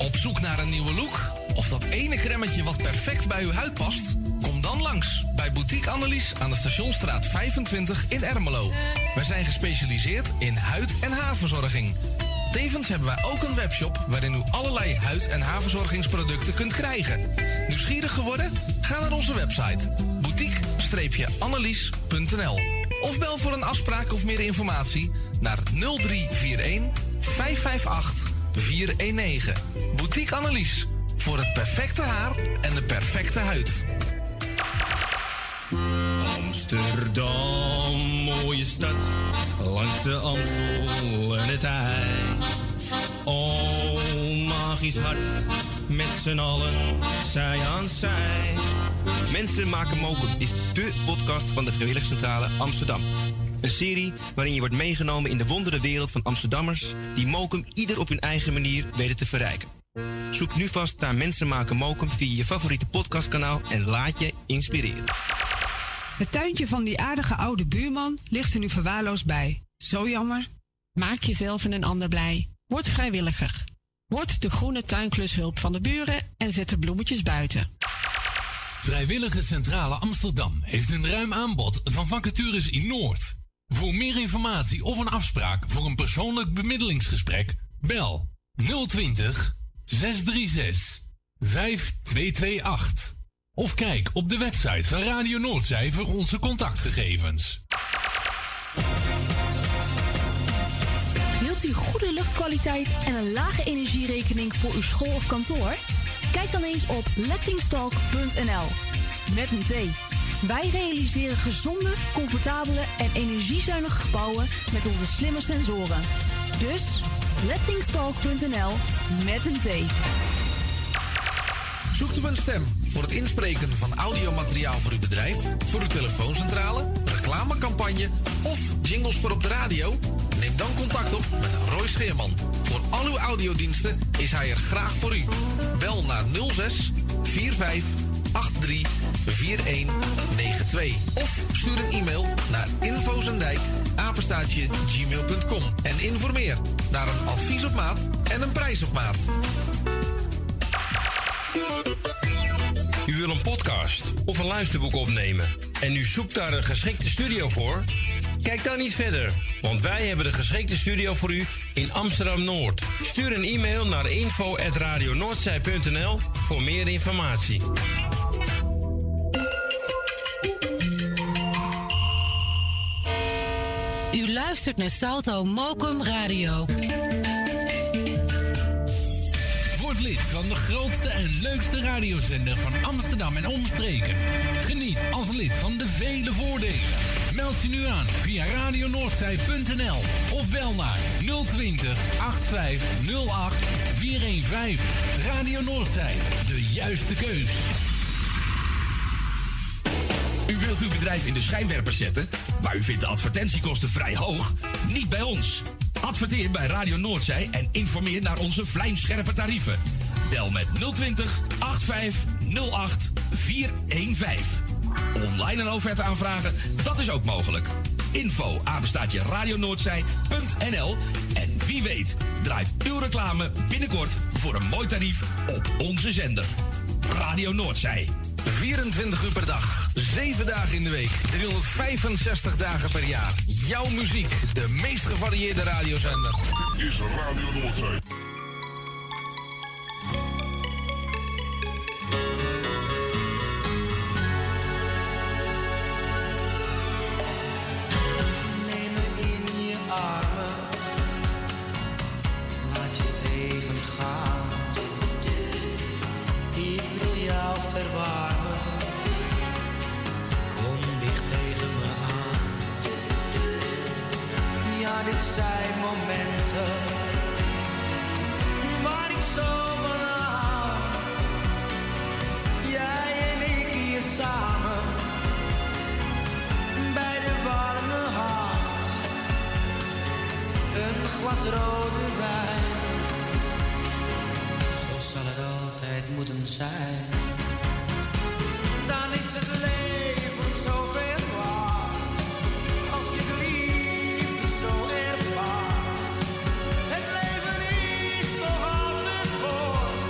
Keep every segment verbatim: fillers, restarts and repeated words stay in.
Op zoek naar een nieuwe look? Of dat ene cremmetje wat perfect bij uw huid past? Kom dan langs bij Boutique Annelies aan de Stationsstraat vijfentwintig in Ermelo. Wij zijn gespecialiseerd in huid- en haarverzorging. Tevens hebben wij ook een webshop waarin u allerlei huid- en haarverzorgingsproducten kunt krijgen. Nieuwsgierig geworden? Ga naar onze website boutique annelies punt n l of bel voor een afspraak of meer informatie naar nul drie vier een vijf vijf acht vier een negen. Boutique Annelies, voor het perfecte haar en de perfecte huid. Amsterdam, mooie stad, langs de Amstel en het IJ. Oh, magisch hart, met z'n allen, zij aan zij. Mensen maken mokum is dé podcast van de Vrijwilligcentrale Amsterdam. Een serie waarin je wordt meegenomen in de wondere wereld van Amsterdammers die mokum ieder op hun eigen manier weten te verrijken. Zoek nu vast naar Mensen maken mokum via je favoriete podcastkanaal en laat je inspireren. Het tuintje van die aardige oude buurman ligt er nu verwaarloosd bij. Zo jammer. Maak jezelf en een ander blij. Word vrijwilliger. Word de groene tuinklushulp van de buren en zet de bloemetjes buiten. Vrijwillige Centrale Amsterdam heeft een ruim aanbod van vacatures in Noord. Voor meer informatie of een afspraak voor een persoonlijk bemiddelingsgesprek, bel nul twintig zes drie zes vijf twee twee acht. Of kijk op de website van Radio Noordzij voor onze contactgegevens. Wilt u goede luchtkwaliteit en een lage energierekening voor uw school of kantoor? Kijk dan eens op lettingstalk punt n l. Met een T. Wij realiseren gezonde, comfortabele en energiezuinige gebouwen met onze slimme sensoren. Dus lettingstalk punt n l met een T. Zoekt u een stem voor het inspreken van audiomateriaal voor uw bedrijf, voor uw telefooncentrale, reclamecampagne of jingles voor op de radio? Neem dan contact op met Roy Scheerman. Voor al uw audiodiensten is hij er graag voor u. Bel naar nul zes vier vijf acht drie vier een negen twee of stuur een e-mail naar infozendijk apenstaartje gmail punt com en informeer naar een advies op maat en een prijs op maat. U wil een podcast of een luisterboek opnemen en u zoekt daar een geschikte studio voor? Kijk dan niet verder, want wij hebben de geschikte studio voor u in Amsterdam-Noord. Stuur een e-mail naar info at radio noordzij punt n l voor meer informatie. U luistert naar Salto Mokum Radio. Word lid van de grootste en leukste radiozender van Amsterdam en omstreken. Geniet als lid van de vele voordelen. Meld je nu aan via radio noordzij punt n l of bel naar nul twintig acht vijf nul acht vier een vijf. Radio Noordzij, de juiste keus. U wilt uw bedrijf in de schijnwerpers zetten, maar u vindt de advertentiekosten vrij hoog? Niet bij ons. Adverteer bij Radio Noordzij en informeer naar onze vlijmscherpe tarieven. Bel met nul twintig acht vijf nul acht vier een vijf. Online een offerte aanvragen, dat is ook mogelijk. Info apenstaartje radio noordzij punt n l. En wie weet draait uw reclame binnenkort voor een mooi tarief op onze zender. Radio Noordzij. vierentwintig uur per dag, zeven dagen in de week, driehonderdvijfenzestig dagen per jaar. Jouw muziek, de meest gevarieerde radiozender. Is Radio Noordzij. Neem me in je armen, laat je even gaan. Ik wil jou verwarmen, kom dicht tegen me aan. Ja, dit zijn momenten waar ik zo van hou. Jij en ik hier samen, bij de warme haard. Een glas rode wijn, zo zal het altijd moeten zijn. Dan is het leven zoveel waard, als je de liefde zo ervaart. Het leven is toch altijd kort,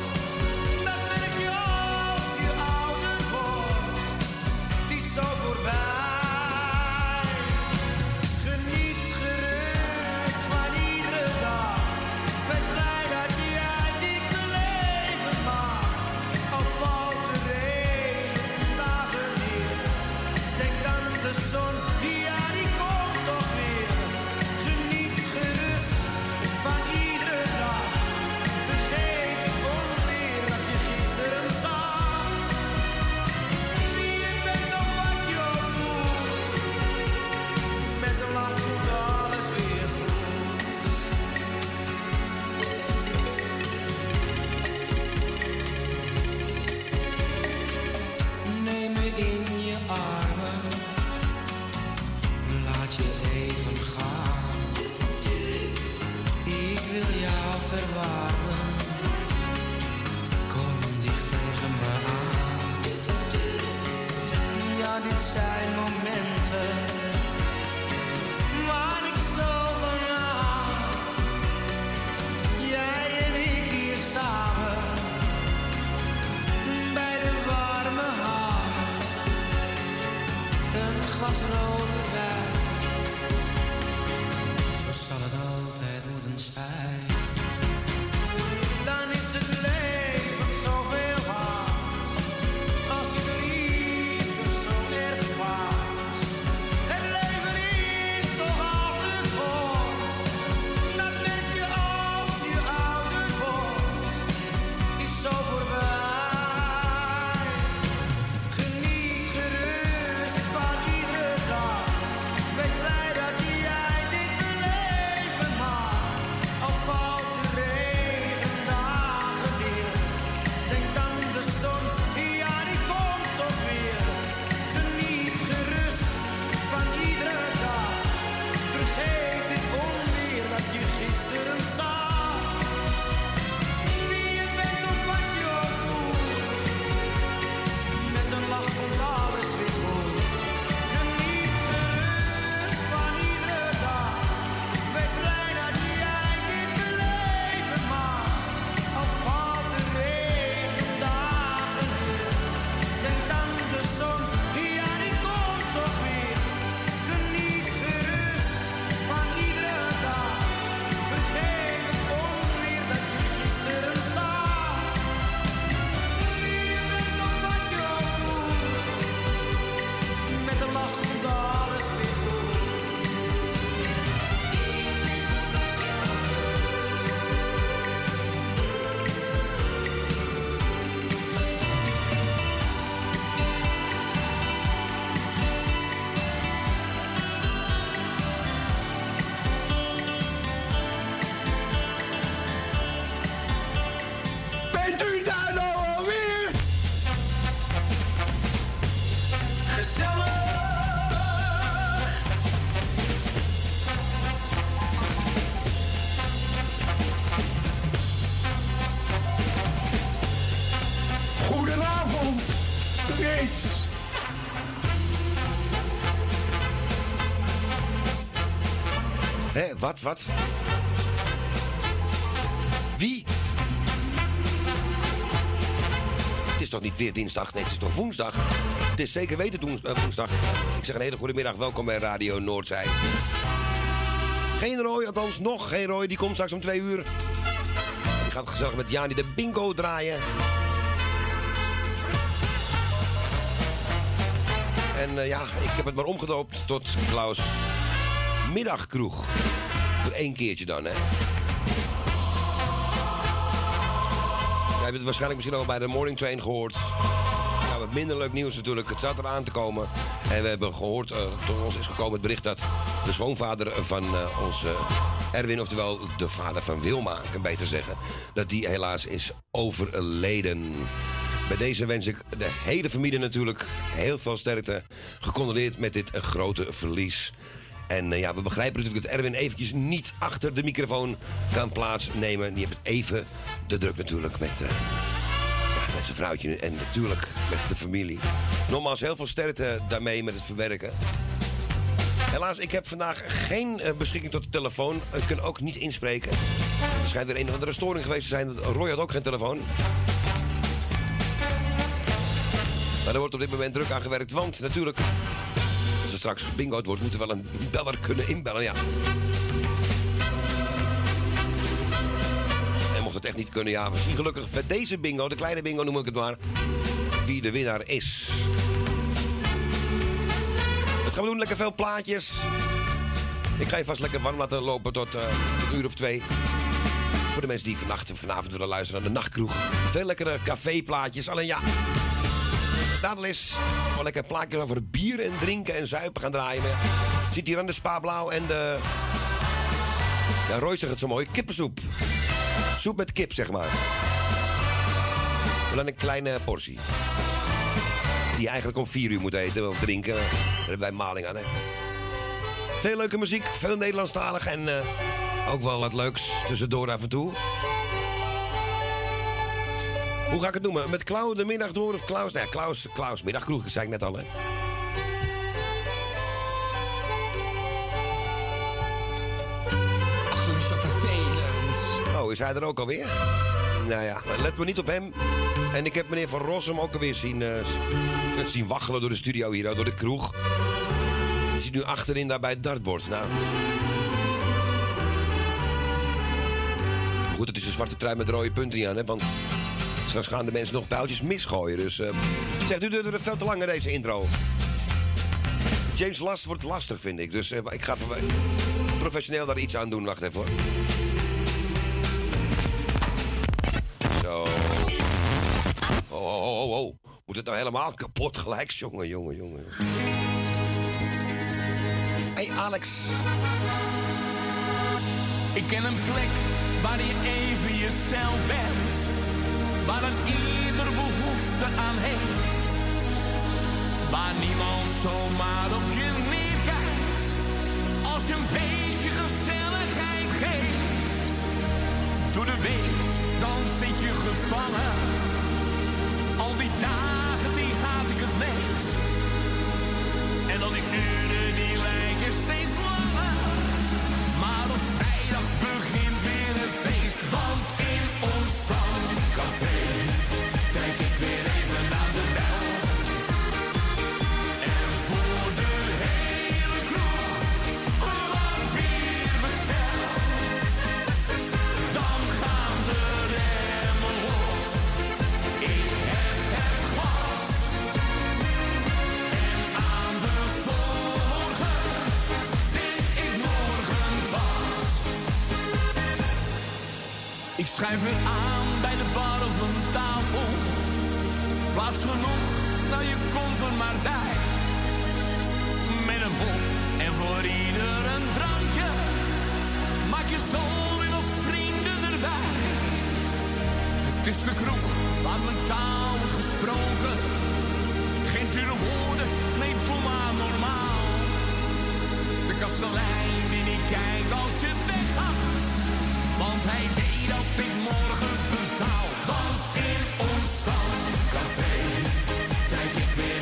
steeds. Hé, wat, wat? Wie? Het is toch niet weer dinsdag? Nee, het is toch woensdag? Het is zeker weten woens- uh, woensdag. Ik zeg een hele goede middag. Welkom bij Radio Noordzij. Geen Roy, althans nog geen Roy. Die komt straks om twee uur. Die gaat gezellig met Jani de bingo draaien. En uh, ja, ik heb het maar omgedoopt tot Klaus Middagkroeg. Voor één keertje dan, hè. Jij hebt het waarschijnlijk misschien al bij de Morning Train gehoord. Nou, wat minder leuk nieuws natuurlijk. Het staat eraan te komen. En we hebben gehoord, uh, tot ons is gekomen het bericht dat de schoonvader van uh, onze Erwin, oftewel de vader van Wilma, ik kan beter zeggen, dat die helaas is overleden. Bij deze wens ik de hele familie natuurlijk heel veel sterkte. Gecondoleerd met dit uh, grote verlies. En uh, ja, we begrijpen natuurlijk dat Erwin eventjes niet achter de microfoon kan plaatsnemen. Die heeft het even te druk natuurlijk met, uh, ja, met zijn vrouwtje en natuurlijk met de familie. Nogmaals, heel veel sterkte daarmee met het verwerken. Helaas, ik heb vandaag geen uh, beschikking tot de telefoon. Ik kan ook niet inspreken. Er schijnt weer een of andere storing geweest te zijn. Roy had ook geen telefoon. Maar er wordt op dit moment druk aan gewerkt, want natuurlijk, als er straks bingo'd wordt, moet er wel een beller kunnen inbellen, ja. En mocht het echt niet kunnen, ja, we zien gelukkig bij deze bingo, de kleine bingo noem ik het maar, wie de winnaar is. Wat gaan we doen? Lekker veel plaatjes. Ik ga je vast lekker warm laten lopen tot uh, een uur of twee. Voor de mensen die vannacht, vanavond willen luisteren naar de nachtkroeg. Veel lekkere caféplaatjes, alleen ja. Dadel is wel lekker plaatjes over bier en drinken en zuipen gaan draaien. Je ziet hier aan de Spa Blauw en de... Ja, Roy zegt het zo mooi. Kippensoep. Soep met kip, zeg maar. Maar dan een kleine portie. Die je eigenlijk om vier uur moet eten of drinken. Daar hebben wij maling aan, hè. Veel leuke muziek, veel Nederlandstalig en uh, ook wel wat leuks tussendoor af en toe. Hoe ga ik het noemen? Met Klaus de middag door of Klaus? Nee, Klaus, Klaus middagkroeg, zei ik net al, hè. Ach, doe je zo vervelend. Oh, is hij er ook alweer? Nou ja, let me niet op hem. En ik heb meneer Van Rossum ook alweer zien, uh, zien waggelen door de studio hier, door de kroeg. Je ziet nu achterin daar bij het dartbord. Nou. Goed, het is een zwarte trui met rode punten aan, hè, want straks gaan de mensen nog pijltjes misgooien. Dus uh, zegt u doet er veel te lang in deze intro. James Last wordt lastig, vind ik. Dus uh, ik ga even professioneel daar iets aan doen. Wacht even, hoor. Zo. Oh, oh, oh, oh. Moet het nou helemaal kapot gelijk? Jongen, jongen, jongen. Hey, Alex. Ik ken een plek waar je even jezelf bent. Waar een ieder behoefte aan heeft. Waar niemand zomaar op je neerkijkt. Als je een beetje gezelligheid geeft. Door de week, dan zit je gevangen. Al die dagen, die haat ik het meest. En dan die uren, die lijken steeds langer. Maar op vrijdag begint weer het feest. Want in ons stamcafé trek ik weer even naar de bel. En voor de hele kroeg wat bier bestel. Dan gaan de remmen los. Ik hef het glas. En aan de zorgen denk ik morgen pas. Ik schrijf weer aan bij de bar of een tafel. Plaats genoeg, nou je komt er maar bij. Met een mop en voor ieder een drankje. Maak je zo weer wat vrienden erbij. Het is de kroeg waar mijn taal wordt gesproken. Geen pure woorden, nee doe maar normaal. De kastelein die niet kijkt als je weggaat. Want hij weet dat ik morgen betaal. Want in ons stamcafé trek ik weer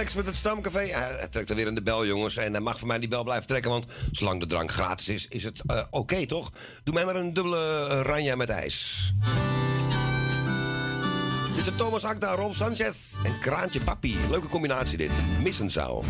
Alex met het Stamcafé. Hij trekt er weer in de bel, jongens. En hij mag voor mij die bel blijven trekken, want zolang de drank gratis is, is het uh, oké, okay, toch? Doe mij maar een dubbele uh, ranja met ijs. Dit is Thomas Akda, Rolf Sanchez en Kraantje Papi. Leuke combinatie dit. Missen zou.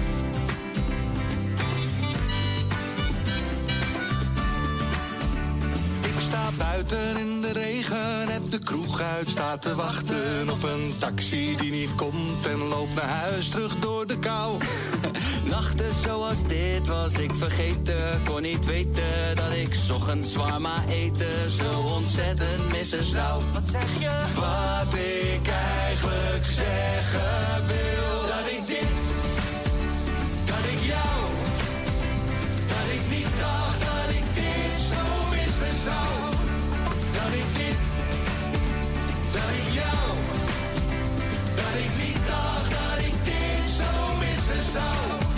Sta buiten in de regen, net de kroeg uit, staat te wachten op een taxi die niet komt en loopt naar huis terug door de kou. Nachten zoals dit was ik vergeten, kon niet weten dat ik 's ochtends zwaar maar eten zo ontzettend missen zou. Wat zeg je? Wat ik eigenlijk zeggen wil, dat ik dit, dat ik jou, dat ik niet dacht dat ik dit zo missen zou. Dat ik dit, dat ik jou, dat ik niet dacht dat ik dit zo missen zou.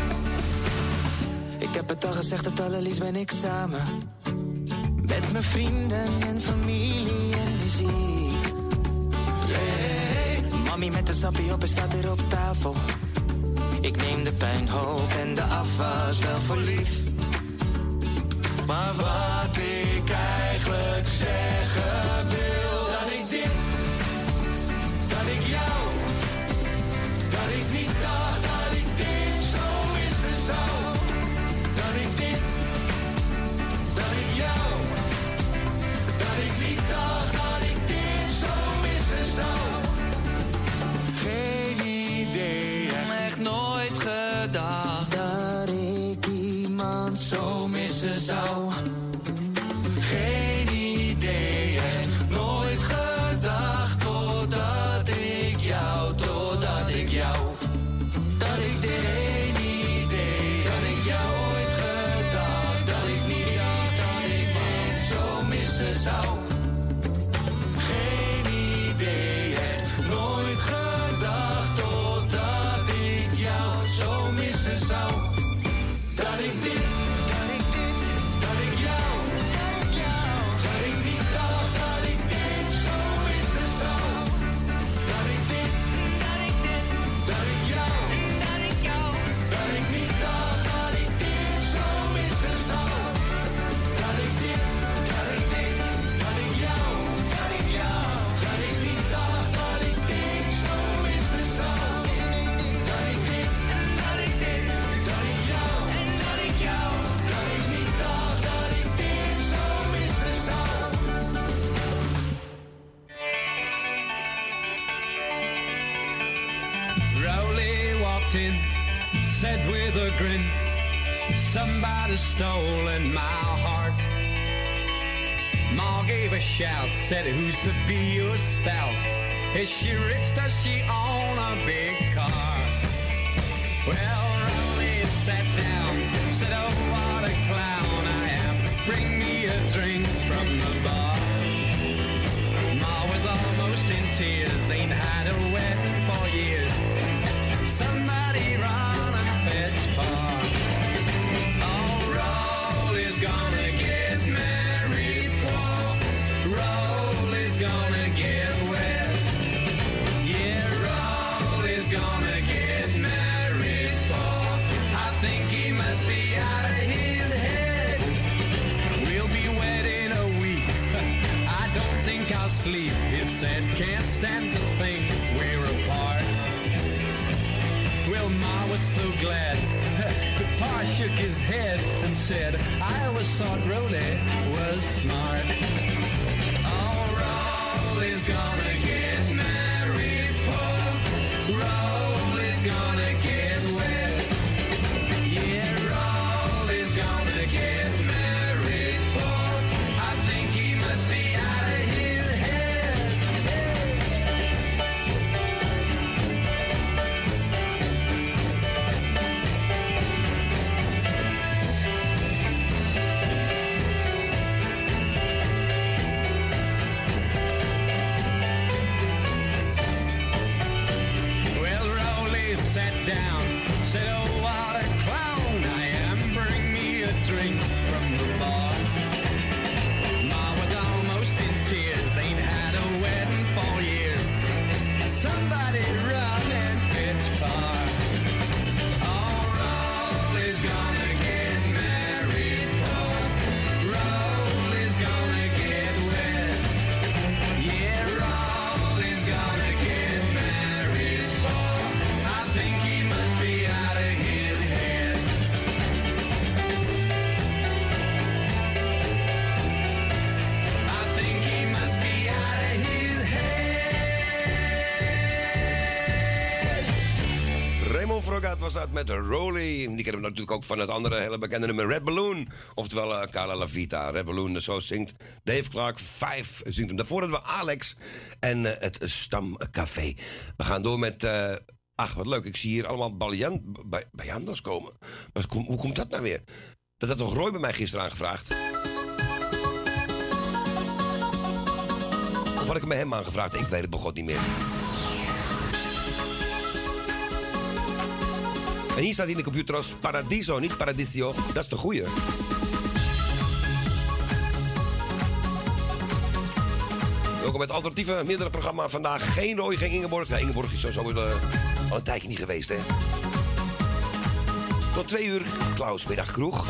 Ik heb het al gezegd, het allerliefst ben ik samen. Met mijn vrienden en familie en muziek. Hey, mami met de sappie op en staat weer op tafel. Ik neem de pijnhoop en de afwas wel voor lief. Maar wat ik eigenlijk zeggen wil, dat ik dit, dat ik jou, dat ik niet dacht dat ik dit zo missen zou. Dat ik dit, dat ik jou, dat ik niet dacht dat ik dit zo missen zou. Geen idee, echt nooit gedacht dat ik iemand zo missen zou. Geen idee, echt nooit gedacht totdat ik jou, totdat ik jou, dat ik dit geen idee, dat ik jou ooit gedacht, dat ik niet dacht dat ik dit zo missen zou. Geen idee, echt nooit gedacht totdat ik jou zo missen zou. Dat ik dit, dat ik dit, dat ik jou, dat ik jou, dat ik niet dacht dat ik dit zo missen zou. Dat ik dit, dat ik dit, dat ik jou, dat ik jou, dat ik niet dacht dat ik dit zo missen zou. Dat ik dit, dat ik dit, dat ik jou, dat ik jou, dat ik niet dacht dat ik dit zo missen zou. Dat ik dit, dat ik dit, dat ik jou, dat ik jou, dat ik niet dacht dat ik dit zo missen zou. Rowley walked in, said with a grin, somebody's stolen my heart. Ma gave a shout, said who's to be your spouse? Is she rich, does she own a big car? Well, Rowley sat down, said oh what a clown I am, bring me a drink from the bar. Ma was almost in tears, ain't had a wet for years. Somebody run and fetch far. Oh, Rowley's gonna get married, Paul. Rowley's gonna get wet. Yeah, Rowley's gonna get married, Paul. I think he must be out of his head. We'll be wed in a week. I don't think I'll sleep. He said, can't stand to think we're apart. Well, Ma was so glad. The Pa shook his head and said, I always thought Rowley was smart. Oh, Rowley's gonna get married, Paul. Rowley's gonna get wed. Yeah, Rowley's gonna get married, Paul. I think he must be out of his head. Advocaat was dat met Rolly. Die kennen we natuurlijk ook van het andere hele bekende nummer Red Balloon. Oftewel uh, Cala La Vita. Red Balloon, zo zingt Dave Clark. Vijf zingt hem. Daarvoor hadden we Alex en uh, het Stamcafé. We gaan door met... Uh, ach, wat leuk. Ik zie hier allemaal Bajandas komen. Maar hoe komt dat nou weer? Dat had toch Roy bij mij gisteren aangevraagd? Of had ik hem bij hem aangevraagd? Ik weet het bij God niet meer. En hier staat in de computer als Paradiso, niet Paradiso. Dat is de goeie. Welkom bij het alternatieve meerdere programma. Vandaag geen Roy, geen Ingeborg. Ja, Ingeborg is sowieso uh, al een tijdje niet geweest, hè. Tot twee uur, Klaus, middag kroeg.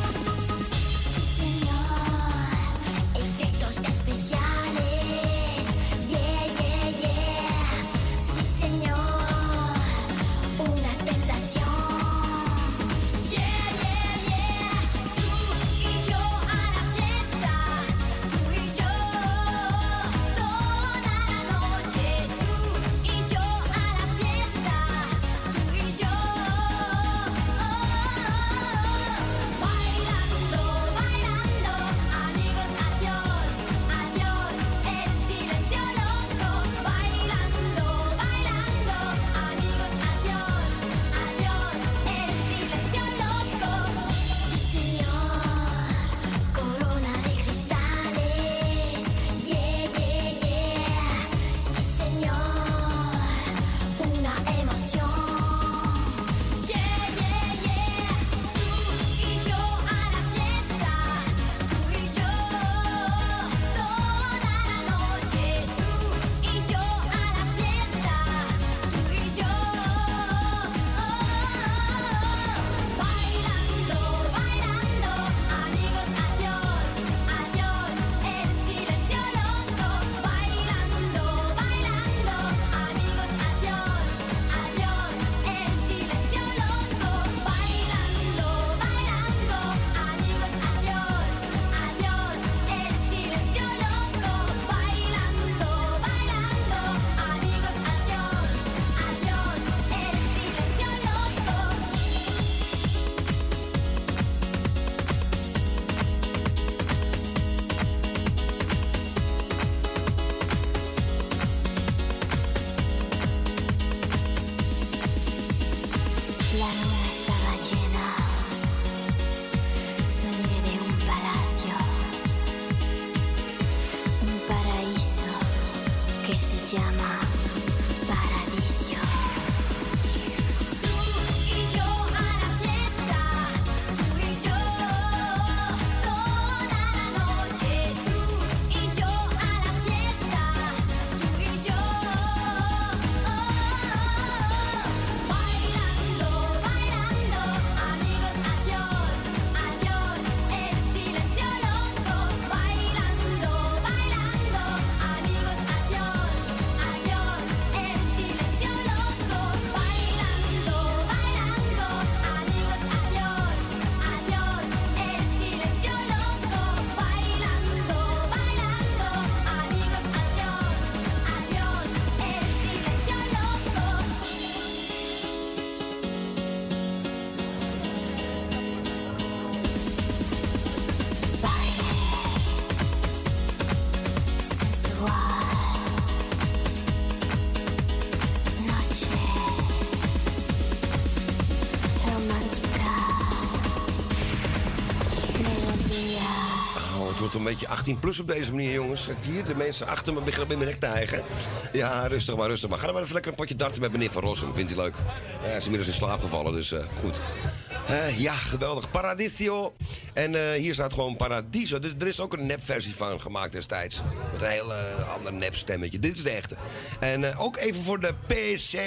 Een beetje achttien plus op deze manier, jongens. Hier, de mensen achter me beginnen bij mijn nek te hijgen. Ja, rustig maar, rustig maar. Ga dan maar even lekker een potje darten met meneer Van Rossum. Vindt hij leuk? Ja, hij is inmiddels in slaap gevallen, dus uh, goed. Uh, ja, geweldig. Paradiso. En uh, hier staat gewoon Paradiso. Er, er is ook een nepversie van gemaakt destijds. Met een heel uh, ander nepstemmetje. Dit is de echte. En uh, ook even voor de P C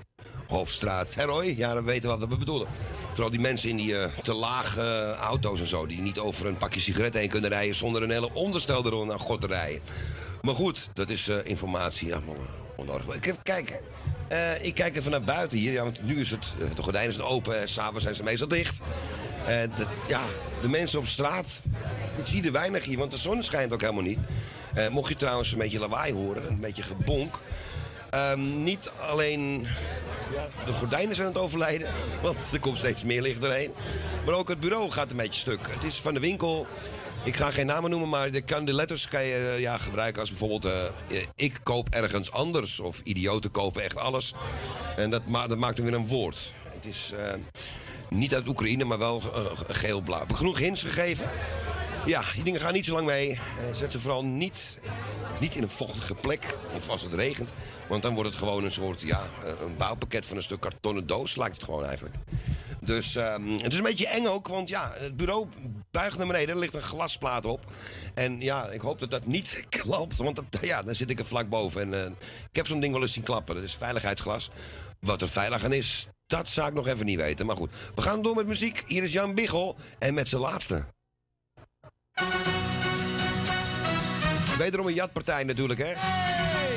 Hofstraat. Hè, Roy? Ja, dan weten we wat we bedoelen. Vooral die mensen in die uh, te lage uh, auto's en zo. Die niet over een pakje sigaretten heen kunnen rijden zonder een hele onderstel eronder naar God te rijden. Maar goed, dat is uh, informatie. Ja, onnodig. Ik even kijken. Uh, ik kijk even naar buiten hier. Ja, want nu is het, uh, de gordijnen zijn open. Uh, S'avonds zijn ze meestal dicht. Uh, de, ja, de mensen op straat. Ik zie er weinig hier, want de zon schijnt ook helemaal niet. Uh, mocht je trouwens een beetje lawaai horen, een beetje gebonk. Um, niet alleen ja, de gordijnen zijn aan het overlijden, want er komt steeds meer licht doorheen. Maar ook het bureau gaat een beetje stuk. Het is van de winkel. Ik ga geen namen noemen, maar de, kan, de letters kan je uh, ja, gebruiken als bijvoorbeeld... Uh, ik koop ergens anders of idioten kopen echt alles. En dat, ma dat maakt dan weer een woord. Het is uh, niet uit Oekraïne, maar wel uh, geel-blauw. Heb ik genoeg hints gegeven? Ja, die dingen gaan niet zo lang mee. Uh, zet ze vooral niet, niet in een vochtige plek, of als het regent. Want dan wordt het gewoon een soort, ja, een bouwpakket van een stuk kartonnen doos, lijkt het gewoon eigenlijk. Dus um, het is een beetje eng ook, want ja, het bureau buigt naar beneden. Er ligt een glasplaat op. En ja, ik hoop dat dat niet klapt, want dat, ja, dan zit ik er vlak boven. En uh, ik heb zo'n ding wel eens zien klappen. Dat is veiligheidsglas. Wat er veilig aan is, dat zou ik nog even niet weten. Maar goed, we gaan door met muziek. Hier is Jan Biggel en met zijn laatste. Wederom een jatpartij natuurlijk, hè? Hey!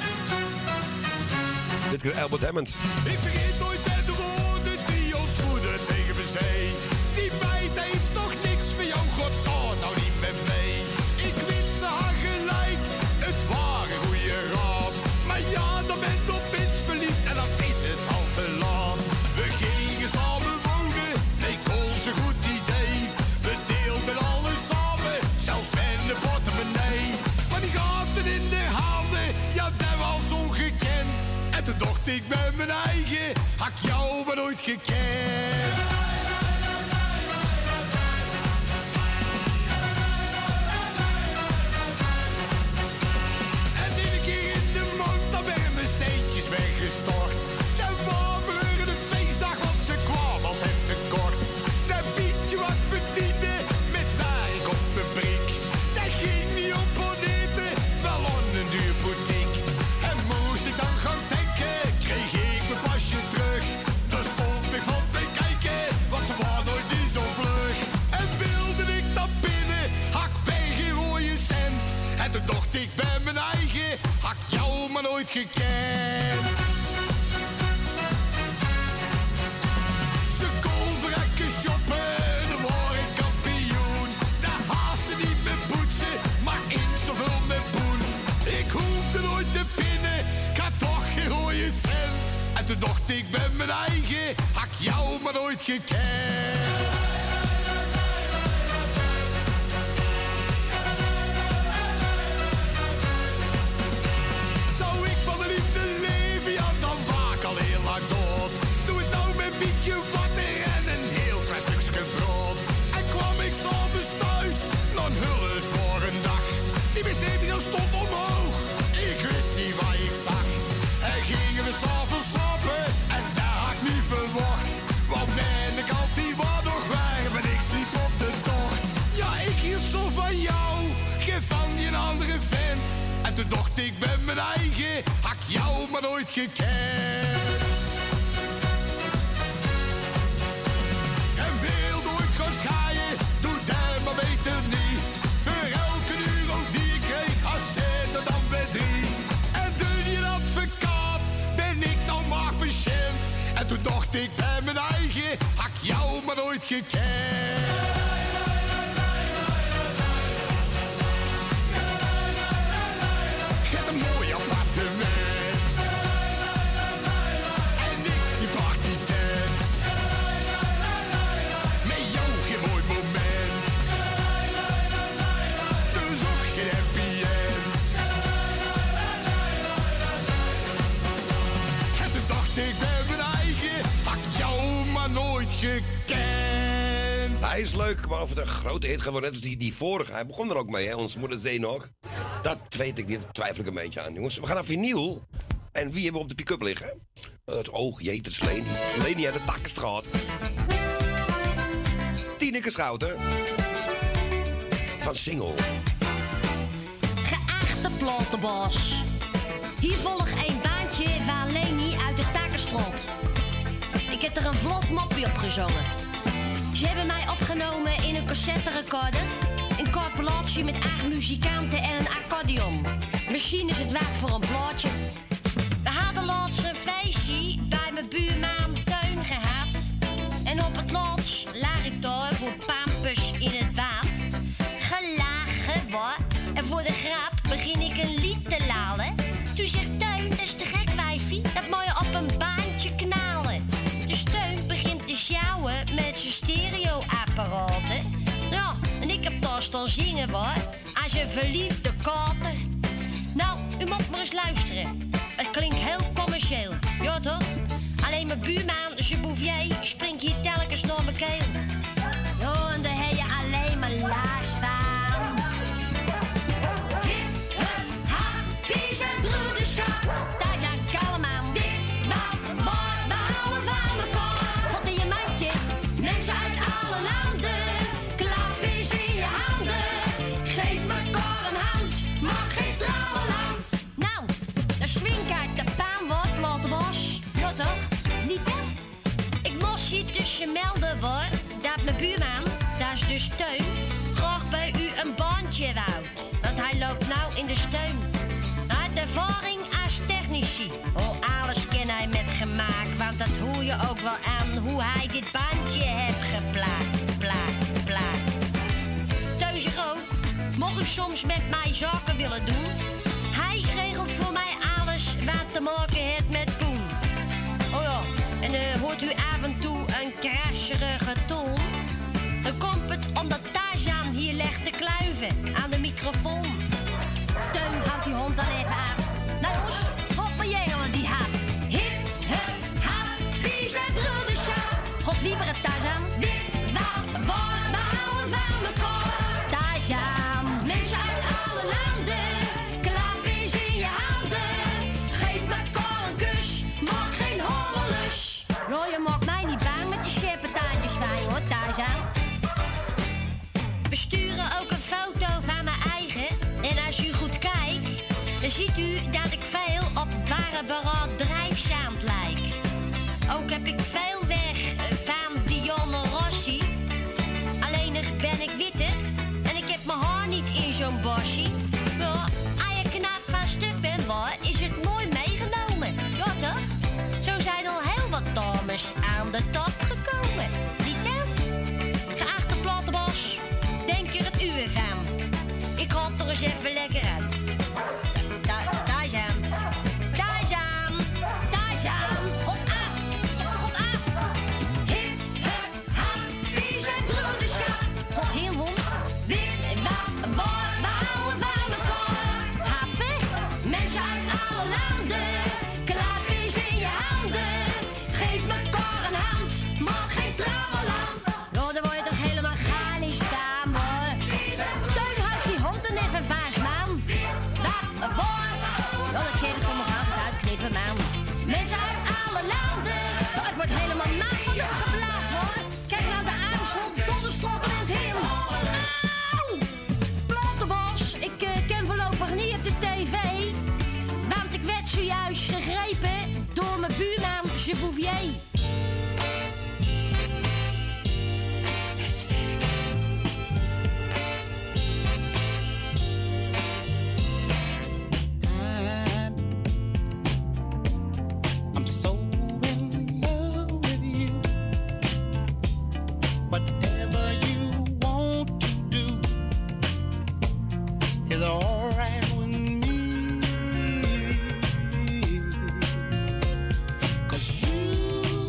Dit keer Albert Hammond. Ik vergeet nooit met de woorden die ons voeden tegen me zei. Die meid heeft toch niks voor jou, god, oh, nou niet met mij. Ik weet ze haar gelijk, het waren goede raad. Maar ja, dan ben ik opeens verliefd en dan is het al te laat. We gingen samen wonen, leek ons een goed idee. We deelden alles samen, zelfs met de portemonnee. Maar die gaten in de handen, ja, dat was ongekend. En toen dacht ik bij mijn eigen, had ik jou maar nooit gekend. En iedere keer in de maand, dan werden mijn centjes weggestort. Dat was voor de feestdag, want ze kwam altijd tekort. Dat bietje wat ik verdiende, met werk op fabriek. Dat ging niet op boneten, wel aan een duur boutique. En moest ik dan gaan tanken, kreeg ik mijn pasje terug. Daar stond ik van te kijken, want ze was nooit niet zo vlug. En wilde ik dat binnen, hak bij geen rode cent. En toen dacht ik bij mijn eigen, hak jou maar nooit gekend. Ze kon verrekken shoppen, dan word ik kampioen. Daar haast ze niet met poetsen, maar in zoveel met poen. Ik hoefde nooit te pinnen, ik had toch geen rode cent. En toen dacht ik bij mijn eigen, hak jou maar nooit gekend. Zou ik van de liefde leven, ja dan waak ik al heel lang dood. Doe het nou met een beetje water en een heel klein stukje brood. En kwam ik s'avonds thuis, na een hullenzware dag. Die wc-bril stond omhoog, ik wist niet wat ik zag. En gingen we s'avonds slapen, en daar had ik niet verwacht. Want ben ik altijd wat nog waar, maar ik sliep op de tocht. Ja, ik hield zo van jou, geen van die een andere vent. En toen dacht ik bij mijn eigen, hak jou maar nooit gekend. En wil nooit gaan schaaien, doe daar maar beter niet. Voor elke euro die ik kreeg, als zit er dan bij drie. En doe je een advocaat, ben ik nou maar patiënt. En toen dacht ik bij mijn eigen, hak jou maar nooit gekend. Get een mooi appartement. En ik die partytent. Met jou geen mooi moment. Dus ook geen happy end. En toen dacht ik bij mijn eigen, hak jou maar nooit gekend. Hij is leuk, maar of het een grote hit gaat worden, net als die, die vorige. Hij begon er ook mee, hè. Onze moeder deed nog. Dat weet ik niet, daar twijfel ik een beetje aan, jongens. We gaan naar vinyl. En wie hebben we op de pick-up liggen? Het oog, jeet, het is Leni. Leni uit de Takkenstraat. Tineke Schouten. Van Single. Geachte platenbos. Hier volgt een baantje van Leni uit de Takkenstraat. Ik heb er een vlot moppie op gezongen. Ze hebben mij opgenomen in een cassette-recorder. Een corporatie met acht muzikanten en een accordeon. Misschien is het waard voor een plaatje. We hadden laatst een feestje bij mijn buurman Teun gehad. En op het laatst lag ik daar voor pampers in het bad. Gelachen wat. En voor de grap begin ik een lied te lalen. Toen zegt Teun, dat is te gek wijfie, dat moet je op een baantje knalen. Dus Teun begint te sjouwen met zijn stereoapparaten. Ja, en ik heb daar staan zingen hoor, als een verliefde kater. Nou, u moet maar eens luisteren. Het klinkt heel commercieel, ja toch? Alleen mijn buurman, zijn Bouvier, springt hier telkens naar mijn keel. Ja, en daar heb je alleen maar last van. Hip, hup, hap, peace en broederschap. Daar zijn kalman, dit, dat, maar we houden van elkaar. God in je mandje, mensen uit alle landen. Klap eens in je handen. Geef elkaar een hand, maar geen trouwenland. Nou, de swing uit de paan wordt, laat was. Ja toch? Niet hè? Ik moest je tussen melden hoor, dat mijn buurman, dat is dus Teun, graag bij u een bandje wou. Want hij loopt nou in de steun. Hij heeft ervaring als technici. Oh, alles ken hij met gemaakt, want dat hoor je ook wel aan hoe hij dit bandje heeft geplaatst, plaat, plaat. Teun zegt ook, mocht u soms met mij zaken willen doen, hij regelt voor mij alles wat te maken heeft met Koen. Oh ja, en uh, hoort u af en toe een krasserige toon? Dan komt het omdat Tarzan hier legt te kluiven aan de microfoon. Teun, houdt die hond dan even af. Nou jongens, hoppen jengelen die haat. Hip, hup, hap, peace en broederschap. God wieberen Tarzan, dit, dat, wat, we houden van elkaar. Tarzan, mensen uit alle landen, klap eens in je handen. Geef elkaar een kus, maak geen horrelus. Nou, je maakt mij niet bang met die scherpe taartjes van je hoor, Tarzan. We sturen ook een foto van mijn eigen. En als u goed kijkt, dan ziet u dat ik veel op Barbara Drijfzand lijk. Ook heb ik veel weg van Dionne Rossi. Alleen nog ben ik witter en ik heb mijn haar niet in zo'n bossie. Maar als je knap van stuk bent, hoor, is het mooi meegenomen. Ja toch? Zo zijn al heel wat dames aan de top gekomen. Niet hè? Geachte Plattenbos, denk je dat u ervan? Ik haal er eens even lekker uit. Da- daar zijn. Daar zijn. Daar zijn. God af. God af. Hip, hup, hap, peace en broederschap. God heel hond. Wit en wat, wat, we houden van elkaar. Happen, mensen uit alle landen. Klap eens in je handen. Geef elkaar een hand, maar geen trouwenland. Nou, dan word je toch helemaal galisch staan, hoor. Teun houdt die hond er even vast, man. Dat, een boy. Nou, dat geef ik voor mijn hand uitknippen, man. Mensen uit alle landen. Nou, het wordt helemaal nat van de geblaad, hoor. Kijk naar de IJssel, Donderslot en het heel. Auw! Plattenbos, ik uh, ken voorlopig niet op de tv. Want ik werd zojuist gegrepen door mijn buurman, je Bouvier. I'm so in love with you. Whatever you want to do is alright with me. 'Cause you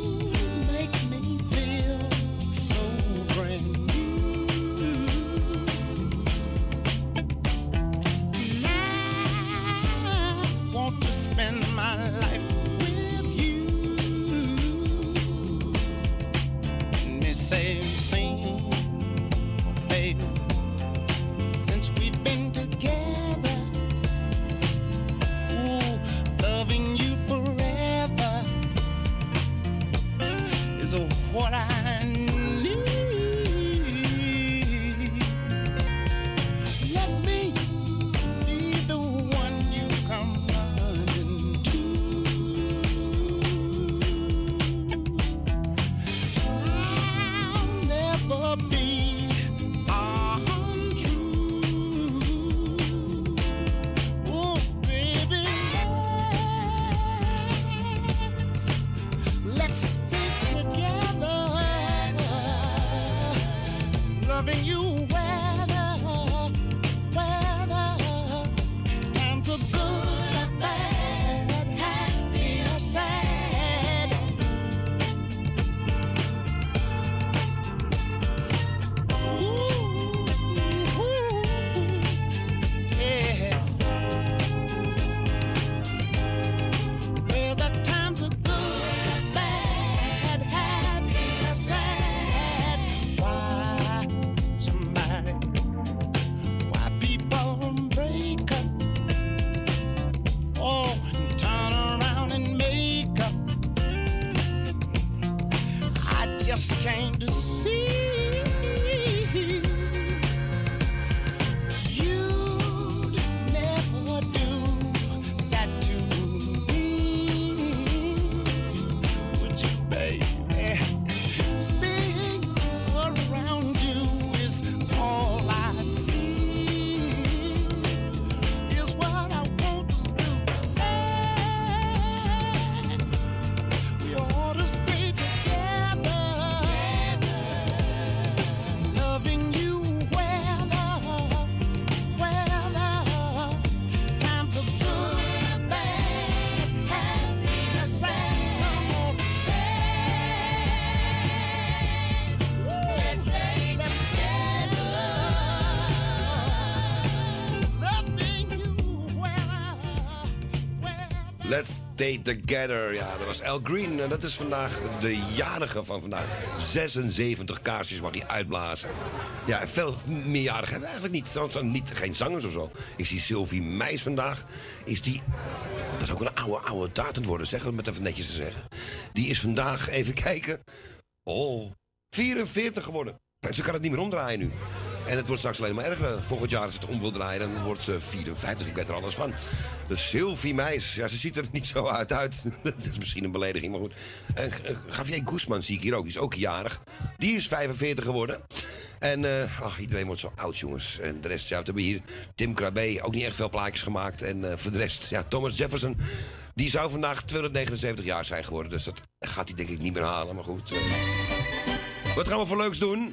Let's Stay Together. Ja, dat was Al Green. En dat is vandaag de jarige van vandaag. zesenzeventig kaarsjes mag hij uitblazen. Ja, veel meerjarigen hebben we eigenlijk niet. Zo, zo, niet. Geen zangers of zo. Ik zie Sylvie Meijs vandaag. Is die... Dat is ook een oude, oude datum worden, zeg. Om het even netjes te zeggen. Die is vandaag, even kijken... Oh, vierenveertig geworden. En ze kan het niet meer omdraaien nu. En het wordt straks alleen maar erger. Volgend jaar als het om wil draaien, dan wordt ze vierenvijftig. Ik weet er alles van. De Sylvie Meijs. Ja, ze ziet er niet zo uit uit. Dat is misschien een belediging, maar goed. En uh, Javier Guzman zie ik hier ook. Die is ook jarig. Die is vijfenveertig geworden. En uh, ach, iedereen wordt zo oud, jongens. En de rest, ja, we hebben hier Tim Krabbe. Ook niet echt veel plaatjes gemaakt. En uh, voor de rest, ja, Thomas Jefferson. Die zou vandaag tweehonderdnegenenzeventig jaar zijn geworden. Dus dat gaat hij denk ik niet meer halen, maar goed. Uh, wat gaan we voor leuks doen?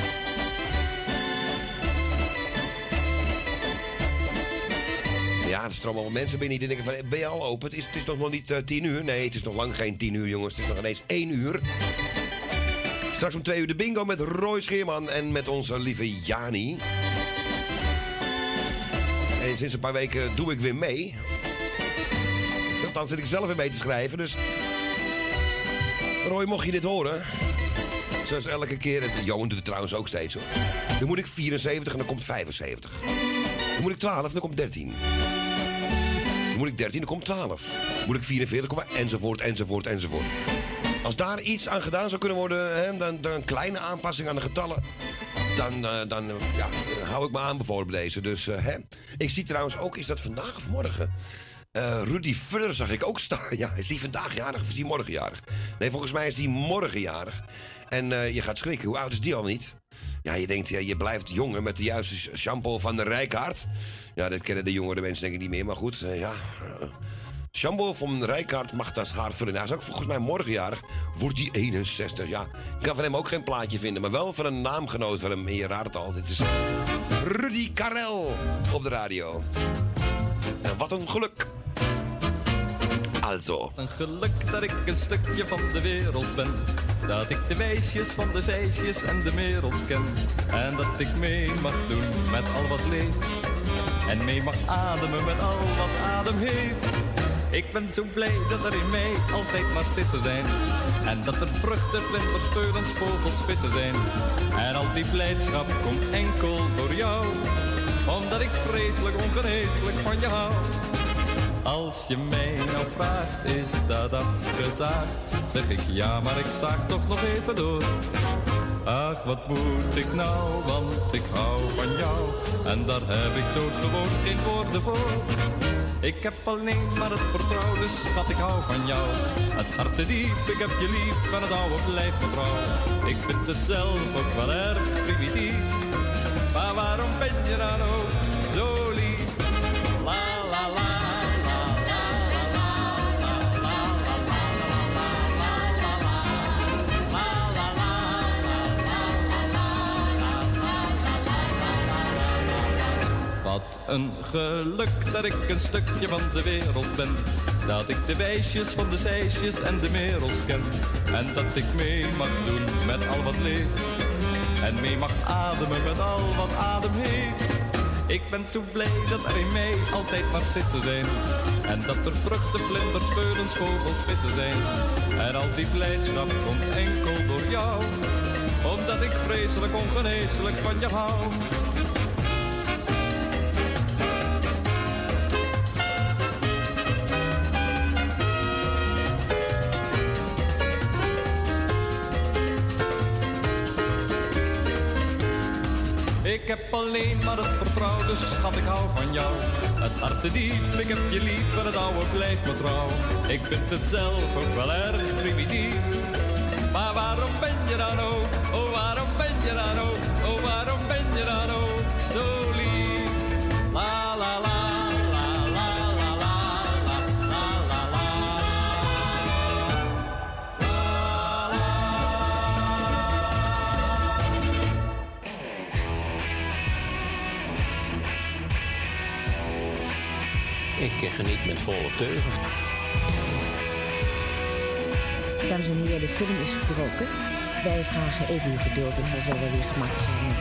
Ja, er stromen al mensen binnen die denken van... Ben je al open? Het is, het is nog niet uh, tien uur. Nee, het is nog lang geen tien uur, jongens. Het is nog ineens één uur. Straks om twee uur de bingo met Roy Scheerman en met onze lieve Jani. En sinds een paar weken doe ik weer mee. Dan zit ik zelf weer mee te schrijven, dus... Roy, mocht je dit horen... Zoals elke keer... Johan doet het trouwens ook steeds, hoor. Dan moet ik vierenzeventig en dan komt vijfenzeventig. Dan moet ik twaalf en dan komt dertien. Dan moet ik dertien en dan komt twaalf. Dan moet ik vierenveertig komen, enzovoort, enzovoort, enzovoort. Als daar iets aan gedaan zou kunnen worden... Hè, dan, dan een kleine aanpassing aan de getallen... Dan, uh, dan, uh, ja, dan hou ik me aanbevolen bij deze. Dus, uh, hè. Ik zie trouwens ook... Is dat vandaag of morgen? Uh, Rudy Vuller zag ik ook staan. Ja, is die vandaag jarig of is die morgen jarig? Nee, volgens mij is die morgen jarig. En uh, je gaat schrikken. Hoe oud is die al niet? Ja, je denkt, ja, je blijft jonger met de juiste shampoo van de Rijkaard. Ja, dat kennen de jongere mensen denk ik niet meer. Maar goed, uh, ja... Uh, shampoo van Rijkaard mag dat haar vullen. Hij is ook volgens mij morgenjarig. Wordt die eenenzestig. Ja, ik kan van hem ook geen plaatje vinden. Maar wel van een naamgenoot van hem. En je raadt het al. Dit is Rudy Karel op de radio. En wat een geluk. Also. Een geluk dat ik een stukje van de wereld ben. Dat ik de weesjes van de zeesjes en de merels ken. En dat ik mee mag doen met al wat leeft. En mee mag ademen met al wat adem heeft. Ik ben zo blij dat er in mij altijd narcissen zijn. En dat er vruchten, vlinders, speulens, vogels, vissen zijn. En al die blijdschap komt enkel door jou. Omdat ik vreselijk ongeneeslijk van je hou. Als je mij nou vraagt, is dat afgezaagd? Zeg ik ja, maar ik zaag toch nog even door. Ach, wat moet ik nou, want ik hou van jou. En daar heb ik doodgewoon geen woorden voor. Ik heb alleen maar het vertrouwen, dus schat, ik hou van jou. Het hart te diep, ik heb je lief, en het oude blijft me trouw. Ik vind het zelf ook wel erg primitief. Maar waarom ben je dan ook zo lief? La la la. Wat een geluk dat ik een stukje van de wereld ben. Dat ik de wijsjes van de zeisjes en de merels ken. En dat ik mee mag doen met al wat leeft. En mee mag ademen met al wat adem heeft. Ik ben zo blij dat er in mij altijd narcissen zijn. En dat er vruchten, vlinders, speulens, vogels, vissen zijn. En al die blijdschap komt enkel door jou. Omdat ik vreselijk ongeneeslijk van je hou. Ik heb alleen maar het vertrouwen, dus schat, ik hou van jou. Het hart te diep, ik heb je lief en het oude blijft me trouw. Ik vind het zelf ook wel erg primitief. Maar waarom ben je dan ook, oh waarom ben je dan ook, oh waarom ben je dan ook zo lief? La la la. Ik geniet met volle teugen. Dames en heren, de film is gebroken. Wij vragen even uw geduld. Het zal zo wel weer gemaakt zijn.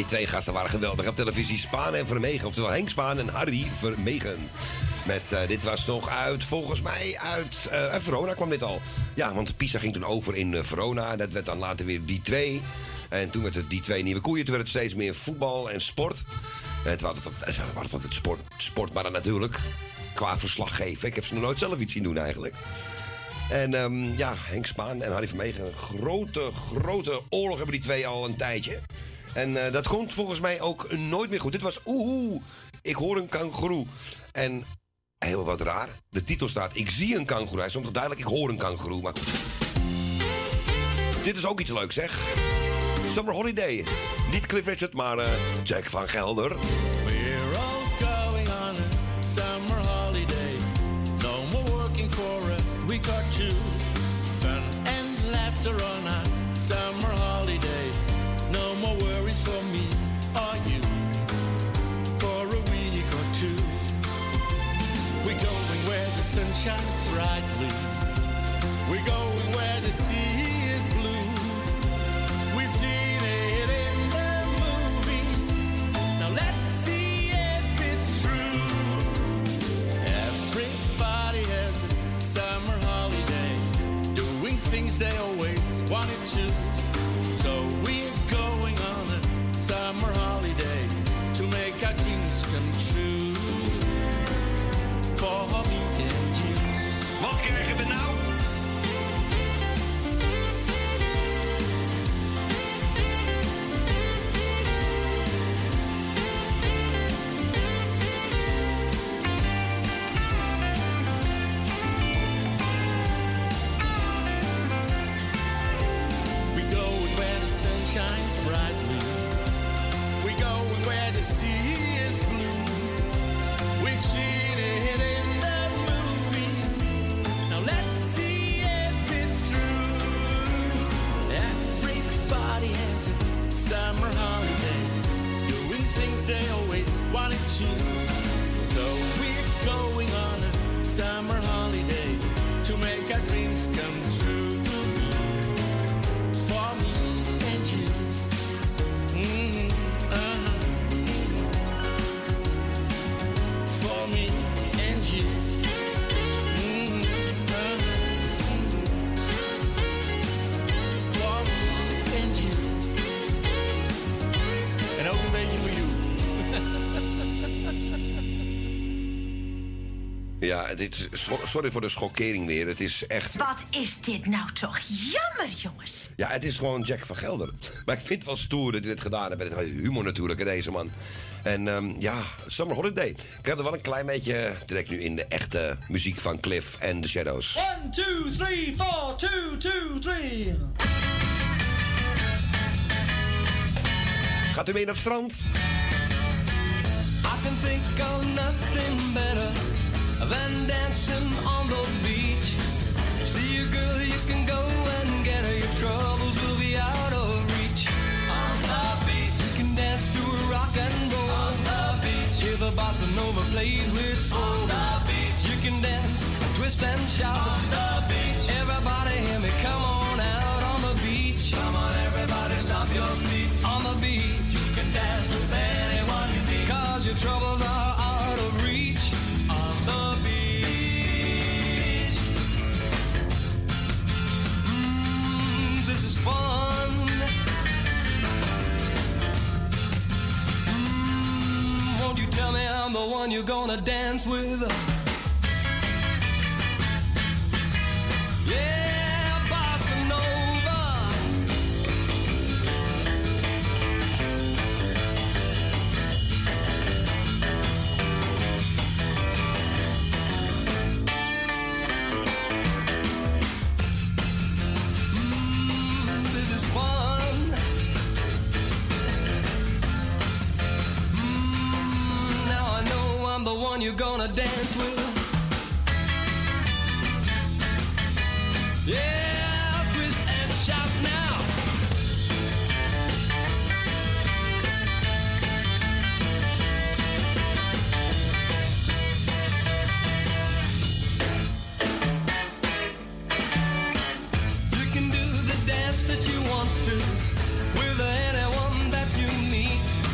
twee gasten waren geweldig op televisie. Spaan en Vermegen, oftewel Henk Spaan en Harry Vermegen. Met, uh, dit was nog uit, volgens mij, uit, uh, uit Verona kwam dit al. Ja, want Pisa ging toen over in uh, Verona. En dat werd dan later weer die twee. En toen werd het die twee nieuwe koeien. Toen werd het steeds meer voetbal en sport. En het was altijd, altijd sport, sport, maar dan natuurlijk qua verslaggeven. Ik heb ze nog nooit zelf iets zien doen eigenlijk. En um, ja, Henk Spaan en Harry Vermegen. Een grote, grote oorlog hebben die twee al een tijdje. En uh, dat komt volgens mij ook nooit meer goed. Dit was oeh, ik hoor een kangoeroe. En heel wat raar. De titel staat, ik zie een kangoeroe. Hij stond toch duidelijk, ik hoor een kangoeroe. Maar dit is ook iets leuks, zeg. Summer Holiday. Niet Cliff Richard, maar uh, Jack van Gelder. We're all going on a summer holiday. No more working for a week or two. Fun and laughter on a summer holiday. No more worries for me or you. For a week or two. We're going where the sun shines brightly. We're going where the sea is blue. We've seen it in the movies. Now let's see if it's true. Everybody has a summer holiday, doing things they always wanted to. So we're going on a summer holiday to make our dreams come true. For me and you. Wat krijgen we nou? Shines brightly. We go where the sea is blue. We've seen it in the movies. Now let's see if it's true. Everybody has a summer holiday, doing things they always wanted to. So we're going on a summer holiday to make our dreams come true. For me. Me and you. Mm-hmm. Uh-huh. For me and you. En ook een beetje voor jou. Ja, dit is, sorry voor de schokkering weer. Het is echt... Wat is dit nou toch jammer, jongens. Ja, het is gewoon Jack van Gelder. Maar ik vind het wel stoer dat hij dit gedaan heeft. Met humor natuurlijk, deze man. En um, ja, Summer Holiday. Ik heb er wel een klein beetje direct nu in de echte muziek van Cliff en The Shadows. One, two, three, four, two, two, three. Gaat u mee naar het strand? I can think of nothing better than dancing on the beach. See a girl, you can go and get her. Your troubles will be out of reach. On the beach, you can dance to a rock and roll. On the beach, hear the bossa nova played with soul. On the beach, you can dance, twist and shout. On the beach, everybody hear me, come on out on the beach. Come on, everybody, stomp your feet. On the beach, you can dance with anyone you need. 'Cause your troubles are out of reach. On the beach. Mm, this is fun. Mm, won't you tell me I'm the one you're gonna dance with? Yeah, bossa nova. Mm, this is fun. Mm, now I know I'm the one you're gonna dance with. Yeah, twist and shout now. You can do the dance that you want to with anyone that you meet.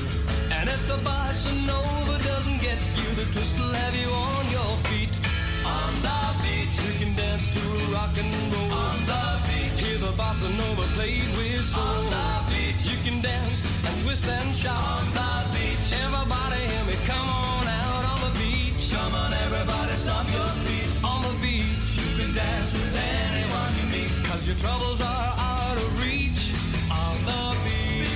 have you on your feet. On the beach. You can dance to rock and roll. On the beach. Hear the bossa nova played with soul. On the beach. You can dance and twist and shout. On the beach. Everybody hear me, come on out on the beach. Come on everybody, stomp your feet. On the beach. You can dance with anyone you meet. Cause your troubles are out of reach. On the beach.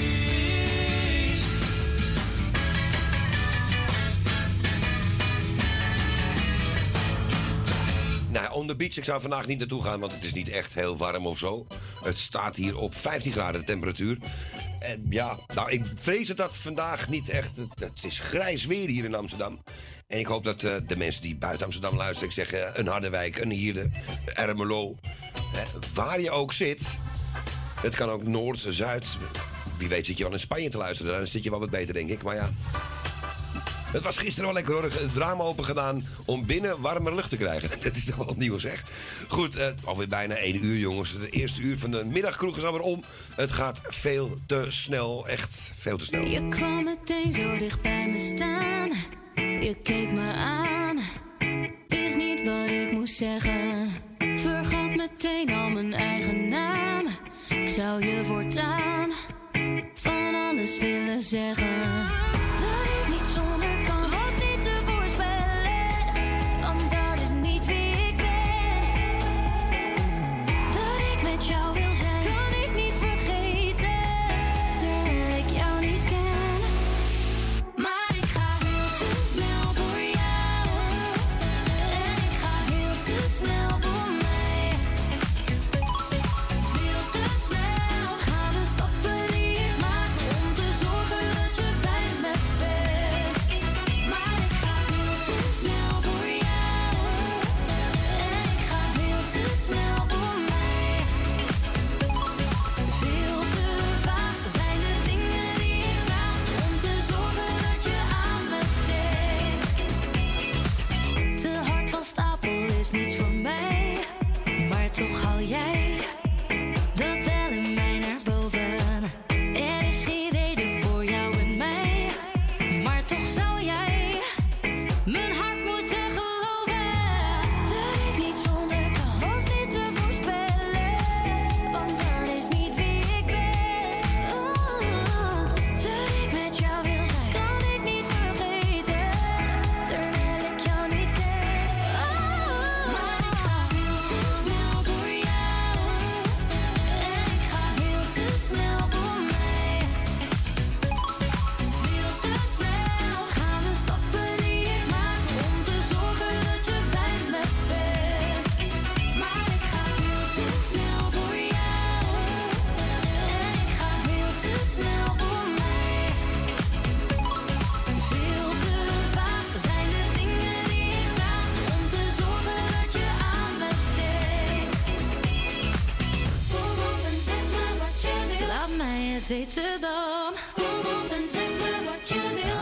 Nou, on the beach, ik zou vandaag niet naartoe gaan, want het is niet echt heel warm of zo. Het staat hier op vijftien graden de temperatuur. En ja, nou, ik vrees dat dat vandaag niet echt... Het, het is grijs weer hier in Amsterdam. En ik hoop dat uh, de mensen die buiten Amsterdam luisteren... ik zeg uh, een Harderwijk, een Hierde, Ermelo... Hè, waar je ook zit... Het kan ook Noord, Zuid... Wie weet zit je wel in Spanje te luisteren. Dan zit je wel wat beter, denk ik. Maar ja... Het was gisteren wel lekker hoor. Het raam open gedaan om binnen warmer lucht te krijgen. Dat is toch wel nieuw zeg. Goed, uh, alweer bijna één uur jongens. De eerste uur van de middagkroeg is alweer om. Het gaat veel te snel. Echt veel te snel. Je kwam meteen zo dicht bij me staan. Je keek me aan. Wist niet wat ik moest zeggen. Vergat meteen al mijn eigen naam. Ik zou je voortaan van alles willen zeggen. Dat ik niet zonder kan, was niet te voorspellen. Want dat is niet wie ik ben. Dat ik met jou wil zijn, kan ik niet vergeten. Terwijl ik jou niet ken. Maar ik ga heel te snel voor jou. En ik ga heel te snel voor mij. Veel te snel gaan de stappen die ik maak om te zorgen dat je bij me bent. Maar ik ga veel te snel voor jou. En ik ga veel te snel voor mij. Veel te vaak zijn de dingen die ik vraag om te zorgen dat je aan me denkt. Te hard van stapel is niets voor mij. Maar toch hou jij dat wel in mij naar boven. Er is geen reden voor jou en mij. Maar toch zou jij mijn hart moeten geloven. Dat ik niet zonder kan, was niet te voorspellen. Want dat is niet wie ik ben. Oh, dat ik met jou wil zijn, kan ik niet vergeten. Terwijl ik jou niet ken. Oh, maar ik ga veel te snel voor jou. En ik ga veel te snel voor mij. Veel te snel gaan de stappen die ik maak om te zorgen dat je bij me bent. Maar ik ga veel te snel voor jou. En ik ga veel te snel voor mij. Veel te vaak zijn de dingen die ik vraag om te zorgen dat je aan me denkt. Kom op en zeg me wat je wil. Laat mij het weten dan. Kom op en zeg me wat je wil.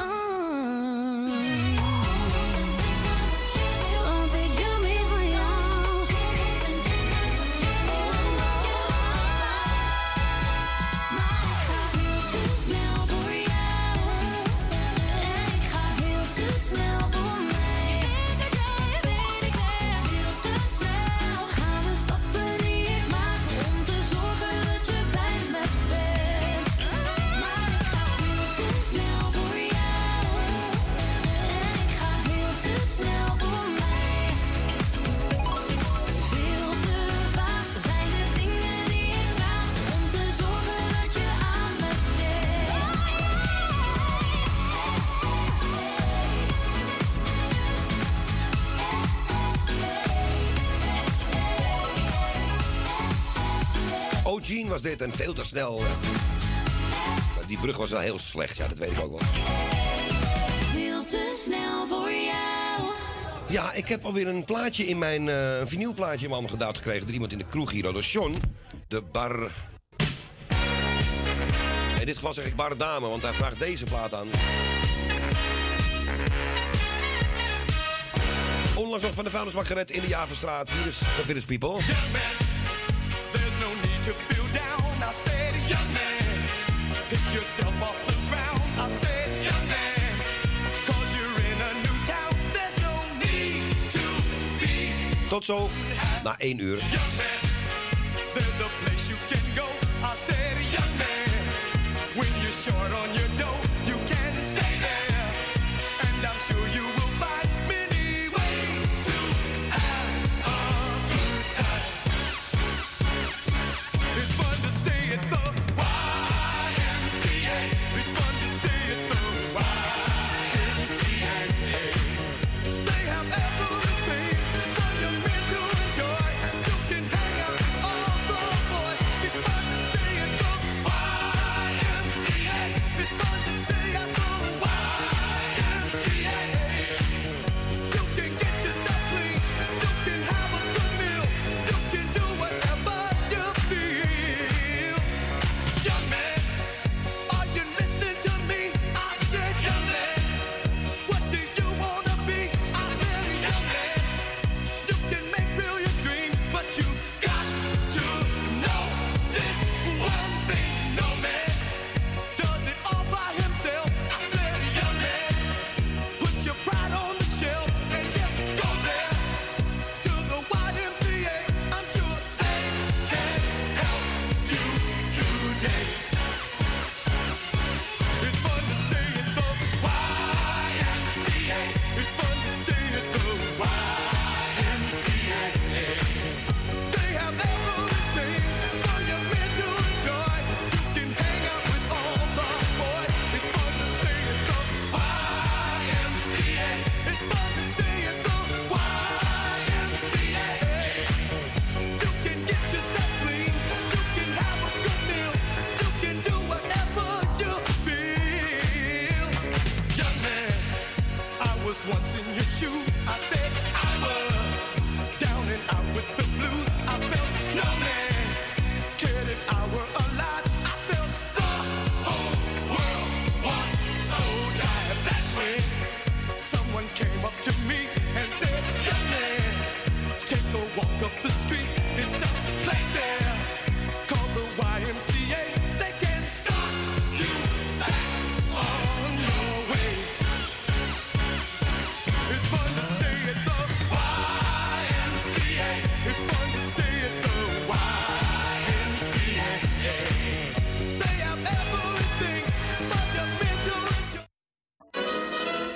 Want ik wil meer van jou. Maar ik ga veel te snel voor jou. En ik ga veel te snel voor mij. Je weet het, ja, je weet het, ja. Veel te snel gaan de stappen die ik maak om te zorgen dat je bij me bent. Maar ik ga veel te snel voor jou. En ik ga veel te snel voor mij. Veel te vaak zijn de dingen die ik vraag om te zorgen dat je aan me denkt. Oh, Gene was dit en veel te snel. Die brug was wel heel slecht, ja, dat weet ik ook wel. Veel te snel voor jou. Ja, ik heb alweer een plaatje in mijn eh een vinylplaatje in mijn handen gedaan gekregen door iemand in de kroeg hier, door John. De bar... In dit geval zeg ik bar dame, want hij vraagt deze plaat aan. Onlangs nog van de vuilnisbak gered in de Javenstraat. Hier is de Village People. There's no need to feel down. I said, young man, pick yourself off the ground. I said, young man, cause you're in a new town. There's no Tot zo, na één uur. There's a place you can go. I said, young man, when you're short on your dough, you can stay there. And I'm sure you will find many ways to have a good time. It's fun to stay at the Y M C A. It's fun to stay at the Y M C A. They have everything for your men to enjoy. You can hang out with all the boys. It's fun to stay at the Y M C A. It's fun to stay at the Y M C A. You can get yourself clean. You can have a good meal. You can do whatever you feel. Young man, are you listening to me? I said, young man, what do you wanna be? I said, young man, you can make real your dreams, but you got to know this one thing. No man does it all by himself. I said, young man, put your pride on the shelf and just go there to the Y M C A. I'm sure they can help you today. It's fun to stay at the Y M C A. It's fun to stay at the Y M C A. They have everything for your men to enjoy. You can hang out with all the boys. It's fun to stay at the Y M C A. It's fun to stay at the Y M C A. You can get yourself clean. You can have a good meal. You can do whatever you feel. Young man, I was once in your shoes. I said I was down and out with the blues. I felt no man cared if I were alive. I felt the whole world was so dry. That's when someone came up to me and said, young man, take a walk up the street. It's a place there called the Y M C A. They can start you back on your way. It's fun to stay at the Y M C A. It's fun to stay at the Y M C A. They have everything for your men to enjoy.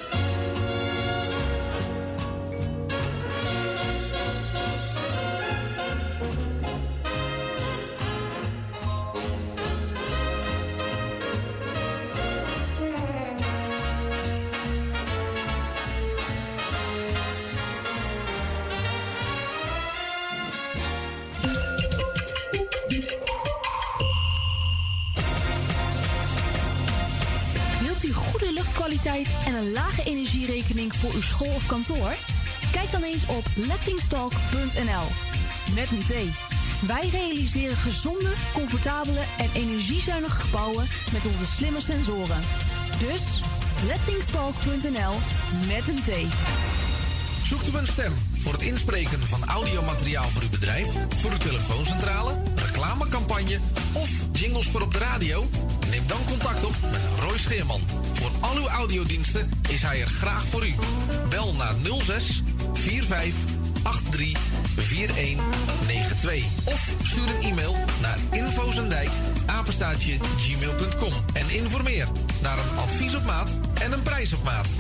Wilt u goede luchtkwaliteit en een lage energierekening voor uw school of kantoor? Kijk dan eens op lettingstalk punt n l. Met een T. Wij realiseren gezonde, comfortabele en energiezuinige gebouwen met onze slimme sensoren. Dus lettingstalk punt n l met een T. Zoekt u een stem voor het inspreken van audiomateriaal voor uw bedrijf, voor uw telefooncentrale, reclamecampagne of jingles voor op de radio? Neem dan contact op met Roy Scheerman. Voor al uw audiodiensten is hij er graag voor u. Bel naar nul zes vier vijf acht drie vier een negen twee of stuur een e-mail naar infozendijk apenstaartje gmail punt com en informeer naar een advies op maat en een prijs op maat.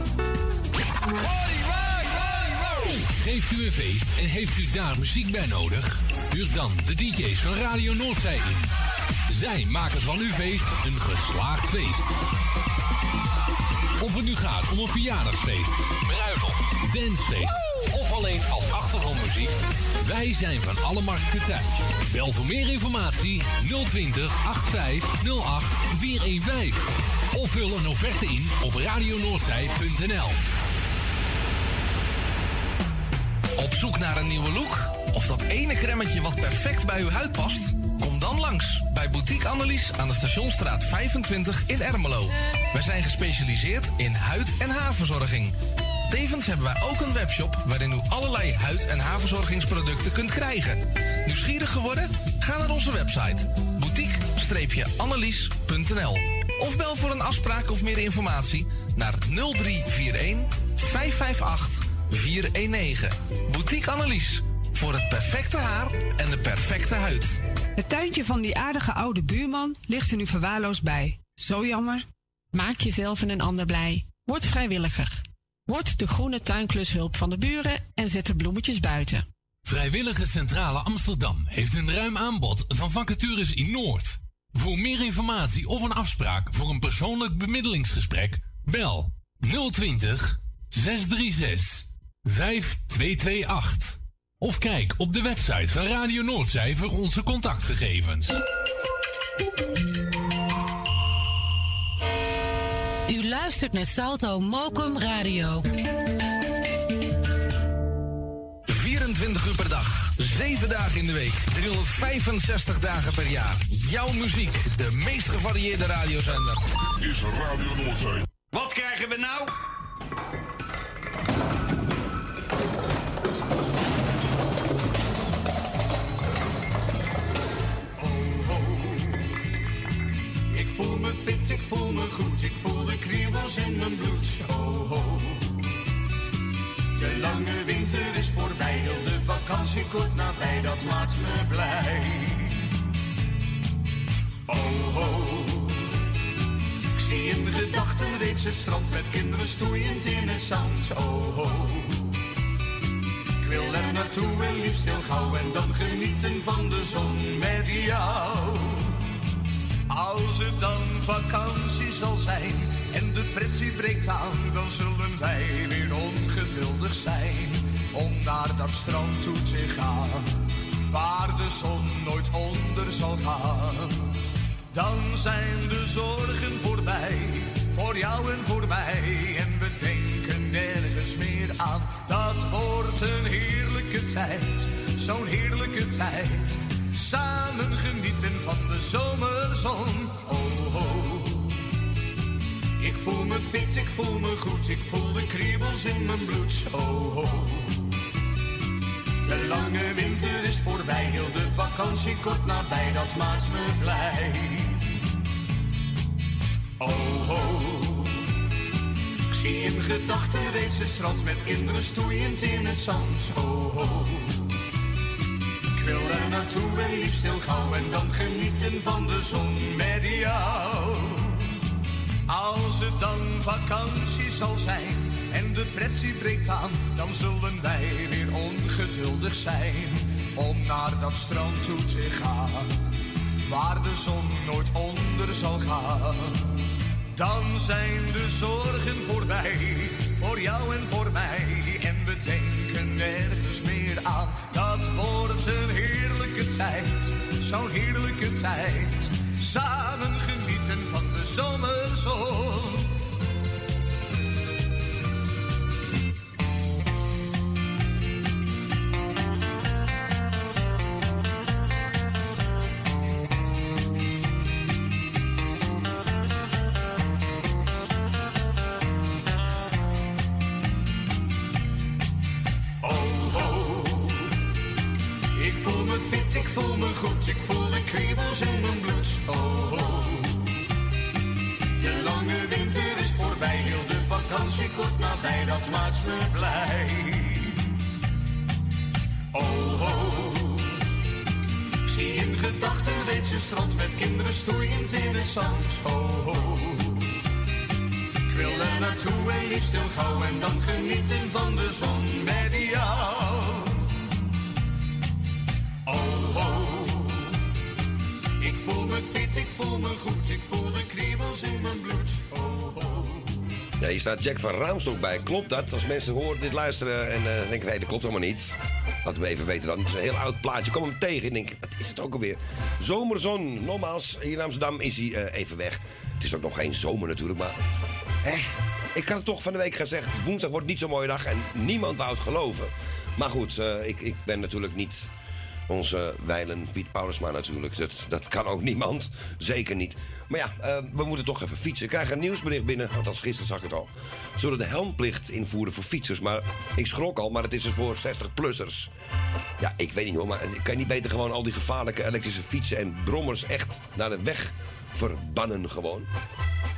Geeft u een feest en heeft u daar muziek bij nodig? Huur dan de D J's van Radio Noordzij in. Zij maken van uw feest een geslaagd feest. Of het nu gaat om een verjaardagsfeest, bruiloft, dancefeest of alleen als achtergrondmuziek. Wij zijn van alle markten thuis. Bel voor meer informatie nul twintig achtenvijftig nul acht vierhonderdvijftien of vul een offerte in op radionoordzij punt n l. Op zoek naar een nieuwe look? Of dat ene cremmetje wat perfect bij uw huid past? Kom dan langs bij Boutique Annelies aan de Stationstraat vijfentwintig in Ermelo. Wij zijn gespecialiseerd in huid- en haarverzorging. Tevens hebben wij ook een webshop waarin u allerlei huid- en haarverzorgingsproducten kunt krijgen. Nieuwsgierig geworden? Ga naar onze website boutique annelies punt n l of bel voor een afspraak of meer informatie naar nul drie vier een vijf vijf acht vier een negen. Boutique Annelies. Voor het perfecte haar en de perfecte huid. Het tuintje van die aardige oude buurman ligt er nu verwaarloosd bij. Zo jammer. Maak jezelf en een ander blij. Word vrijwilliger. Word de groene tuinklushulp van de buren en zet de bloemetjes buiten. Vrijwillige Centrale Amsterdam heeft een ruim aanbod van vacatures in Noord. Voor meer informatie of een afspraak voor een persoonlijk bemiddelingsgesprek, bel nul twintig, zes drie zes, vijf twee twee acht. Of kijk op de website van Radio Noordzij voor onze contactgegevens. U luistert naar Salto Mokum Radio. vierentwintig uur per dag, zeven dagen in de week, driehonderdvijfenzestig dagen per jaar. Jouw muziek, de meest gevarieerde radiozender. Is Radio Noordzee. Wat krijgen we nou? Ik voel me fit, ik voel me goed, ik voel de kriebels in mijn bloed. Oh, oh. De lange winter is voorbij, heel de vakantie kort nabij, dat maakt me blij. Oh, oh. Ik zie in gedachten reeds het strand met kinderen stoeiend in het zand. Oh, oh. Ik wil er naartoe en liefst heel gauw en dan genieten van de zon met jou. Als het dan vakantie zal zijn en de pret die breekt aan, dan zullen wij weer ongeduldig zijn om naar dat strand toe te gaan, waar de zon nooit onder zal gaan. Dan zijn de zorgen voorbij, voor jou en voor mij, en we denken nergens meer aan. Dat wordt een heerlijke tijd, zo'n heerlijke tijd. Samen genieten van de zomerzon. Oh, oh. Ik voel me fit, ik voel me goed, ik voel de kriebels in mijn bloed. Oh, oh. De lange winter is voorbij, heel de vakantie kort nabij, dat maakt me blij. Oh, oh. Ik zie in gedachten reeds het strand met kinderen stoeiend in het zand. Oh, oh. Ik wil er naartoe en liefst heel gauw en dan genieten van de zon met jou. Als het dan vakantie zal zijn en de pret die breekt aan, dan zullen wij weer ongeduldig zijn om naar dat strand toe te gaan, waar de zon nooit onder zal gaan. Dan zijn de zorgen voorbij, voor jou en voor mij, en we denken nergens meer aan. Dat wordt een heerlijke tijd, zo'n heerlijke tijd. Samen genieten van de zomerzon. Ik voel me goed, ik voel de kriebels in mijn bloed. Oh, oh. De lange winter is voorbij, heel de vakantie kort nabij, dat maakt me blij. Oh, oh. Ik zie in gedachten reeds een strand met kinderen stoeiend in het zand. Oh, oh. Ik wil er naartoe en liefst heel gauw en dan genieten van de zon met jou. Oh, oh. Ik voel me fit, ik voel me goed, ik voel de kriebels in mijn bloed. Oh, oh. Ja, hier staat Jack van Raamstok bij. Klopt dat? Als mensen horen dit luisteren en uh, denken, hé, dat klopt helemaal niet. Laten we even weten dan. Het is een heel oud plaatje. Ik kom hem tegen en denk, wat is het ook alweer? Zomerzon. Nogmaals, hier in Amsterdam is hij uh, even weg. Het is ook nog geen zomer natuurlijk, maar... Eh, ik had het toch van de week gezegd. Woensdag wordt niet zo'n mooie dag en niemand wou het geloven. Maar goed, uh, ik, ik ben natuurlijk niet... Onze wijlen Piet Paulusma natuurlijk. Dat, dat kan ook niemand. Zeker niet. Maar ja, uh, we moeten toch even fietsen. Ik krijg een nieuwsbericht binnen. Althans, gisteren zag ik het al. Ze zullen de helmplicht invoeren voor fietsers. Maar ik schrok al, maar het is er voor zestig-plussers. Ja, ik weet niet hoor. Maar kan je niet beter gewoon al die gevaarlijke elektrische fietsen en brommers echt naar de weg verbannen gewoon?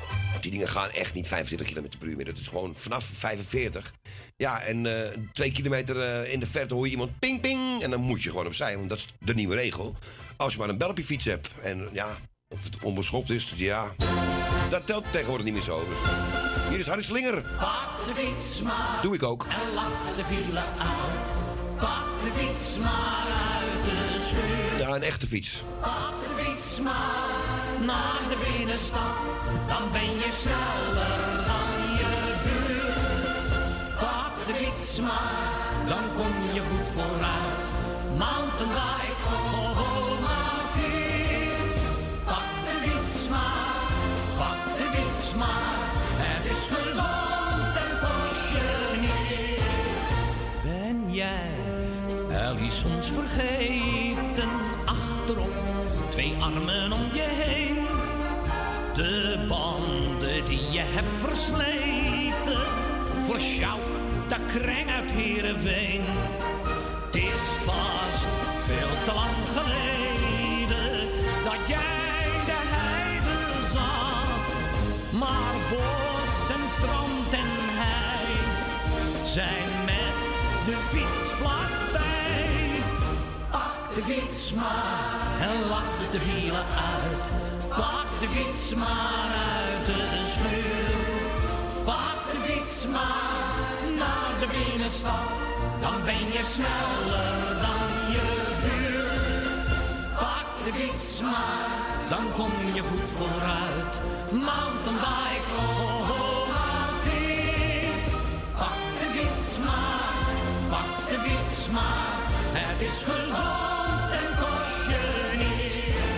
die dingen gaan echt niet vijfentwintig kilometer per uur meer. Dat is gewoon vanaf vijfenveertig. Ja, en uh, twee kilometer uh, in de verte hoor je iemand ping ping. En dan moet je gewoon opzij, want dat is de nieuwe regel. Als je maar een bel op je fiets hebt. En ja, of het onbeschoft is, ja, dat telt tegenwoordig niet meer zo. Dus. Hier is Harry Slinger. Pak de fiets maar. Doe ik ook. En lach de file uit. Pak de fiets maar uit de schuur. Ja, een echte fiets. Pak de fiets maar naar de binnenstad. Dan ben je sneller dan je buurt. Pak de fiets maar, dan kom je goed vooruit. Mountainbike of oma fiets. Pak de fiets maar, pak de fiets maar. Het is gezond en kost je niet. Ben jij wel eens ons vergeten? Achterop, twee armen om je heen. De banden die je hebt versleten. Voor Sjouk, dat kreng uit Heerenveen. Het is vast veel te lang geleden dat jij de heide zag. Maar bos en strand en hei zijn met de fiets vlakbij. Pak de fiets maar en lach de file uit. Pak de fiets maar uit de schuur. Pak de fiets maar naar de binnenstad. Dan ben je sneller dan je buurt. Pak de fiets maar, dan kom je goed vooruit. Mountainbike of oma fiets. Pak de fiets maar, pak de fiets maar. Het is gezond en kost je niets.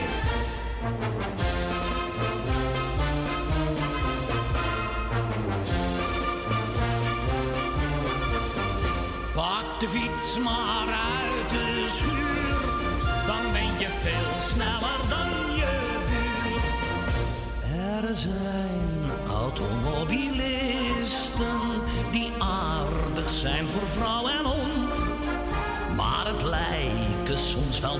Pak de fiets maar uit de schuur, dan ben je veel sneller dan je buurt. Er zijn automobilisten die aardig zijn voor vrouw en hond, maar het lijken soms wel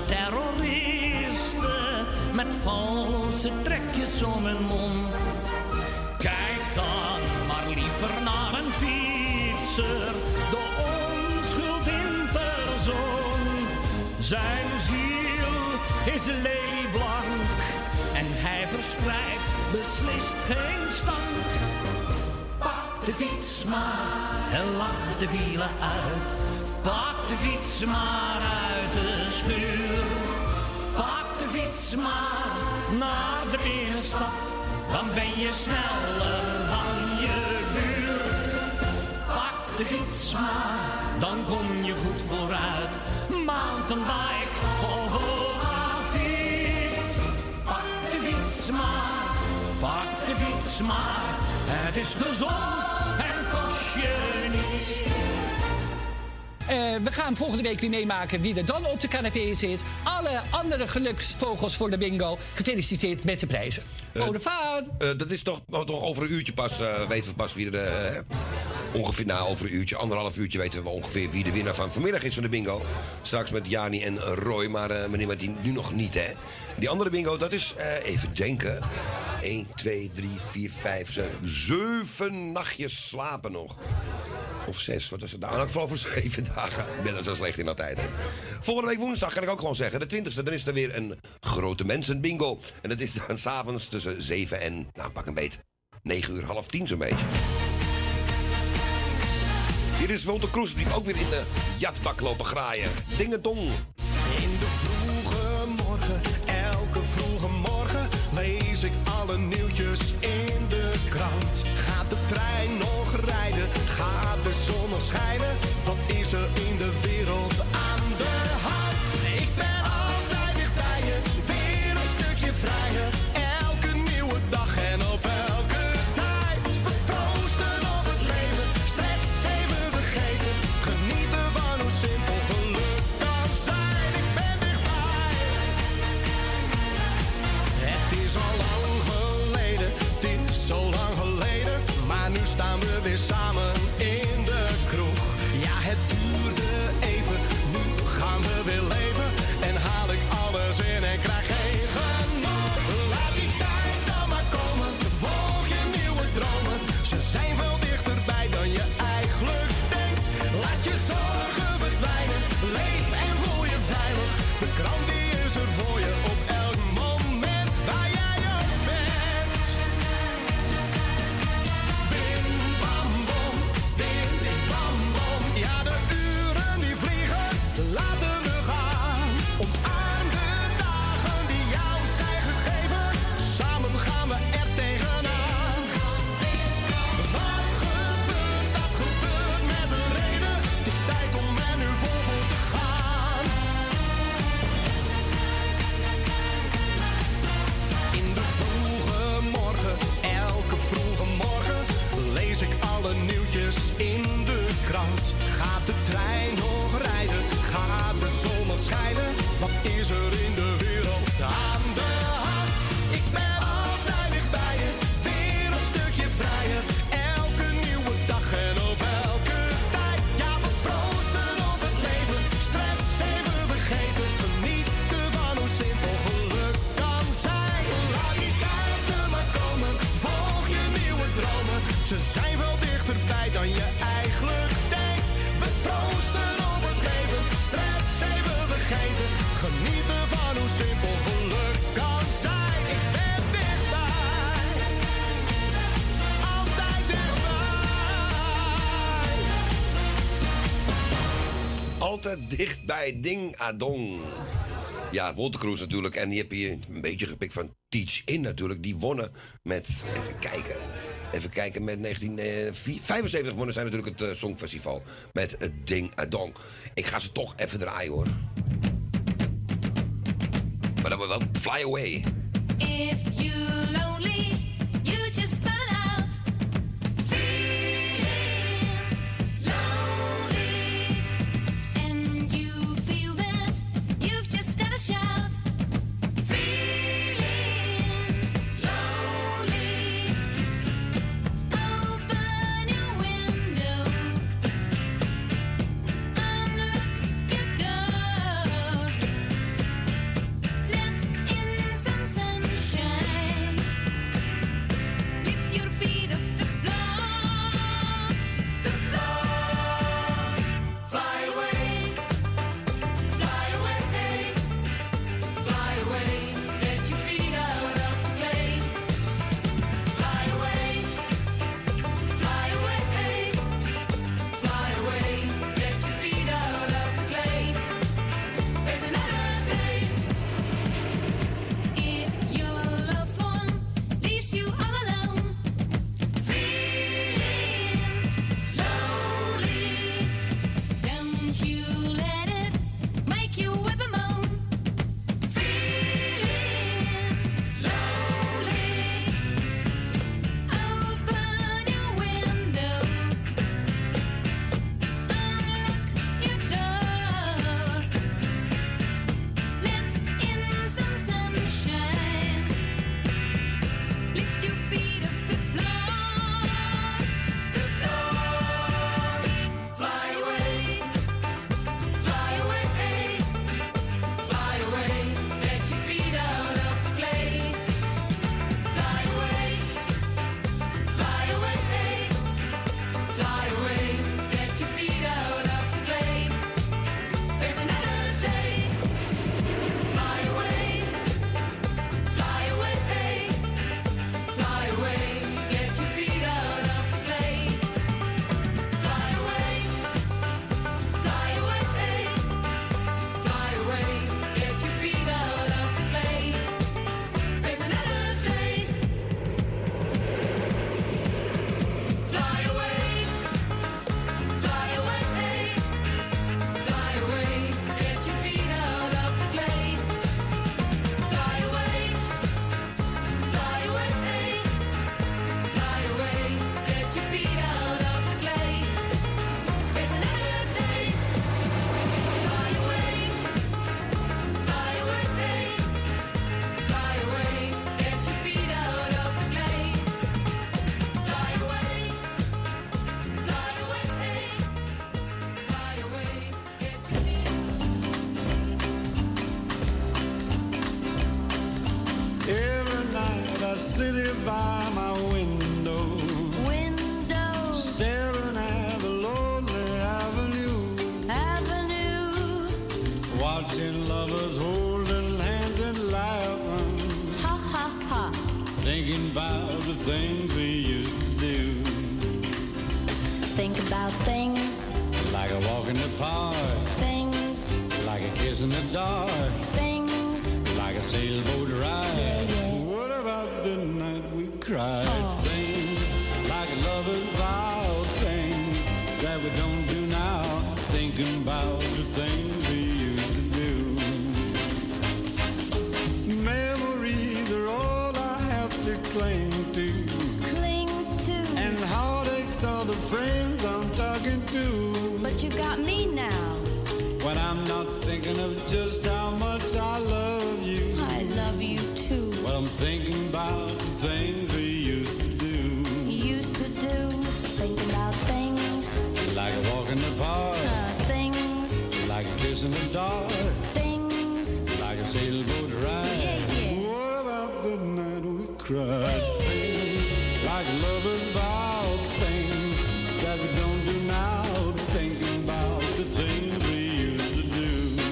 terroristen met valse trekjes om hun mond. Kijk dan maar liever naar een fietser, de onschuld in persoon. Zijn ziel is leeuwblank en hij verspreidt beslist geen stank. Pak de fiets maar en lach de file uit. Pak de fiets maar uit de schuur. Pak de fiets maar naar de binnenstad. Dan ben je sneller dan je buurt. Pak de fiets maar, dan kom je goed vooruit. Mountainbike of oma fiets. Pak de fiets maar, pak de fiets maar. Het is gezond en kost je niets. Uh, we gaan volgende week weer meemaken wie er dan op de canapé zit. Alle andere geluksvogels voor de bingo. Gefeliciteerd met de prijzen. Uh, Au revoir. Uh, dat is toch, toch over een uurtje pas, uh, weten we pas wie er... Uh, ongeveer, nou, over een uurtje, anderhalf uurtje weten we ongeveer wie de winnaar van vanmiddag is van de bingo. Straks met Jani en Roy, maar uh, meneer Martien, nu nog niet, hè. Die andere bingo, dat is, uh, even denken... één, twee, drie, vier, vijf, zes, zeven nachtjes slapen nog. Of zes, wat is het nou? Ik vooral voor zeven dagen. Ik ben er zo slecht in altijd. Hè. Volgende week woensdag kan ik ook gewoon zeggen. De twintigste, dan is er weer een grote mensen bingo. En dat is dan s'avonds tussen zeven en, nou pak een beet, negen uur, half tien zo'n beetje. Hier is Wolter Kroes, die ook weer in de jatbak lopen graaien. Dingedong. In de vroege morgen, elke vroege morgen, lees ik alle nieuwtjes in de krant. Gaat de trein nog rijden? Gaat de zon nog schijnen? Wat is er in de wereld aan de hand? Ik ben altijd dicht bij je, weer een stukje vrijer. Elke nieuwe dag en op elke tijd. We proosten op het leven, stress even vergeten. Genieten van hoe simpel geluk kan zijn. Ik ben dichtbij. Het is al lang geleden, het is zo lang geleden. Maar nu staan we weer samen in de kroeg. Ja, het duurde even, nu gaan we weer leven. En haal ik alles in en krijg geen genoeg. Laat die tijd dan maar komen, volg je nieuwe is in de krant. Gaat de trein nog rijden? Gaat de zon nog schijnen? Wat is er in de wereld aan de hand? Ik ben altijd dichtbij je, weer een stukje vrijer. Elke nieuwe dag en op elke tijd. Ja, we proosten op het leven, stress even vergeten. Genieten van hoe simpel geluk kan zijn. Laat die kaarten maar komen, volg je nieuwe dromen. Ze zijn wel dichterbij dan je eigenlijk denkt. We proosten op het leven, stress even vergeten. Genieten van hoe simpel geluk kan zijn. Ik ben dichtbij, altijd dichtbij. Altijd dichtbij Ding Adong. Ja, Wolterkroes natuurlijk. En die heb je een beetje gepikt van Teach In natuurlijk. Die wonnen met, even kijken, even kijken, met negentien vijfenzeventig wonnen zij natuurlijk het uh, Songfestival. Met het Ding Adong. Ik ga ze toch even draaien hoor. Maar dan wel Fly Away. If you lonely, you just start out feeling lonely, and you feel that you've just gotta shout, feeling lonely. Open your window, unlock your door, let in some sunshine. Lift your feet off the floor, the floor. Fly away, fly away, fly away. Get your feet out of the play. Fly away, fly away, fly away. Get your feet out of the clay. There's another day. If your loved one leaves you all alone, feeling lonely, don't you let it make you whip and moan. Feeling lonely, open your window, unlock your door, let in some sunshine. Lift your feet off the floor, the floor. Fly away, fly away, fly away. Get your feet out of the clay. Fly away, fly away, fly away. Get your feet out of the clay. There's another day. Fly away, fly away, fly away. Get your feet out of the clay. Fly away, fly away, fly away. Get your feet out of the clay. There's another day. Fly away, fly away, fly away. Get your feet out of the clay. Fly away, fly away, fly away. Get your feet out of the clay. There's another day. Fly away, fly away, fly away. Get your feet out of the clay. Fly away, fly away, fly away. Get your feet. Every night I sit here by my window, Window, staring at the lonely avenue, avenue, watching lovers holding hands and laughing, ha ha ha. thinking about the things we used to do, Think about things, like a walk in the park, things, like a kiss in the dark, things. like a sailboat ride. What about the night we cried? Things like lovers vow, things that we don't do now. Thinking about the things we used to do. Memories are all I have to cling to, Cling to, and heartaches are the the friends I'm talking to. But you got me now. When I'm not thinking of just how much I love you. I love you too. Well, I'm thinking about the things we used to do. Used to do, thinking about things. Like a walk in the park. Uh, things. Like a kiss in the dark. Things. Like a sailboat ride. Yeah, yeah. What about the night we cried? Things like lovers vow. Things that we don't do now. Thinking about the things we used to do.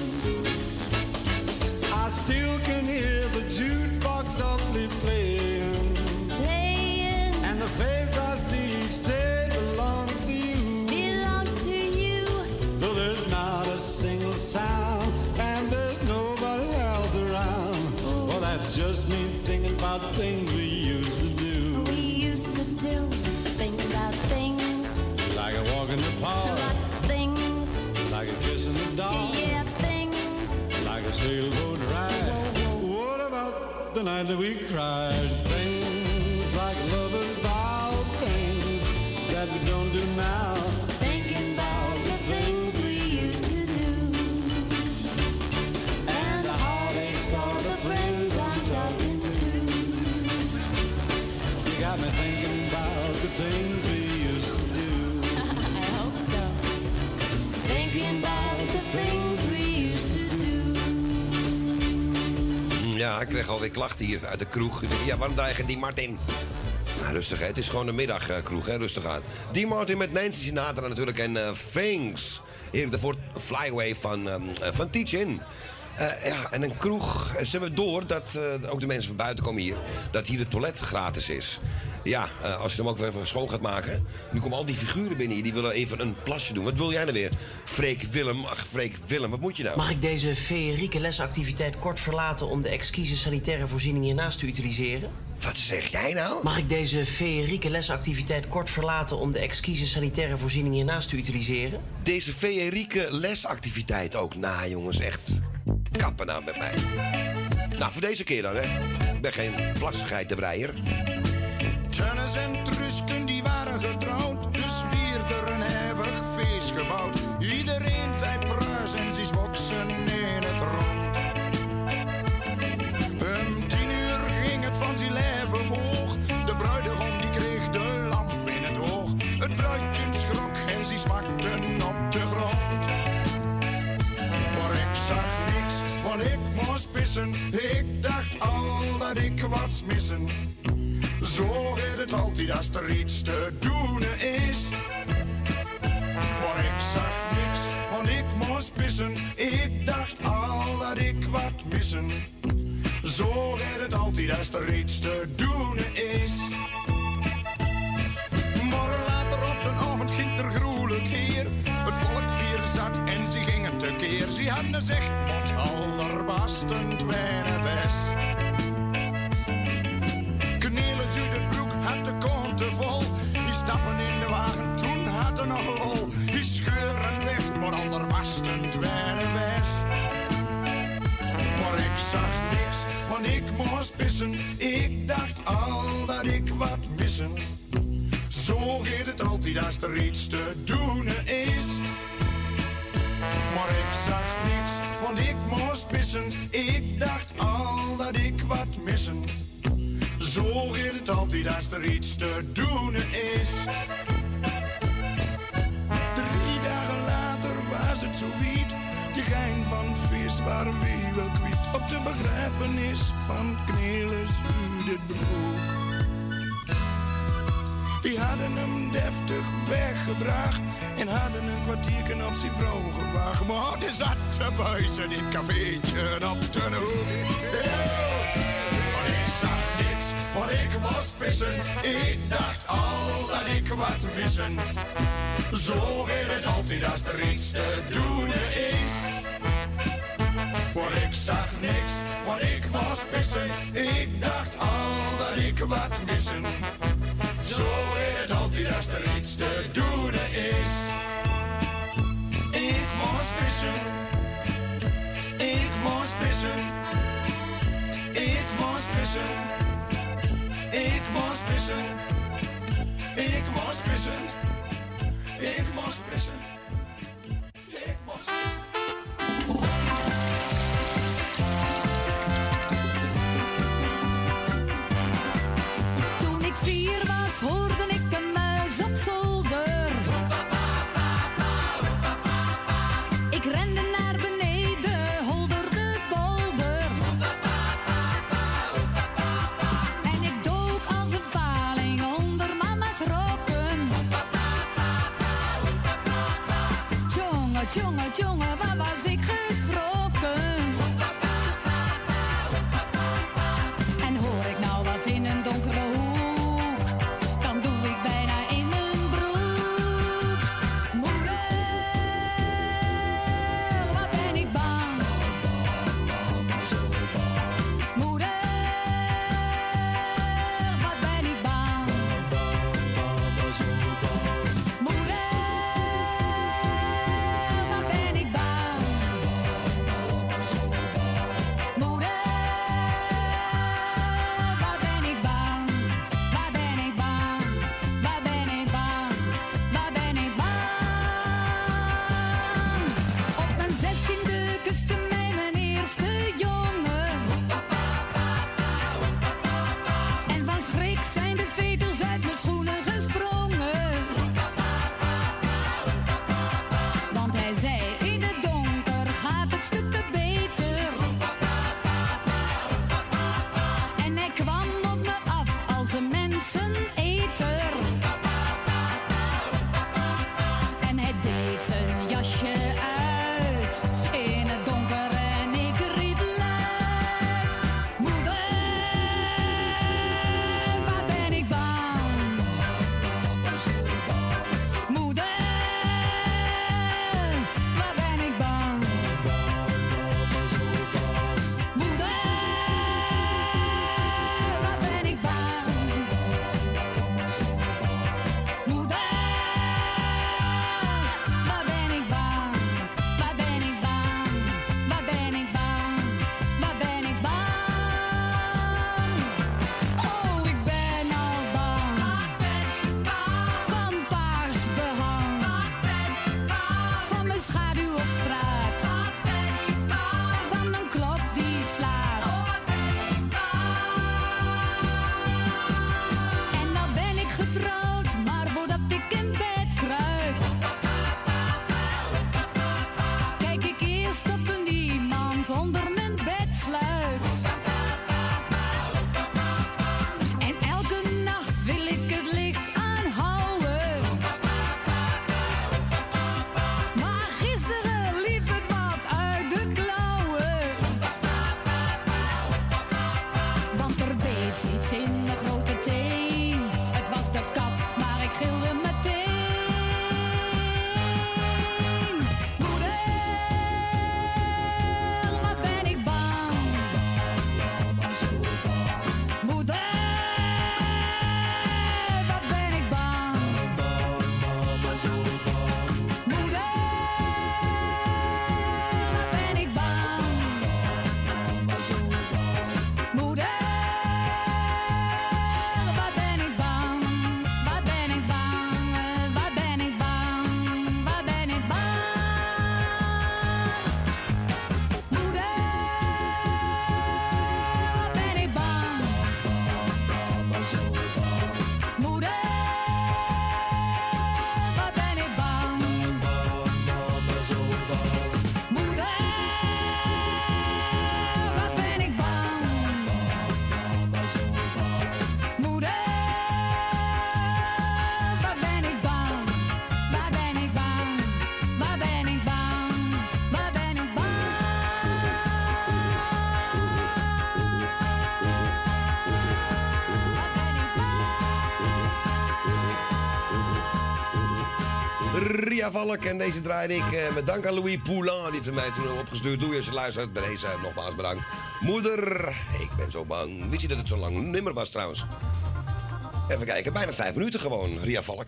I still can hear the jukebox softly playing. Playing. And the face I see each day belongs to you. Belongs to you. Though there's not a single sound and there's nobody else around. Ooh. Well, that's just me thinking about things we used to do. We used to do, think about things. Like a walk in the park. Lots of things. Like a kiss in the dark. Yeah, things. Like a sailboat ride. Whoa, whoa. What about the night that we cried? Things like lovers vow. Things that we don't do now. Thinking about the things we used to do. And the heartaches of the friends I'm talking to. You got me thinking about the things we used to do. I hope so. Thinking about the things we used to do. Ja, ik kreeg alweer klachten hier uit de kroeg. Ik dacht, ja, waarom draai je die Martin? Nou, rustig, hè. Het is gewoon een middagkroeg, hè. Rustig aan. Die Martin met Nancy Sinatra natuurlijk en uh, Things. Hier daarvoor Fly Away van, um, uh, van Teach-In. Uh, ja, en een kroeg. Ze hebben door dat uh, ook de mensen van buiten komen hier. Dat hier het toilet gratis is. Ja, uh, als je hem ook weer even schoon gaat maken. Nu komen al die figuren binnen hier. Die willen even een plasje doen. Wat wil jij nou weer? Freek Willem. Ach, Freek Willem. Wat moet je nou? Mag ik deze feerieke lesactiviteit kort verlaten om de exquise sanitaire voorziening hiernaast te utiliseren? Wat zeg jij nou? Mag ik deze feerieke lesactiviteit kort verlaten om de exquise sanitaire voorziening hiernaast te utiliseren? Deze feerieke lesactiviteit ook. Nou, jongens, echt. Kappen nou met mij. Nou, voor deze keer dan, hè. Ik ben geen plasgeitenbreier. Tennis en Trusken die waren getrouwd, dus wierd er een hevig feest gebouwd. Iedereen zei pruis en ze zwoksen in het rond. Om tien uur ging het van zijn leven hoog. De bruidegom die kreeg de lamp in het oog. Het bruidje schrok en ze smakten op de grond. Maar ik zag niks, want ik moest pissen. Ik dacht al dat ik wat missen. Zo gaat het altijd als er iets te doen is. Maar ik zag niks, want ik moest pissen. Ik dacht al dat ik wat missen. Zo gaat het altijd als er iets te doen is. Maar later op de avond ging er gruwelijk hier. Het volk weer zat en ze gingen tekeer. Ze hadden gezegd, wat allerbastend weinig best. Cornelis uit het broek had de konten vol. Die stappen in de wagen, toen had er nog lol. Die scheuren weg, maar allerbastend weinig best. Maar ik zag niks, want ik moest pissen. Ik dacht al dat ik wat missen. Zo gaat het altijd als er iets te doen is. Maar ik zag niks, want ik moest pissen. Ik dacht al dat ik wat missen. Zo gaat het altijd als er iets te doen is. Drie dagen later was het zo wiet. De gein van het feest waren we wel kwijt. Op de begrafenis van Cornelis uit het broek. Die hadden hem deftig weggebracht en hadden een kwartiertje op zijn vrouw gewacht. Maar die zat te buizen in het cafeetje op de hoek. Maar ik zag niks, want ik moest pissen. Ik dacht al dat ik wat missen. Zo gaat het altijd als er iets te doen is. Maar ik zag niks, want ik moest pissen. Ik dacht al dat ik wat missen. Zo is het altijd als er iets te doen is. Ik moest pissen. Ik moest pissen. Ik moest pissen. Ik moest pissen. Ik moest pissen. Ik moest pissen. Ik moest pissen. Toen ik vier was, hoorde ik een muis op zolder. Ik rende naar beneden, holderde bolder. En ik dook als een paling onder mama's rokken. Tjonge, tjonge, tjonge, waar was ik geschrokken? En hoor ik nou wat in een donkere hoek, dan doe ik bijna in mijn broek. Moeder, wat ben ik bang. Moeder, wat ben ik bang. Moeder, wat ben ik bang. Moeder, waar ben ik bang? Waar ben ik bang? Waar ben ik bang? Waar ben ik bang? Op mijn zestiende kuste mij mijn eerste jongen. En van schrik zijn de vetels uit mijn schoenen gesprongen. Want hij zei in het donker gaat het stukken beter. En hij kwam op me af als een menseneter. En hij deed zijn jasje uit in het donker en ik riep luid. Moeder, waar ben ik bang? Moeder, waar ben ik bang? Moeder, waar ben ik bang? Moeder, waar ben ik bang? Waar ben ik bang? Waar ben ik bang? Waar ben ik bang? Oh, ik ben al bang. Wat ben ik bang? Van paars behang. Wat ben ik bang? Van mijn schaduw op straat. Wat ben ik bang? En van mijn klok die slaat. Oh, wat ben ik bang? En nou ben ik getrouwd, maar voordat ik in bed kruip, kijk ik eerst of er niemand onder mijn bed sluit. En elke nacht wil ik het licht aanhouden. Maar gisteren liep het wat uit de klauwen. Want er beet iets in mijn grote teen. Het was de kat, maar ik gilde meteen. Moeder, wat ben ik bang. Moeder, wat ben ik bang. Moeder, wat ben ik bang. Moeder, waar ben ik bang? Waar ben ik bang? Waar ben ik bang? Waar ben ik bang? Moeder, waar ben ik bang? Moeder, waar ben ik bang? Moeder, waar ben ik bang? Moeder, waar ben ik bang? Waar ben ik bang? Waar ben ik bang? Waar ben ik bang? Ria Valk en deze draaide ik eh, met dank aan Louis Poulain. Die heeft mij toen opgestuurd. Doe je als je luistert. Bij deze eh, nogmaals bedankt. Moeder, ik ben zo bang. Wist je dat het zo lang nummer was trouwens? Even kijken, bijna vijf minuten gewoon. Ria Valk.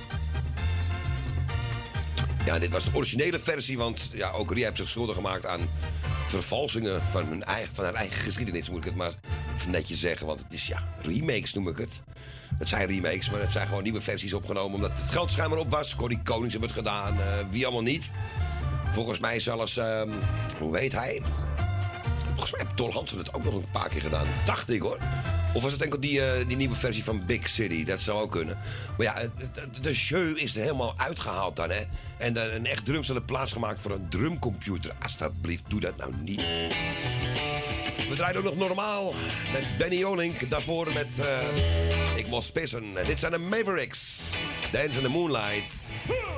Ja, dit was de originele versie, want ja, ook Ria heeft zich schuldig gemaakt aan vervalsingen van, hun eigen, van haar eigen geschiedenis, moet ik het maar even netjes zeggen, want het is ja, remakes noem ik het. Het zijn remakes, maar het zijn gewoon nieuwe versies opgenomen. Omdat het geld schijnbaar op was. Corrie Konings heeft het gedaan. Uh, wie allemaal niet. Volgens mij zelfs, um, hoe heet hij? Volgens mij heeft Tol Hansen het ook nog een paar keer gedaan. Dacht ik hoor. Of was het enkel die, uh, die nieuwe versie van Big City? Dat zou ook kunnen. Maar ja, de, de show is er helemaal uitgehaald dan, hè. En uh, een echt drumstel heeft plaatsgemaakt voor een drumcomputer. Alsjeblieft, doe dat nou niet. We draaien ook nog normaal met Benny Olink. Daarvoor met uh, Ik Moest Pissen. En dit zijn de Mavericks. Dance in the Moonlight.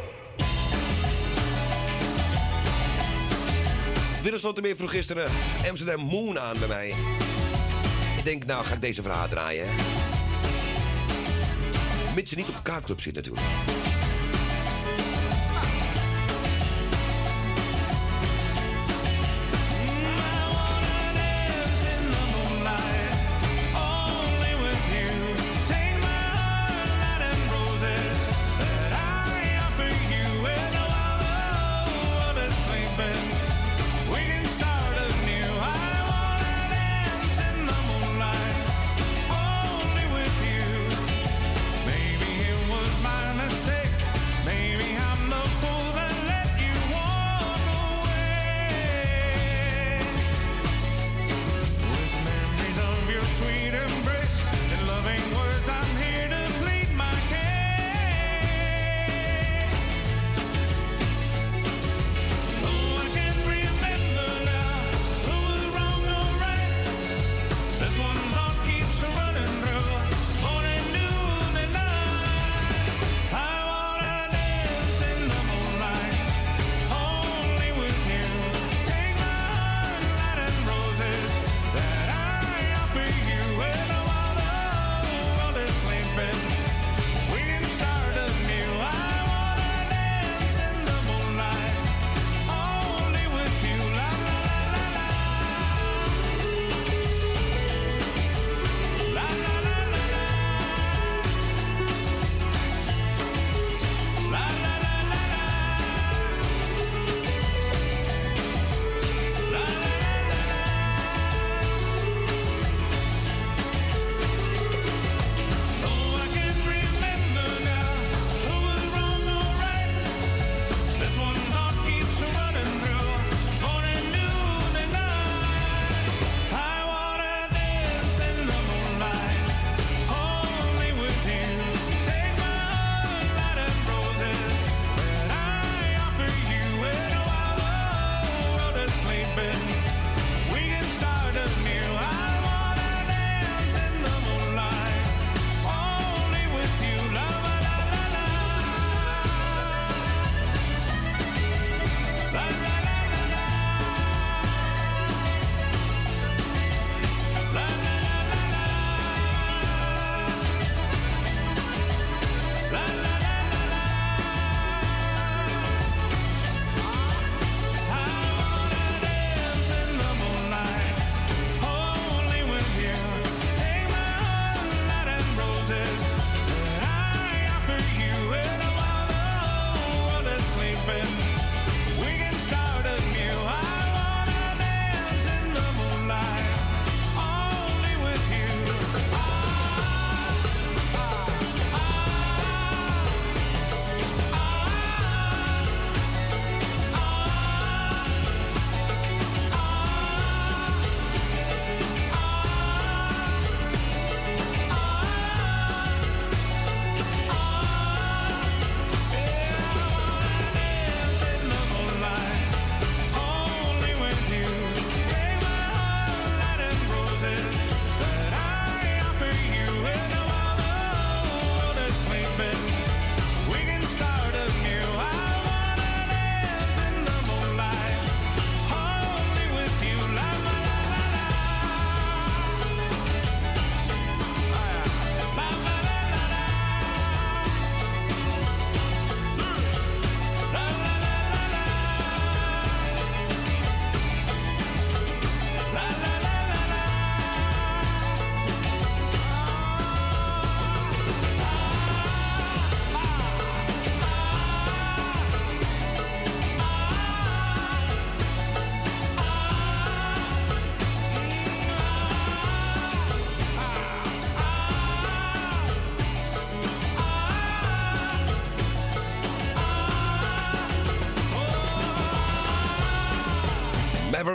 Willem Slotermeer vroeg gisteren Amsterdam Moon aan bij mij. Ik denk, nou ga ik deze voor haar draaien. Hè? Mits ze niet op de kaartclub zit natuurlijk. Mistake.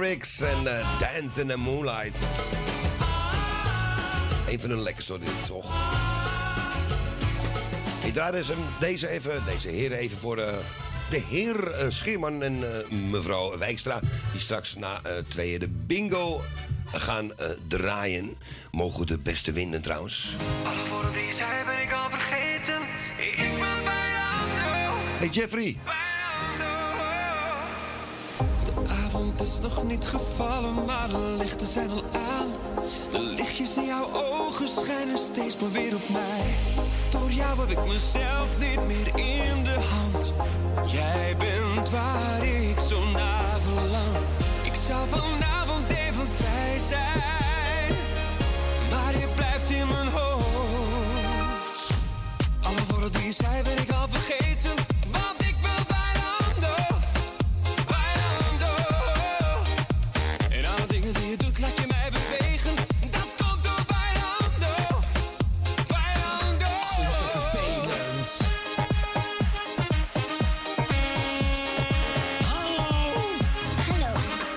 Garrix en uh, Dance in the Moonlight. Een van hun lekkerste, hoor, dit, toch? Ik draai dus deze, even, deze heren even voor uh, de heer uh, Scheerman en uh, mevrouw Wijkstra... die straks na uh, tweeën de bingo gaan uh, draaien. Mogen de beste winnen, trouwens. Alle woorden die je zei ben ik al vergeten. Ik ben bijna door. Hey Jeffrey. De avond is nog niet gevallen, maar de lichten zijn al aan. De lichtjes in jouw ogen schijnen steeds maar weer op mij. Door jou heb ik mezelf niet meer in de hand. Jij bent waar ik zo naar verlang. Ik zou vanavond even vrij zijn, maar je blijft in mijn hoofd. Alle woorden die je zei ben ik al vergeten, want ik wil bailando, bailando. En alle dingen die je doet laat je mij bewegen. Dat komt door bailando, bailando. Ach, dat is zo vervelend. Hallo. Hallo.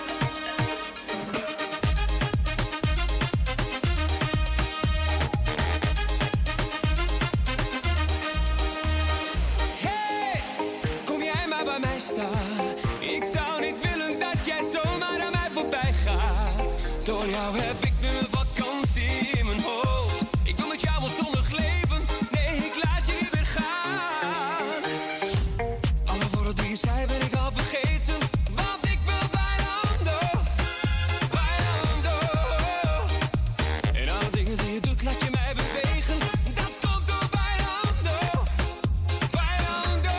Hey, kom jij maar bij mij staan. Ik zou niet willen dat jij zomaar aan mij voorbij gaat. Door jou heb ik nu een vakantie in mijn hoofd. Ik wil met jou een zonnig leven. Nee, ik laat je niet meer gaan. Alle woorden die je zei ben ik al vergeten, want ik wil bailando, bailando. En alle dingen die je doet laat je mij bewegen. Dat komt door bailando, bailando.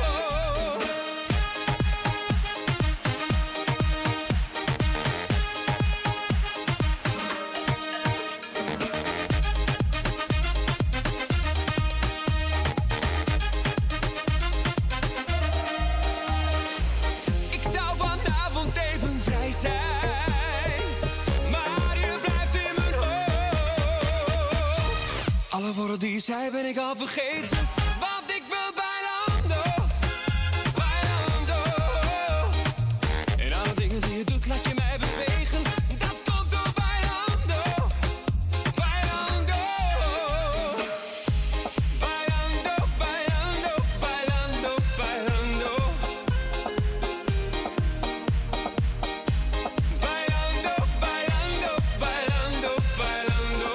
Ik zou vanavond even vrij zijn, maar je blijft in mijn hoofd. Alle woorden die je zei ben ik al vergeten, want ik wil bailando, bailando. En alle dingen die je doet laat je mij bewegen. Dat komt door bailando, bailando. Bailando, bailando, bailando, bailando. Bailando, bailando, bailando, bailando.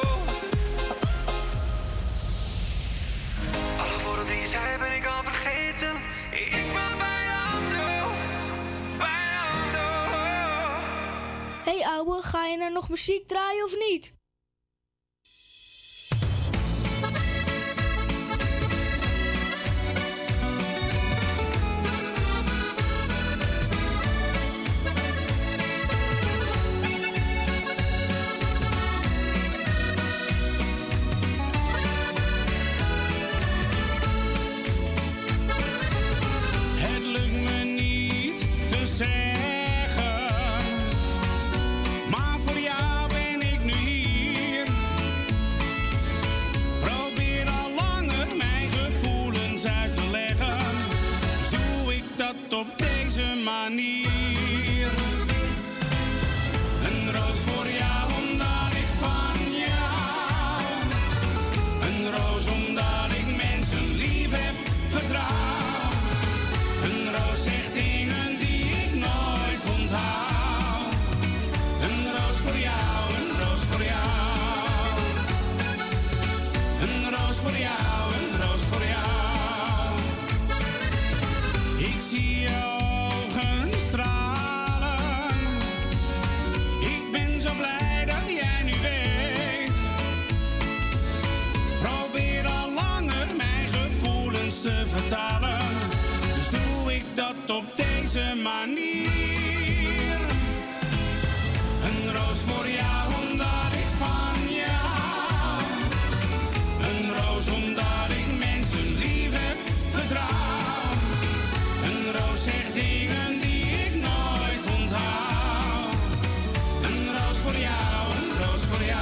Alle woorden die je zei ben ik al vergeten. Ik ben bailando, bailando. Hey ouwe, ga je nou nog muziek draaien of niet? Het lukt me niet te zeggen, maar voor jou ben ik nu hier. Probeer al langer mijn gevoelens uit te leggen, dus doe ik dat op deze manier. Een roos voor jou omdat ik van jou, een roos omdat ik mensen lief heb, vertrouw. Een roos zegt dingen die ik nooit onthoud. Een roos voor jou, een roos voor jou. Een roos voor jou, een roos voor jou. Ik zie je ogen stralen. Ik ben zo blij dat jij nu weet. Probeer al langer mijn gevoelens te vertalen, dus doe ik dat op deze manier. Een roos voor jou omdat ik van jou, een roos omdat ik mensen lief heb, vertrouw. Een roos zegt dingen die ik nooit onthoud. Een roos voor jou, een roos voor jou.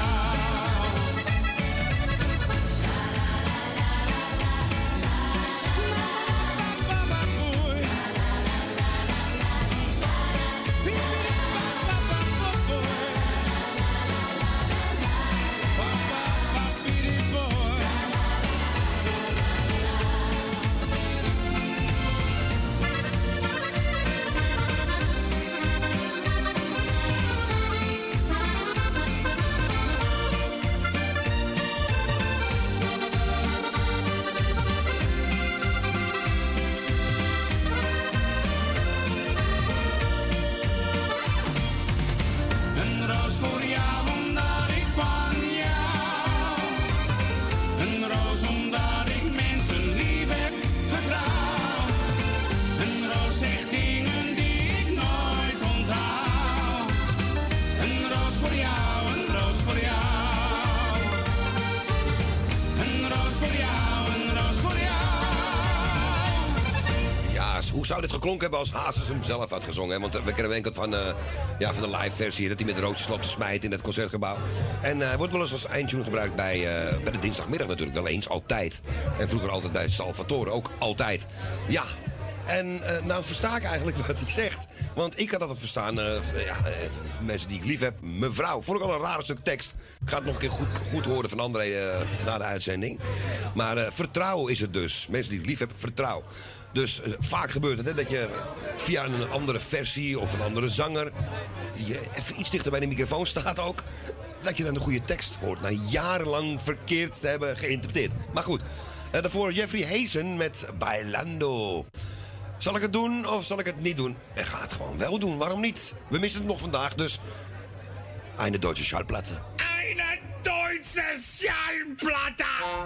hoe zou dit geklonken hebben als Hazes hem zelf had gezongen? Hè? Want uh, we kennen hem enkel van, uh, ja, van de live versie, dat hij met roodjes loopt te smijten in het concertgebouw. En hij uh, wordt wel eens als eindtune gebruikt bij, uh, bij de dinsdagmiddag natuurlijk, wel eens, altijd. En vroeger altijd bij Salvatore, ook altijd. Ja. En uh, nou versta ik eigenlijk wat hij zegt. Want ik had altijd verstaan, uh, ja, uh, mensen die ik lief heb, mevrouw. Vond ik al een raar stuk tekst. Ik ga het nog een keer goed, goed horen van André uh, na de uitzending. Maar uh, vertrouw is het dus. Mensen die ik lief hebben, vertrouw. Dus uh, vaak gebeurt het hè, dat je via een andere versie of een andere zanger, die uh, even iets dichter bij de microfoon staat ook, dat je dan de goede tekst hoort. Na jarenlang verkeerd te hebben geïnterpreteerd. Maar goed, uh, daarvoor Jeffrey Hazen met Bailando. Zal ik het doen of zal ik het niet doen? En ga het gewoon wel doen, waarom niet? We missen het nog vandaag, dus... Eine deutsche Schallplatte. Eine deutsche Schallplatte!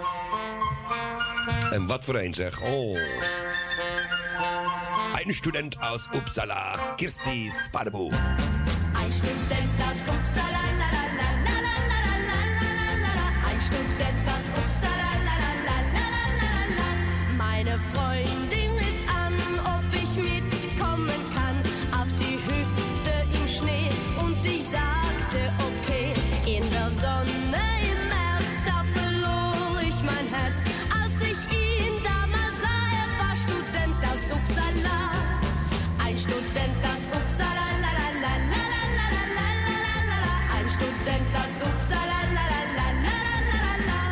En wat voor een zeg, oh. Een student aus Uppsala, Kirsti Spadebo. Ein Student aus Uppsala, la la la la la la la la la la. Ein Student aus Uppsala, la la la la la la la. Meine Freundin rief an, ob ich mitkommen kann auf die Hütte im Schnee und ich sagte okay. In der Sonne im März, da verlor ich mein Herz, als ich ihn damals sah. Er war Student aus Uppsala, ein Student aus Uppsala, la la la la la la la la la la. Ein Student aus Uppsala, la la la la la la la.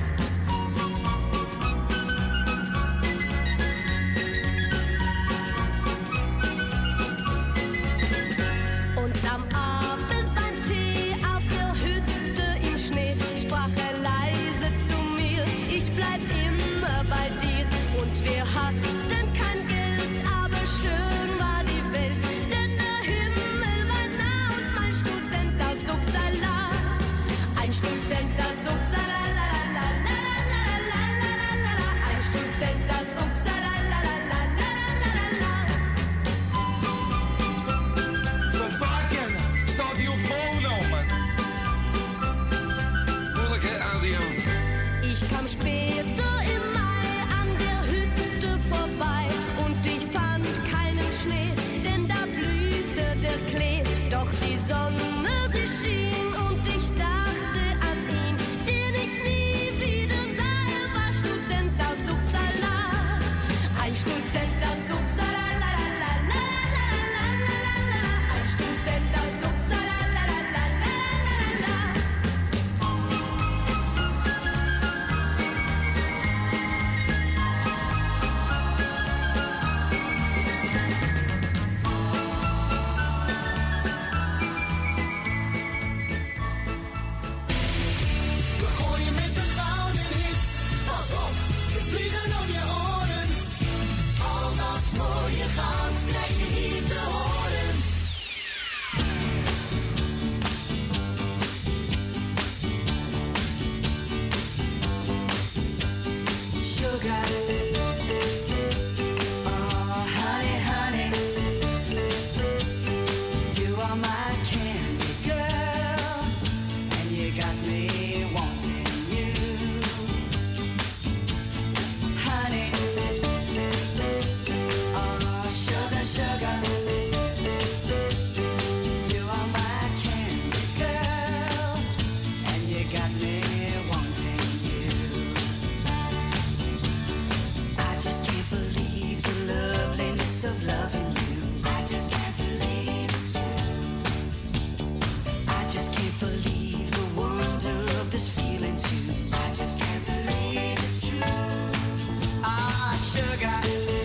Und am Abend beim Tee auf der Hütte im Schnee sprach er leise zu mir, ich bleib immer bei dir. Und wir hatten kein Geld, aber schön war die Welt, denn der Himmel war nah und mein Student aus Uppsala, ein Student aus Uppsala, la la la la la la la la la, ein Student aus Uppsala, la la la la la la la. Wat maak je? Staat die op mono, man? Moeilijk hè, audio. Ich kam später im Mai an der Hütte vorbei und ich fand keinen Schnee, denn da blühte der Klee. Doch die Sonne, sie schien und ich dachte an ihn, den ich nie wieder sah. Er war Student aus Uppsala, ein Student aus Uppsala, la la la la la la la la la. Ein Student aus Uppsala, la la la la la la la. We gooien met de gouden hits. Pas op, ze vliegen om je oren. Al dat mooie goud krijg je hier te horen. Sugar, oh honey, honey, you are my candy girl, and you got me wanting you, honey, oh sugar, sugar, you are my candy girl, and you got me wanting you. I just can't believe the loveliness of loving you. I just can't believe it's true. I just can't believe the wonder of this feeling too. I just can't believe it's true. Ah, sugar.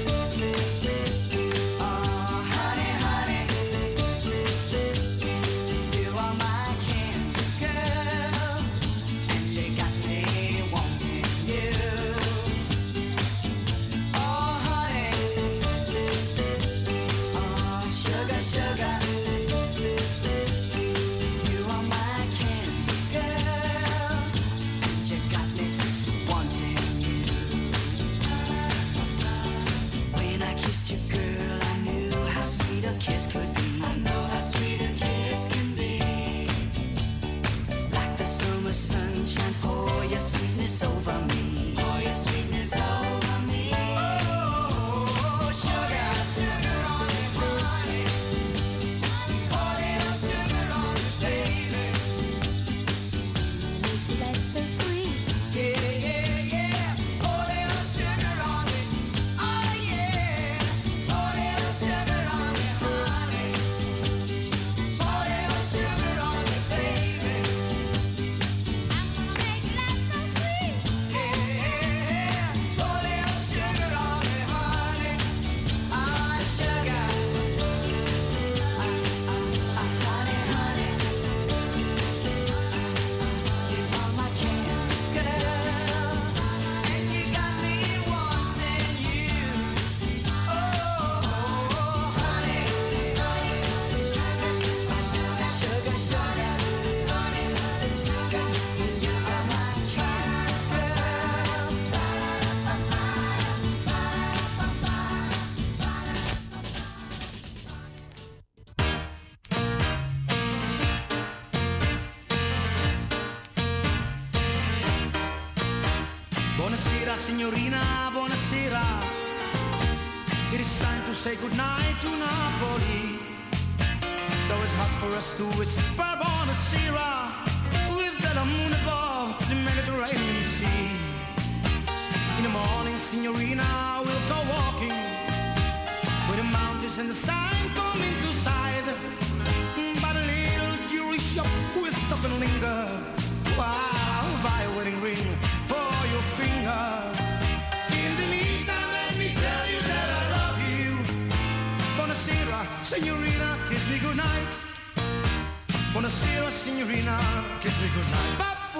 Oh, honey, honey. You are my candy girl, and you got me wanting you. Oh, honey, oh, sugar, sugar, you are my candy girl, and you got me wanting you. When I kissed you, girl, I knew how sweet a kiss could be. I know how sweet a kiss can be. Like the summer sunshine, pour your sweetness over me. Pour your sweetness over me. Oh, sugar. signorina, buonasera. It is time to say goodnight to Napoli. Though it's hot for us to whisper buonasera, with the moon above the Mediterranean Sea. In the morning, signorina, we'll go walking, where the mountains and the sun come into sight. By the little jewelry shop, we'll stop and linger, while I'll buy a wedding ring for your finger. In the meantime, let me tell you that I love you. Buonasera, signorina, kiss me goodnight. Buonasera, signorina, kiss me goodnight.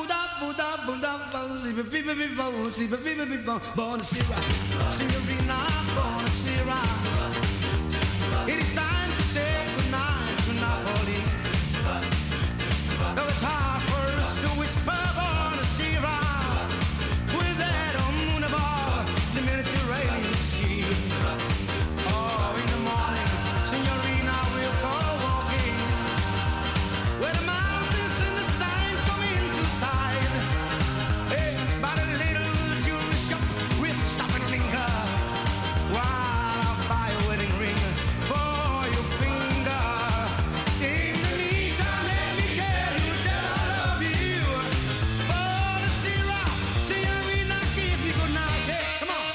Buonasera, signorina, buonasera. It is time to say goodnight to Napoli. Though it's hard for us to whisper buonasera, with that moon above the Mediterranean Sea. Oh, in the morning, signorina, we'll go walking, where the mountains and the sun come into sight. Hey, by the little jewelry shop, we'll stop and linger, while I'll buy a wedding ring for your finger. In the meantime, let me tell you that I love you. Buonasera, signorina, kiss me goodnight. Hey, come on.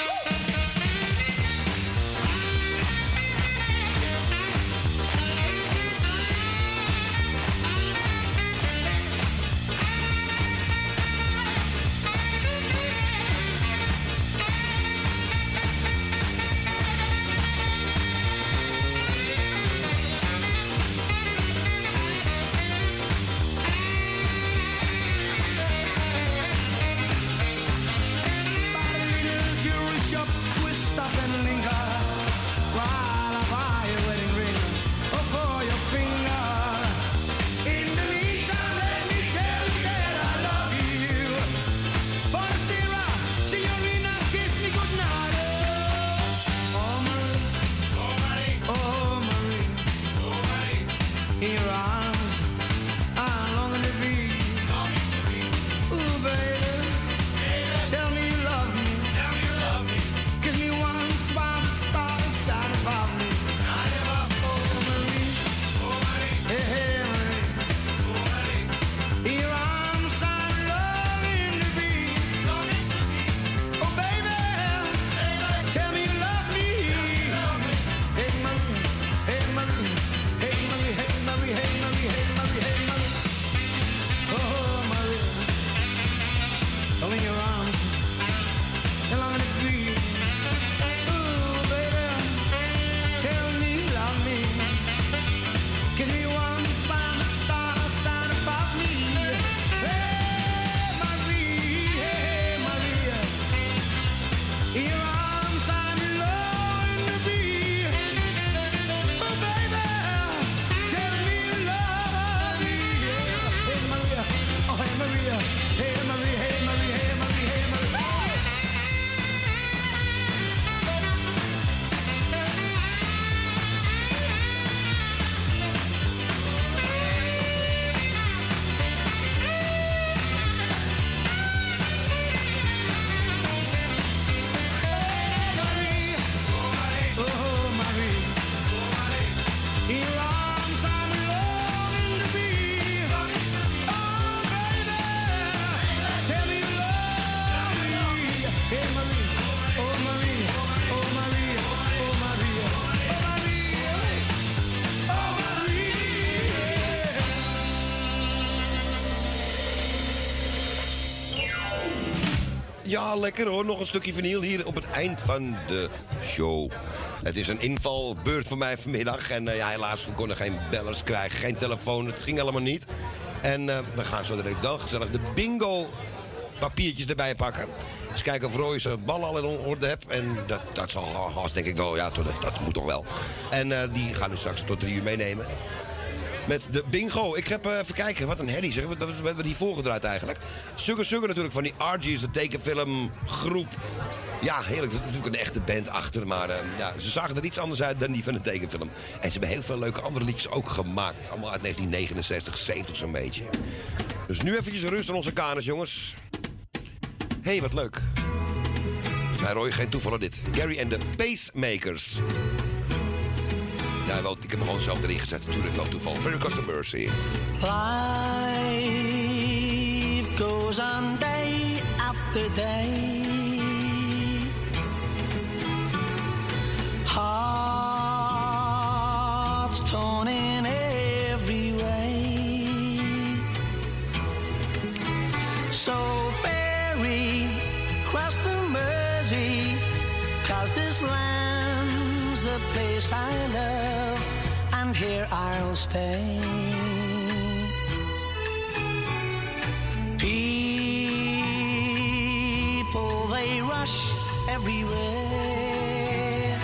Jewelry shop, we'll stop and linger, while I buy a wedding ring for your finger. In the meantime, let me tell you that I love you. Buonasera, signorina, kiss me goodnight. Oh, Marie, oh, Marie, oh, Marie, oh, Marie. In your arms, I'm longing to be. Ooh, baby, tell me you love me. Kiss me once while the stars shine above me. Oh, Marie, hey, hey, Marie. In your arms I'm longing to be. Oh, baby, tell me you love me. Hey, Marie, hey, Marie, hey, Marie, hey, Marie, hey, Marie, hey, Marie, hey, Marie. Oh, Marie, oh, in your arms I'm longing to be. Ooh, baby, tell me you love me. Kiss me once while the stars shine above me. Hey, Marie, hey, Maria. In your arms I'm longing to be. Oh, baby, tell me you love me. Hey, Maria, oh, hey, Maria, hey, Marie, hey, Marie, hey, Marie, hey, Marie. Oh, Marie, in your arms I'm longing to be. Oh, baby, tell me you love me. Hey, Marie, oh, Marie, oh, Marie, oh, Marie, oh, Marie, oh, Marie. Ja, lekker hoor. Nog een stukje vinyl hier op het eind van de show. Het is een invalbeurt voor mij vanmiddag. En uh, ja, helaas, we konden geen bellers krijgen, geen telefoon. Het ging allemaal niet. En uh, we gaan zo direct wel gezellig de bingo papiertjes erbij pakken. Eens kijken of Roy zijn ballen al in orde hebt. En dat, dat zal haast denk ik wel. Ja, dat, dat moet toch wel. En uh, die gaan we straks tot drie uur meenemen. Met de bingo. Ik heb uh, even kijken. Wat een herrie zeg. Wat hebben we die voorgedraaid eigenlijk? Sugar Sugar natuurlijk van die R G's, de tekenfilmgroep. Ja, heerlijk. Er is natuurlijk een echte band achter. Maar uh, ja, ze zagen er iets anders uit dan die van de tekenfilm. En ze hebben heel veel leuke andere liedjes ook gemaakt. Allemaal uit negentien negenenzestig, zeventig zo'n beetje. Dus nu eventjes rust aan onze kanus, jongens. Hé, hey, wat leuk. Nou, Roy, geen toevallen dit. Gary and the Pacemakers. Ja, wel, ik heb hem gewoon zelf erin gezet. Natuurlijk wel toeval. Very Cost of Mercy. Life goes on day after day. Hearts torn in every way. So ferry cross the Mersey, 'cause this land's the place I love, and here I'll stay. People, they rush everywhere,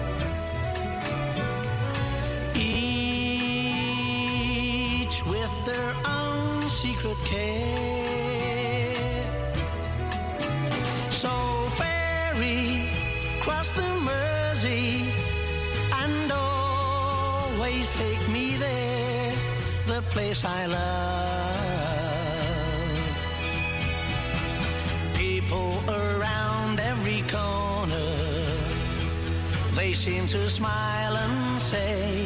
each with their own secret care. So ferry cross the Mersey and always take me there, the place I love. People around every corner, they seem to smile and say,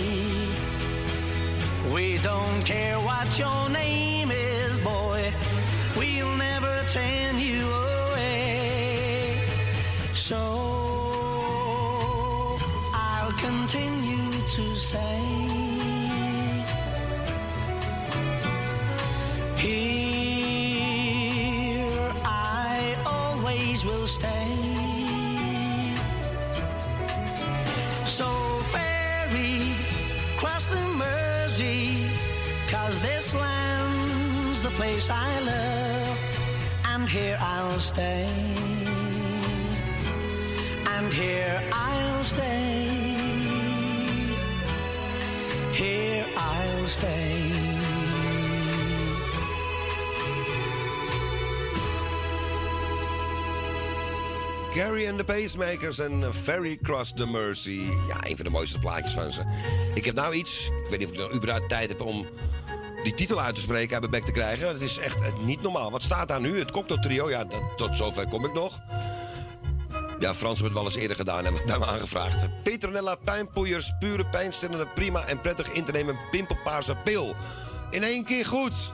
we don't care what your name is, boy, we'll never turn you away. So I'll continue to say, here I always will stay. So ferry cross the Mersey, 'cause this land's the place I love, and here I'll stay, and here I'll stay, here I'll stay. Gary and the Pacemakers en Ferry Cross the Mersey. Ja, een van de mooiste plaatjes van ze. Ik heb nou iets, ik weet niet of ik nog überhaupt tijd heb om die titel uit te spreken, uit mijn bek te krijgen. Het is echt niet normaal. Wat staat daar nu? Het Cocktail Trio, ja, dat, tot zover kom ik nog. Ja, Frans heeft het wel eens eerder gedaan en hebben me aangevraagd. Petronella, pijnpoeiers, pure pijnstillende, prima en prettig in te nemen pimpelpaarse pil. In één keer goed.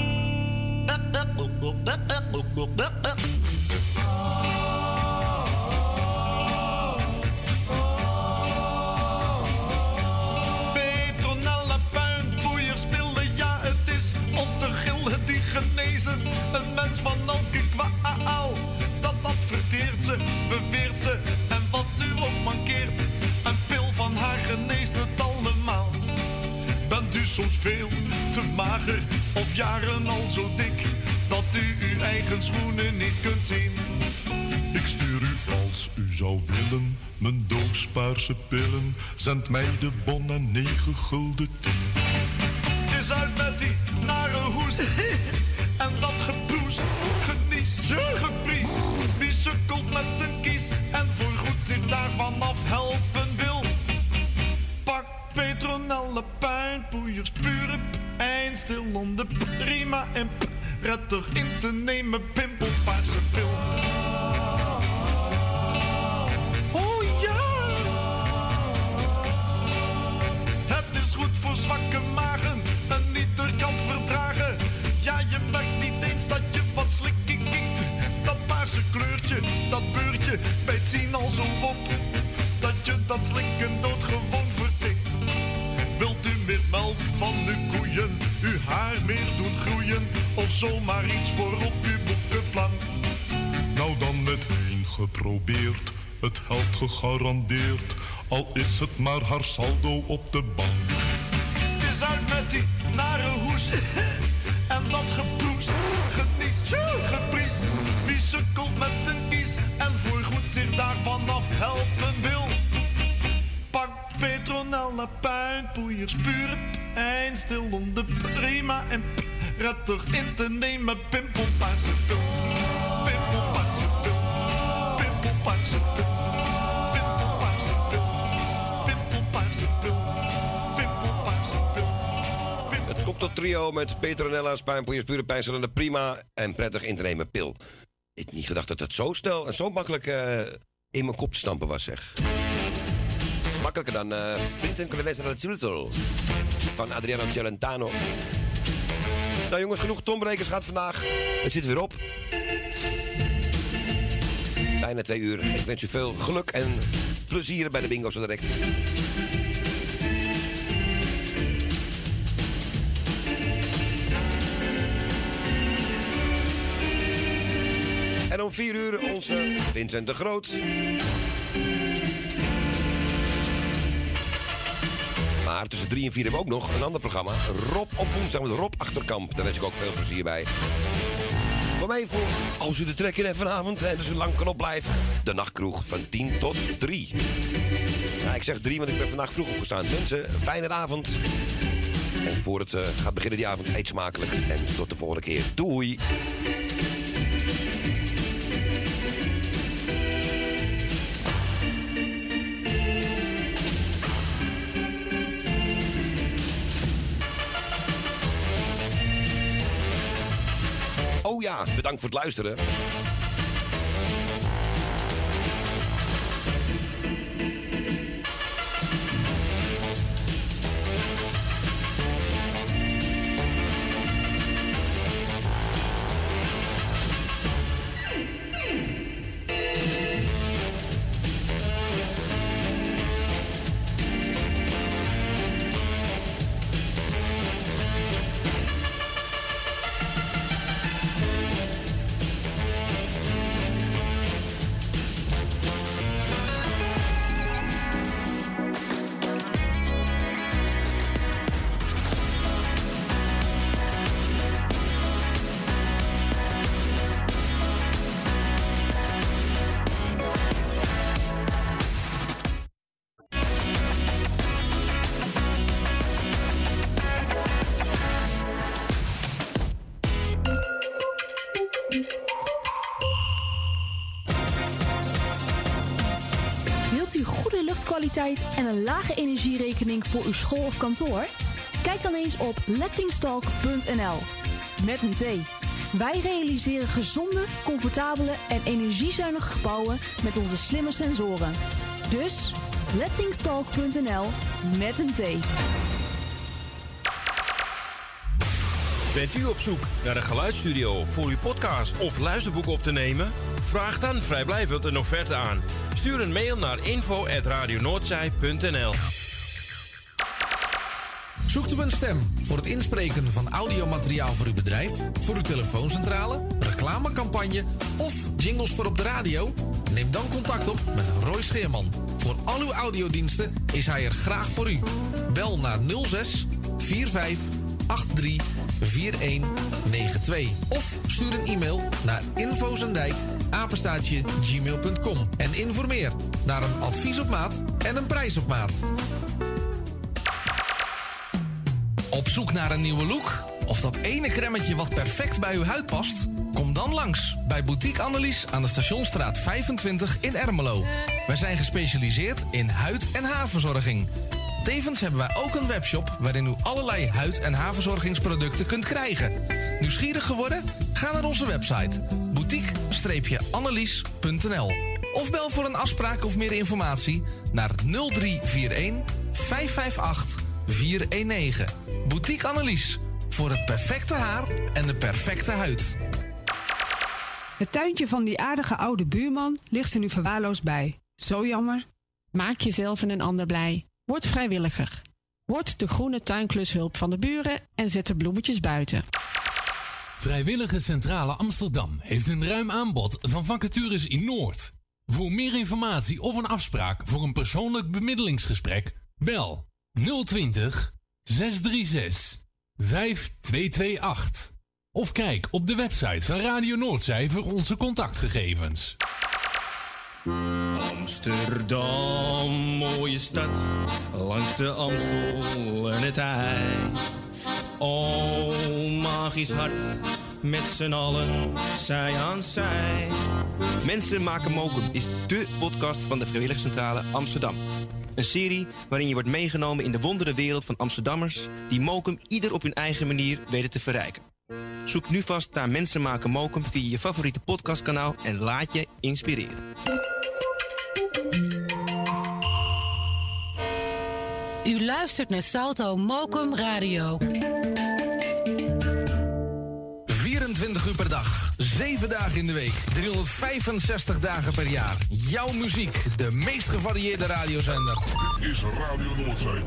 Een mens van elke kwaal, dat adverteert ze, beweert ze. En wat u ook mankeert, een pil van haar geneest het allemaal. Bent u soms veel te mager of jaren al zo dik, dat u uw eigen schoenen niet kunt zien? Ik stuur u als u zou willen, mijn doos paarse pillen. Zend mij de bon en negen gulden tien. Het is uit met die nare hoest. En dat geproest, genies, gepries. Wie sukkelt met een kies en voorgoed zich daarvan af helpen wil. Pak Petronella, pijnpoeiers, pure pijnstillende, prima en prettig in te nemen, pimpelpaarse pil. Oh ja! Het is goed voor zwakke magen en ieder kan verdragen. Ja, je merkt niet eens dat je wat slikking kiekt. Dat paarse kleurtje, dat beurtje, bijt zien al zo op, dat je dat slikken doodgewoon vertikt. Wilt u meer melk van uw koeien, uw haar meer doen groeien, of zomaar iets voor op uw boekenplank? Nou dan meteen geprobeerd, het helpt gegarandeerd, al is het maar haar saldo op de bank. Het is uit met die nare hoes. En dat geproest, genies, gepriest. Wie sukkelt met een kies en voorgoed zich daarvan af helpen wil. Pak Petronella, pijnpoeiers, pure pijnstillende, prima en prettig in te nemen, pimpelpaarse pil. Pimpelpaarse pil, pimpelpaarse pil. Pimpelpaarse pil, pimpelpaarse pil, pimpelpaarse pil. Het Cocktail Trio met Petronella's, pijnpoeiers, pure pijnstillende, prima en prettig in te nemen pil. Ik had niet gedacht dat het zo snel en zo makkelijk uh, in mijn kop te stampen was, zeg. Makkelijker dan uh, Vincent Clavesa del Sulsul van Adriano Celentano. Nou jongens, genoeg tombrekers gaat vandaag. Het zit weer op. Bijna twee uur. Ik wens u veel geluk en plezier bij de bingo zo direct. En om vier uur onze Vincent de Groot. Maar tussen drie en vier hebben we ook nog een ander programma. Rob op woensdag met Rob Achterkamp. Daar wens ik ook veel plezier bij. Voor mij voor, als u de trek in hebt vanavond, en dus u lang kan opblijven, de nachtkroeg van tien tot drie. Ja, ik zeg drie, want ik ben vandaag vroeg opgestaan. Mensen, fijne avond. En voor het uh, gaat beginnen die avond, eet smakelijk. En tot de volgende keer. Doei! Oh ja, bedankt voor het luisteren. En een lage energierekening voor uw school of kantoor? Kijk dan eens op lettingstalk punt n l. Met een T. Wij realiseren gezonde, comfortabele en energiezuinige gebouwen met onze slimme sensoren. Dus lettingstalk punt n l met een T. Bent u op zoek naar een geluidsstudio voor uw podcast of luisterboek op te nemen? Vraag dan vrijblijvend een offerte aan. Stuur een mail naar info at radio noordzij punt n l. Zoekt u een stem voor het inspreken van audiomateriaal voor uw bedrijf, voor uw telefooncentrale, reclamecampagne of jingles voor op de radio? Neem dan contact op met Roy Scheerman. Voor al uw audiodiensten is hij er graag voor u. Bel naar nul zes vier vijf acht drie vier een negen twee of stuur een e-mail naar infozendijk apenstaartje gmail punt com en informeer naar een advies op maat en een prijs op maat. Op zoek naar een nieuwe look? Of dat ene cremmetje wat perfect bij uw huid past? Kom dan langs bij Boutique Annelies aan de Stationstraat vijfentwintig in Ermelo. Wij zijn gespecialiseerd in huid- en haarverzorging. Tevens hebben wij ook een webshop waarin u allerlei huid- en haarverzorgingsproducten kunt krijgen. Nieuwsgierig geworden? Ga naar onze website boutique annelies punt n l of bel voor een afspraak of meer informatie naar nul drie vier een vijf vijf acht vier een negen. Boutique Annelies, voor het perfecte haar en de perfecte huid. Het tuintje van die aardige oude buurman ligt er nu verwaarloosd bij. Zo jammer. Maak jezelf en een ander blij. Word vrijwilliger. Word de groene tuinklushulp van de buren en zet de bloemetjes buiten. Vrijwillige Centrale Amsterdam heeft een ruim aanbod van vacatures in Noord. Voor meer informatie of een afspraak voor een persoonlijk bemiddelingsgesprek, bel nul twintig zes drie zes vijf twee twee acht. Of kijk op de website van Radio Noordzij voor onze contactgegevens. Amsterdam, mooie stad, langs de Amstel en het IJ. Oh, magisch hart, met z'n allen, zij aan zij. Mensen maken Mokum is dé podcast van de Vrijwilligcentrale Amsterdam. Een serie waarin je wordt meegenomen in de wonderenwereld van Amsterdammers die Mokum ieder op hun eigen manier weten te verrijken. Zoek nu vast naar Mensen maken Mokum via je favoriete podcastkanaal en laat je inspireren. U luistert naar Salto Mokum Radio. vierentwintig uur per dag, zeven dagen in de week, driehonderdvijfenzestig dagen per jaar. Jouw muziek, de meest gevarieerde radiozender. Dit is Radio Noordzee.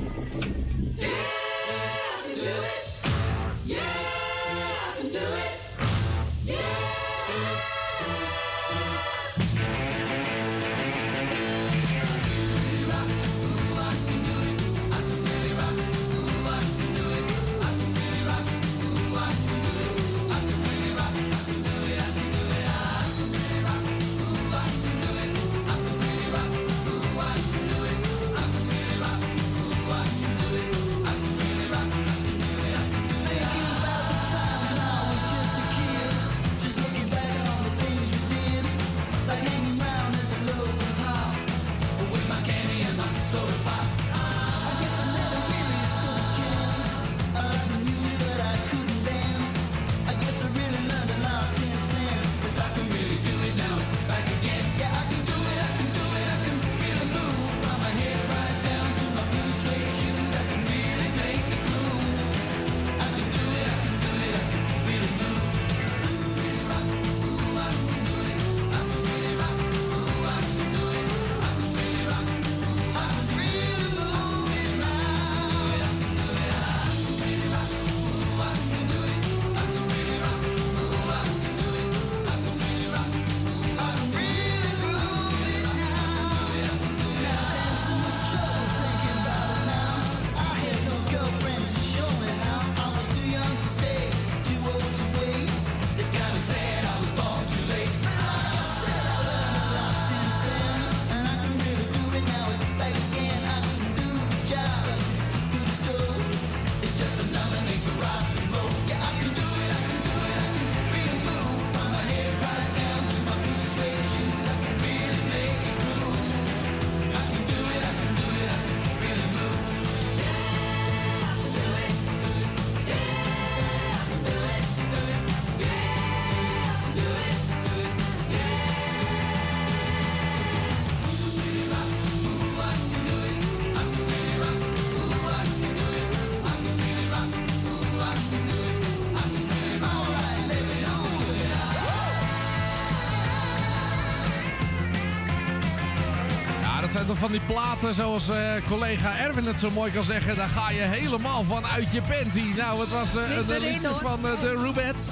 Dat zijn toch van die platen, zoals uh, collega Erwin het zo mooi kan zeggen. Daar ga je helemaal van uit je panty. Nou, het was uh, een liedje van uh, de Rubettes.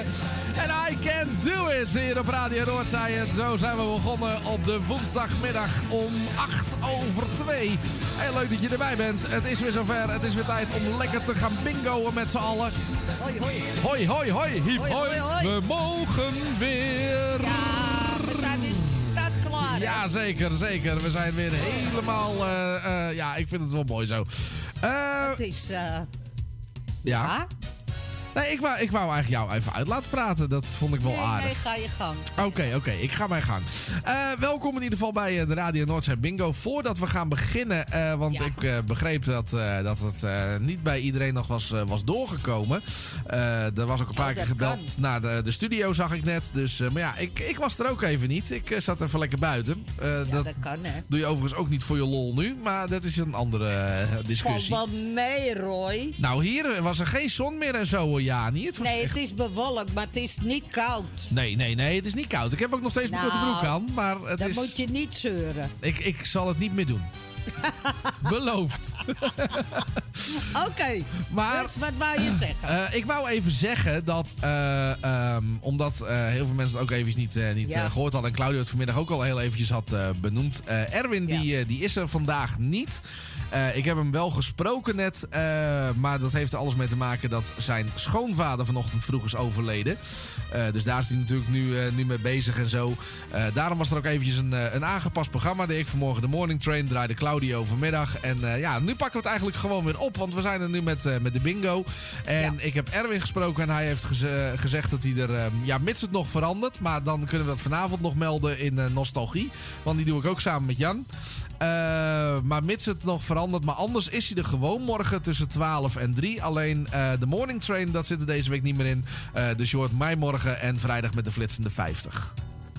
En I Can Do It hier op Radio Noordzee. En zo zijn we begonnen op de woensdagmiddag om acht over twee. Heel leuk dat je erbij bent. Het is weer zover. Het is weer tijd om lekker te gaan bingoen met z'n allen. Hoi, hoi. Hoi, hoi, hoi. Hiep, hoi, hoi, hoi. We mogen weer. Ja, we zijn weer startklaar. Ja, zeker, zeker. We zijn weer helemaal... Uh, uh, ja, ik vind het wel mooi zo. Uh, het is... Uh, ja. ja. Nee, ik wou, ik wou eigenlijk jou even uit laten praten. Dat vond ik wel nee, aardig. Nee, ga je gang. Oké, okay, oké. Okay, ik ga mijn gang. Uh, welkom in ieder geval bij uh, de Radio Noordzee Bingo. Voordat we gaan beginnen, uh, want ja. ik uh, begreep dat, uh, dat het uh, niet bij iedereen nog was, uh, was doorgekomen. Uh, er was ook een paar oh, keer gebeld kan. naar de, de studio, zag ik net. Dus, uh, maar ja, ik, ik was er ook even niet. Ik uh, zat even lekker buiten. Uh, ja, dat, dat kan, hè. Doe je overigens ook niet voor je lol nu. Maar dat is een andere uh, discussie. Valt wel mee, Roy. Nou, hier was er geen zon meer en zo, ja, niet. Het was nee, echt... het is bewolkt, maar het is niet koud. Nee, nee, nee, het is niet koud. Ik heb ook nog steeds mijn nou, korte broek aan. Maar het dan is... moet je niet zeuren. Ik, ik zal het niet meer doen. Beloofd. Oké, okay, maar dus wat wou je zeggen? Uh, ik wou even zeggen dat, uh, um, omdat uh, heel veel mensen het ook even niet, uh, niet ja. uh, gehoord hadden... en Claudio het vanmiddag ook al heel eventjes had uh, benoemd. Uh, Erwin, ja. die, uh, die is er vandaag niet. Uh, ik heb hem wel gesproken net, uh, maar dat heeft er alles mee te maken dat zijn schoonvader vanochtend vroeg is overleden. Uh, dus daar is hij natuurlijk nu, uh, nu mee bezig en zo. Uh, daarom was er ook eventjes een, uh, een aangepast programma. Deed ik vanmorgen de Morning Train, draaide Claudio vanmiddag. En uh, ja, nu pakken we het eigenlijk gewoon weer op, want we zijn er nu met, uh, met de bingo. En ja. ik heb Erwin gesproken en hij heeft geze- gezegd dat hij er, uh, ja, mits het nog verandert, maar dan kunnen we dat vanavond nog melden in uh, Nostalgie. Want die doe ik ook samen met Jan. Uh, maar mits het nog verandert. Maar anders is hij er gewoon morgen tussen twaalf en drie. Alleen uh, de Morning Train, dat zit er deze week niet meer in. Uh, dus je hoort mij morgen en vrijdag met de flitsende vijftig.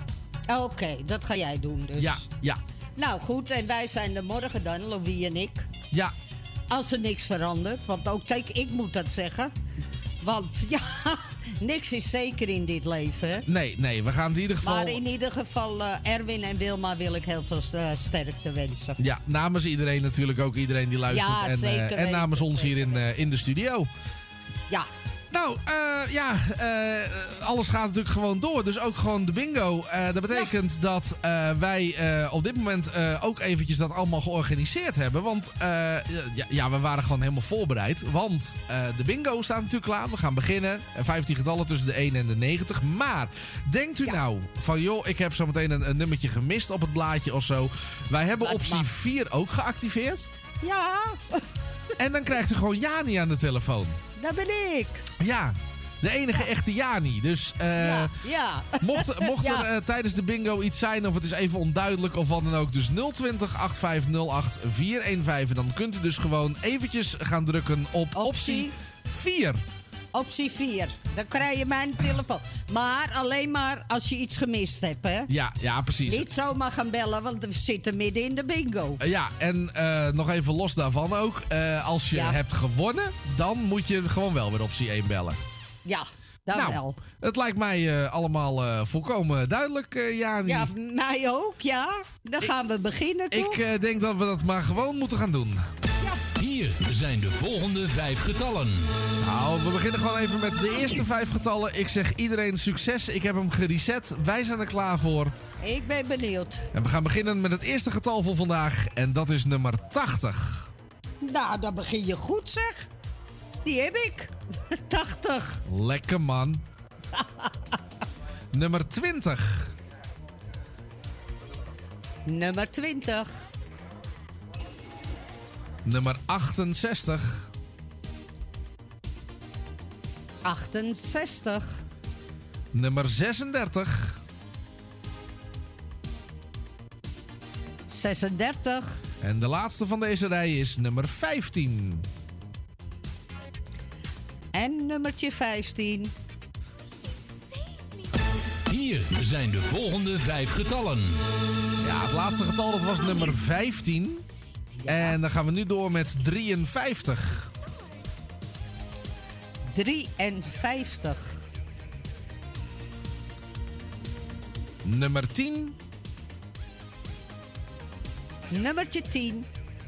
Oké, dat ga jij doen dus. Ja, ja. Nou goed, en wij zijn er morgen dan, Louis en ik. Ja. Als er niks verandert, want ook kijk, ik moet dat zeggen. Want ja, niks is zeker in dit leven. Hè? Nee, nee, we gaan in ieder geval... Maar in ieder geval, uh, Erwin en Wilma wil ik heel veel uh, sterkte wensen. Ja, namens iedereen natuurlijk ook, iedereen die luistert. Ja, en, zeker uh, en namens weten, ons hier in, uh, in de studio. Ja. Nou, uh, ja, uh, alles gaat natuurlijk gewoon door. Dus ook gewoon de bingo. Uh, dat betekent ja. dat uh, wij uh, op dit moment uh, ook eventjes dat allemaal georganiseerd hebben. Want uh, ja, ja, we waren gewoon helemaal voorbereid. Want uh, de bingo staat natuurlijk klaar. We gaan beginnen. vijftien getallen tussen de één en de negentig. Maar denkt u ja. nou van, joh, ik heb zo meteen een, een nummertje gemist op het blaadje of zo. Wij hebben optie vier ook geactiveerd. Ja. En dan krijgt u gewoon Jani aan de telefoon. Dat ben ik. Ja, de enige ja. echte Jani. Dus uh, ja, ja. mocht, mocht ja. er uh, tijdens de bingo iets zijn of het is even onduidelijk of wat dan ook. Dus nul twintig, acht vijf nul acht, vier een vijf. En dan kunt u dus gewoon eventjes gaan drukken op optie, optie vier. Optie vier. Dan krijg je mijn telefoon. Maar alleen maar als je iets gemist hebt, hè? Ja, ja, precies. Niet zomaar gaan bellen, want we zitten midden in de bingo. Uh, ja, en uh, nog even los daarvan ook. Uh, als je ja. hebt gewonnen, dan moet je gewoon wel weer optie één bellen. Ja, dan nou, wel. Het lijkt mij uh, allemaal uh, volkomen duidelijk, uh, Jani. Ja, mij ook, ja. Dan ik, gaan we beginnen, toch? Ik uh, denk dat we dat maar gewoon moeten gaan doen. Hier zijn de volgende vijf getallen. Nou, we beginnen gewoon even met de eerste vijf getallen. Ik zeg iedereen succes. Ik heb hem gereset. Wij zijn er klaar voor. Ik ben benieuwd. En we gaan beginnen met het eerste getal voor vandaag. En dat is nummer tachtig. Nou, dan begin je goed, zeg. Die heb ik. tachtig. Lekker, man. Nummer twintig. Nummer twintig. Nummer achtenzestig. achtenzestig. Nummer zesendertig. zesendertig. En de laatste van deze rij is nummer vijftien. En nummertje vijftien. Hier zijn de volgende vijf getallen. Ja, het laatste getal dat was nummer vijftien. Ja. En dan gaan we nu door met drieënvijftig. drieënvijftig. Nummer tien. Nummertje tien.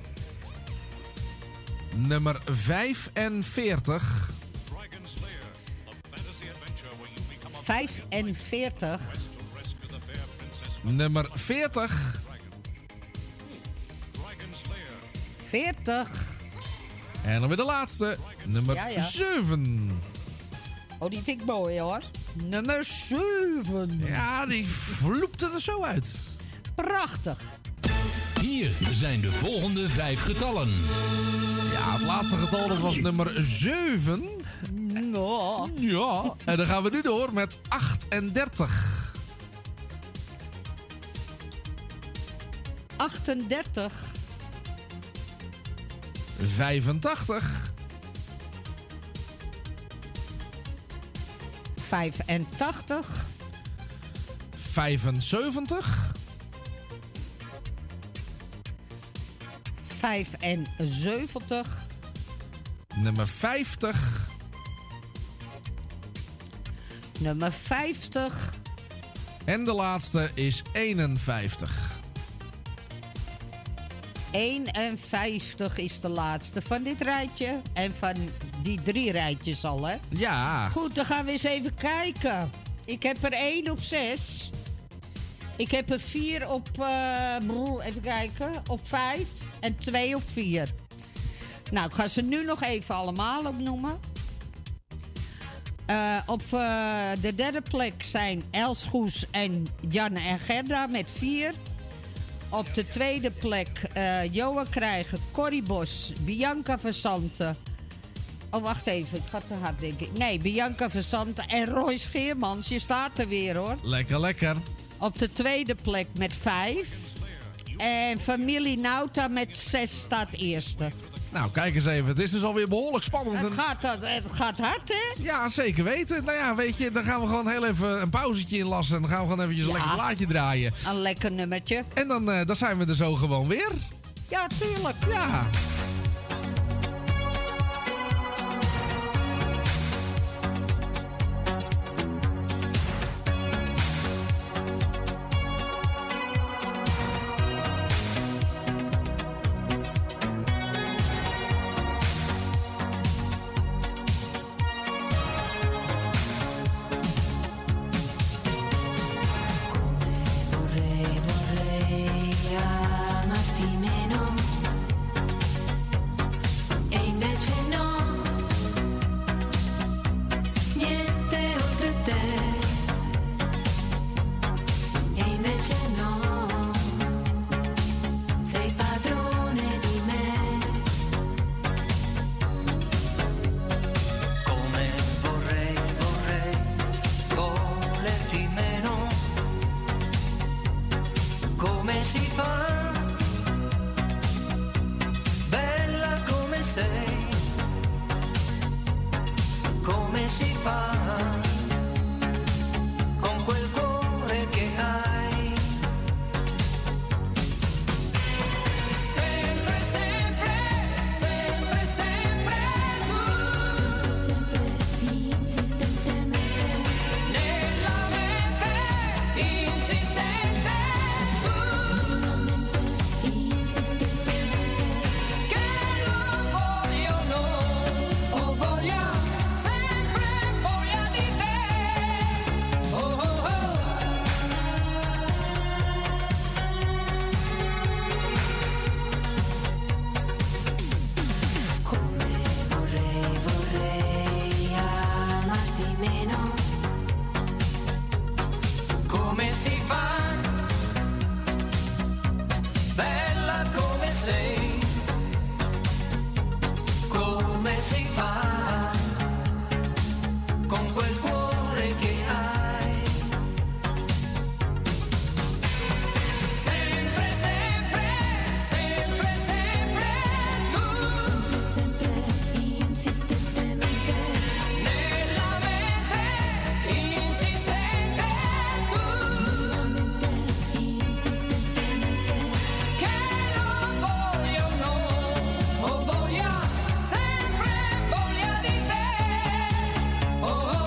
Nummer vijfenveertig. vijfenveertig. Nummer veertig. veertig. En dan weer de laatste. Nummer ja, ja. zeven. Oh, die vind ik mooi, hoor. Nummer zeven. Ja, die vloepte er zo uit. Prachtig. Hier zijn de volgende vijf getallen. Ja, het laatste getal dat was nummer zeven. No. Ja. En dan gaan we nu door met achtendertig. achtendertig. vijfentachtig. vijfentachtig. vijfenzeventig. vijfenzeventig. Nummer vijftig. Nummer vijftig. En de laatste is eenenvijftig. eenenvijftig is de laatste van dit rijtje. En van die drie rijtjes al, hè? Ja. Goed, dan gaan we eens even kijken. Ik heb er één op zes. Ik heb er vier op... Uh, even kijken. Op vijf. En twee op vier. Nou, ik ga ze nu nog even allemaal opnoemen. Uh, op uh, de derde plek zijn Els Goes en Janne en Gerda met vier. Op de tweede plek uh, Johan Krijgen, Corrie Bos, Bianca Verzanten. Oh, wacht even. Ik ga te hard denken. Nee, Bianca Verzanten en Roy Scheermans. Je staat er weer, hoor. Lekker, lekker. Op de tweede plek met vijf. En familie Nauta met zes staat eerste. Nou, kijk eens even. Het is dus alweer behoorlijk spannend. Het gaat, dat- het gaat hard, hè? Ja, zeker weten. Nou ja, weet je, dan gaan we gewoon heel even een pauzetje inlassen. En dan gaan we gewoon eventjes een Ja. lekker plaatje draaien. Een lekker nummertje. En dan, eh, dan zijn we er zo gewoon weer. Ja, tuurlijk. Ja. Vorrei, vorrei amarti meno e invece no, niente oltre te e invece no, sei padrone di me. Come vorrei, vorrei volerti meno. Come si fa? Bella come sei. Come si fa? Con quel cuore che hai. Sempre, sempre, sempre, sempre tu. Sempre, sempre, insistentemente. Nella mente insistente tu. Insistentemente. Che non voglio no, ho voglia, sempre voglia di te. Oh oh oh. Come vorrei, vorrei amarti meno. Come si fa? Bella come sei. Come si fa? Con quel cuore che hai. Sempre, sempre, sempre, sempre tu. Sempre, sempre, insistentemente. Nella mente insistente tu. Insistentemente. Che non voglio no, ho voglia, sempre voglia di te. Oh oh oh.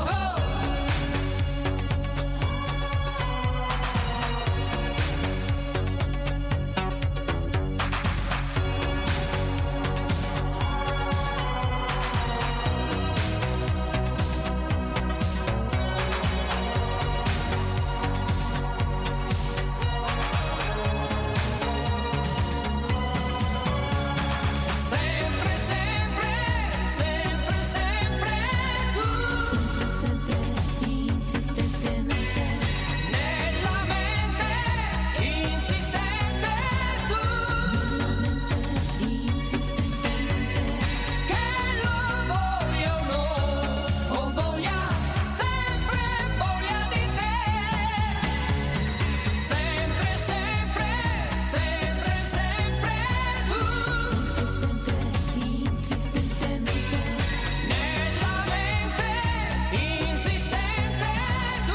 Sempre, sempre, sempre, sempre tu. Sempre, sempre, insistentemente. Nella mente insistente tu. Insistentemente. Che non voglio no, ho voglia, sempre voglia di te. Sempre, sempre, sempre, sempre tu. Sempre, sempre, insistentemente. Nella mente insistente tu.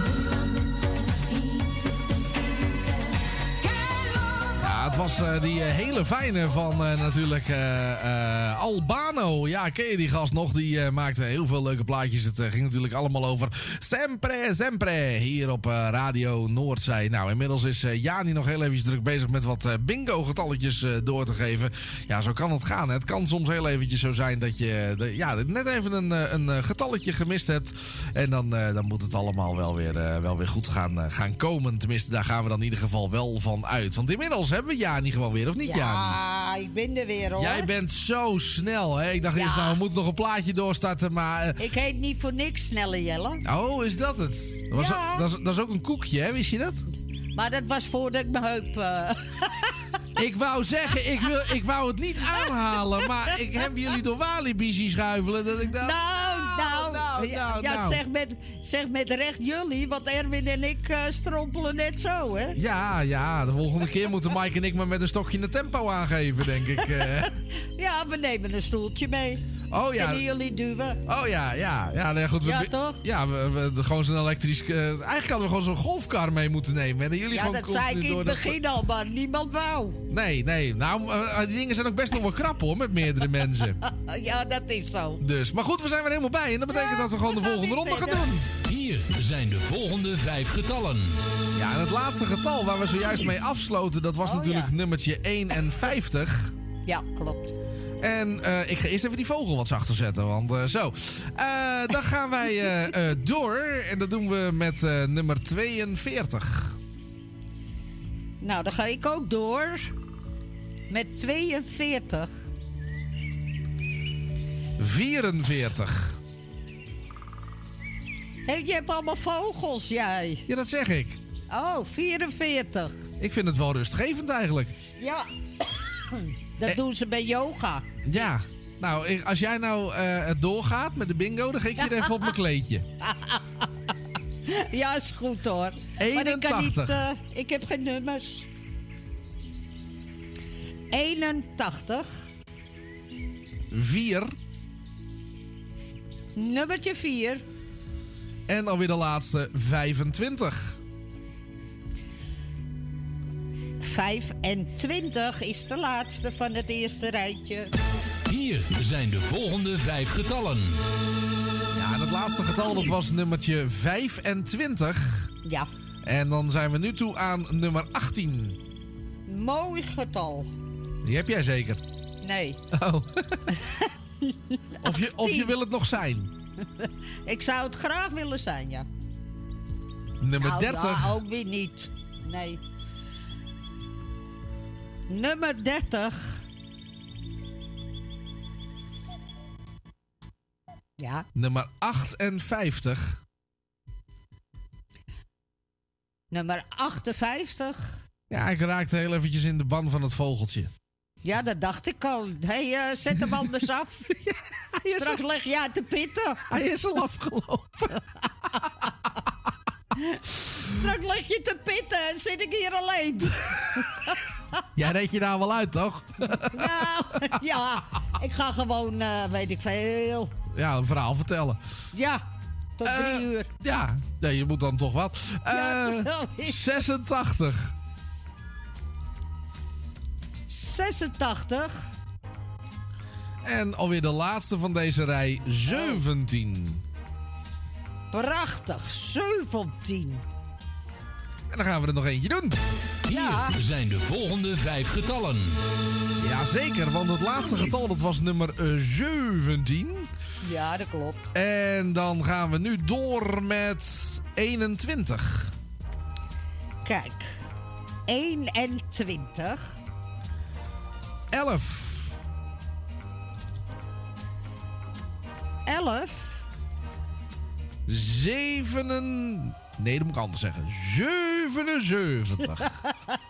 Ja, het was eh, die eh, hele fijne van eh, natuurlijk eh, eh, Albano. Ja, ken je die gast nog? Die eh, maakte heel veel leuke plaatjes. Het eh, ging natuurlijk allemaal over Sempre, Sempre. Hier op eh, Radio Noordzee. Nou, inmiddels is eh, Jani nog heel eventjes druk bezig met wat eh, bingo-getalletjes eh, door te geven. Ja, zo kan het gaan. Hè. Het kan soms heel eventjes zo zijn dat je de, ja, net even een, eh, een eh, getalletje gemist hebt. En dan, eh, dan moet het allemaal wel weer, eh, wel weer goed gaan, eh, gaan komen. Tenminste, daar gaan we dan in ieder geval wel van uit. Want inmiddels hebben we Jani gewoon weer, of niet, Jani? Ja, ik ben er weer, hoor. Jij bent zo snel, hè? Ik dacht Ja. eerst, nou, we moeten nog een plaatje doorstarten, maar... eh, Ik heet niet voor niks Snelle Jelle. oh, is dat het? Dat, was, Ja. dat, is, dat is ook een koekje, hè? Wist je dat? Maar dat was voordat ik mijn heup... eh, Ik wou zeggen, ik, wil, ik wou het niet aanhalen, maar ik heb jullie door Walibi zien schuifelen. Dat ik dacht, Nou, nou, nou, ja, nou, ja, nou. Zeg, met, zeg met recht jullie, want Erwin en ik eh, strompelen net zo, hè? Ja, ja, de volgende keer moeten Mike en ik maar met een stokje een tempo aangeven, denk ik. eh. Ja, we nemen een stoeltje mee. Oh ja. Kunnen jullie duwen? Oh ja, ja. Ja, nee, goed. We, Ja, toch? Ja, we, we, gewoon zo'n elektrisch... Uh, eigenlijk hadden we gewoon zo'n golfkar mee moeten nemen. En jullie Ja, gewoon dat zei ik in door het dat- begin al, maar niemand wou. Nee, nee. Nou, uh, die dingen zijn ook best nog wel krap hoor, met meerdere mensen. Ja, dat is zo. Dus, maar goed, we zijn er helemaal bij. En dat betekent dat we gewoon de volgende ronde gaan doen. Hier zijn de volgende vijf getallen. Ja, en het laatste getal waar we zojuist mee afsloten, dat was Oh, natuurlijk ja. nummertje eenenvijftig. Ja, klopt. En eh, ik ga eerst even die vogel wat zachter zetten, want eh, zo. Eh, dan gaan wij eh, eh, door en dat doen we met eh, nummer tweeënveertig. Nou, dan ga ik ook door. Met tweeënveertig. vierenveertig. Hey, je hebt allemaal vogels, jij. Ja, dat zeg ik. Oh, vierenveertig. Ik vind het wel rustgevend eigenlijk. Ja, dat Eh. doen ze bij yoga. Ja. Nou, ik- als jij nou eh, het doorgaat met de bingo, dan geef je er even op mijn kleedje. Ja, is goed hoor. Maar ik kan niet... eenentachtig. eh, ik heb geen nummers. eenentachtig. vier. Nummertje vier. En alweer de laatste, vijfentwintig. vijfentwintig is de laatste van het eerste rijtje. Hier zijn de volgende vijf getallen. Ja, en het laatste getal, dat was nummertje vijfentwintig. Ja. En dan zijn we nu toe aan nummer achttien. Mooi getal. Die heb jij zeker. Nee. Oh. of, je, of je wil het nog zijn. Ik zou het graag willen zijn, ja. Nummer Nou, dertig. nou, ook weer niet. Nee. Nummer dertig. Ja. Nummer achtenvijftig. Nummer achtenvijftig. Ja, ik raakte heel eventjes in de ban van het vogeltje. Ja, dat dacht ik al. Hé, hey, uh, zet hem anders af. Straks leg je uit de pitten. Hij is al afgelopen. Straks leg je te pitten en zit ik hier alleen. Jij reed je daar wel uit, toch? Nou, ja. Ik ga gewoon, uh, weet ik veel. Ja, een verhaal vertellen. Ja, tot drie Uh, uur. Ja, nee, je moet dan toch wat. Ja, Uh, wel eens. zesentachtig. zesentachtig. En alweer de laatste van deze rij, zeventien. Prachtig, zeventien. En dan gaan we er nog eentje doen. Hier zijn de volgende vijf getallen. Jazeker, want het laatste getal, dat was nummer eh, zeventien. Ja, dat klopt. En dan gaan we nu door met eenentwintig. Kijk, eenentwintig. elf. elf. Zevenen... Nee, dat moet ik anders zeggen. zevenenzeventig.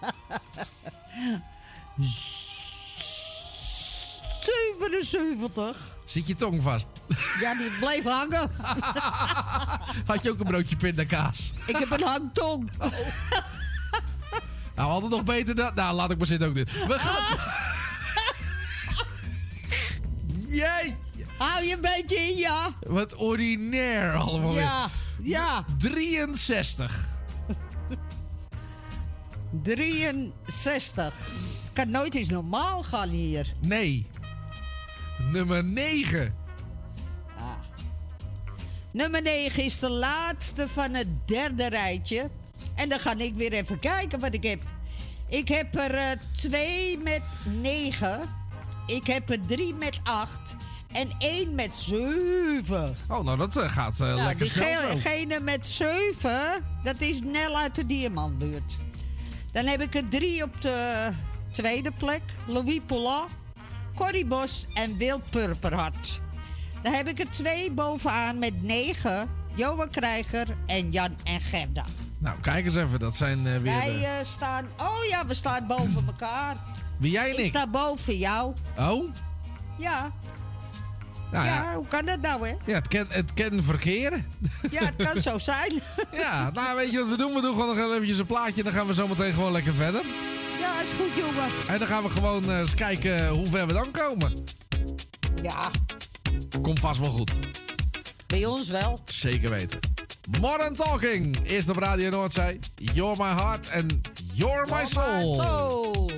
zevenenzeventig. Zit je tong vast? Ja, die bleef hangen. Had je ook een broodje pindakaas? Ik heb een hangtong. Nou, altijd nog beter dan... Nou, laat ik maar zitten ook dit. We gaan... Jeetje. Hou je een beetje in, ja. Wat ordinair allemaal Ja, weer. ja. drieënzestig. drieënzestig. Kan nooit eens normaal gaan hier. Nee. Nummer negen. Ah. Nummer negen is de laatste van het derde rijtje. En dan ga ik weer even kijken wat ik heb. Ik heb er uh, twee met negen. Ik heb er drie met acht. En één met zeven. Oh, nou dat uh, gaat uh, Nou, lekker snel zo. diegene met zeven, dat is Nel uit de Diamantbuurt. Dan heb ik er drie op de tweede plek. Louis Poulin, Corrie Bos en Wild Purperhart. Dan heb ik er twee bovenaan met negen. Johan Krijger en Jan en Gerda. Nou, kijk eens even. Dat zijn uh, weer Wij de... uh, staan... Oh ja, we staan boven elkaar. Wie, jij en Ik ik? sta boven jou. Oh? Ja. Nou, ja, ja. hoe kan dat nou, hè? Ja, het kan, het kan verkeren. Ja, het kan zo zijn. Ja, nou weet je wat we doen? We doen gewoon nog eventjes een plaatje en dan gaan we zo meteen gewoon lekker verder. Ja, Ja, is goed, jongen. En dan gaan we gewoon uh, eens kijken hoe ver we dan komen. Ja. Komt vast wel goed. Bij ons wel. Zeker weten. Modern Talking. Eerst op Radio Noordzee. You're My Heart en You're My Soul. You're my soul.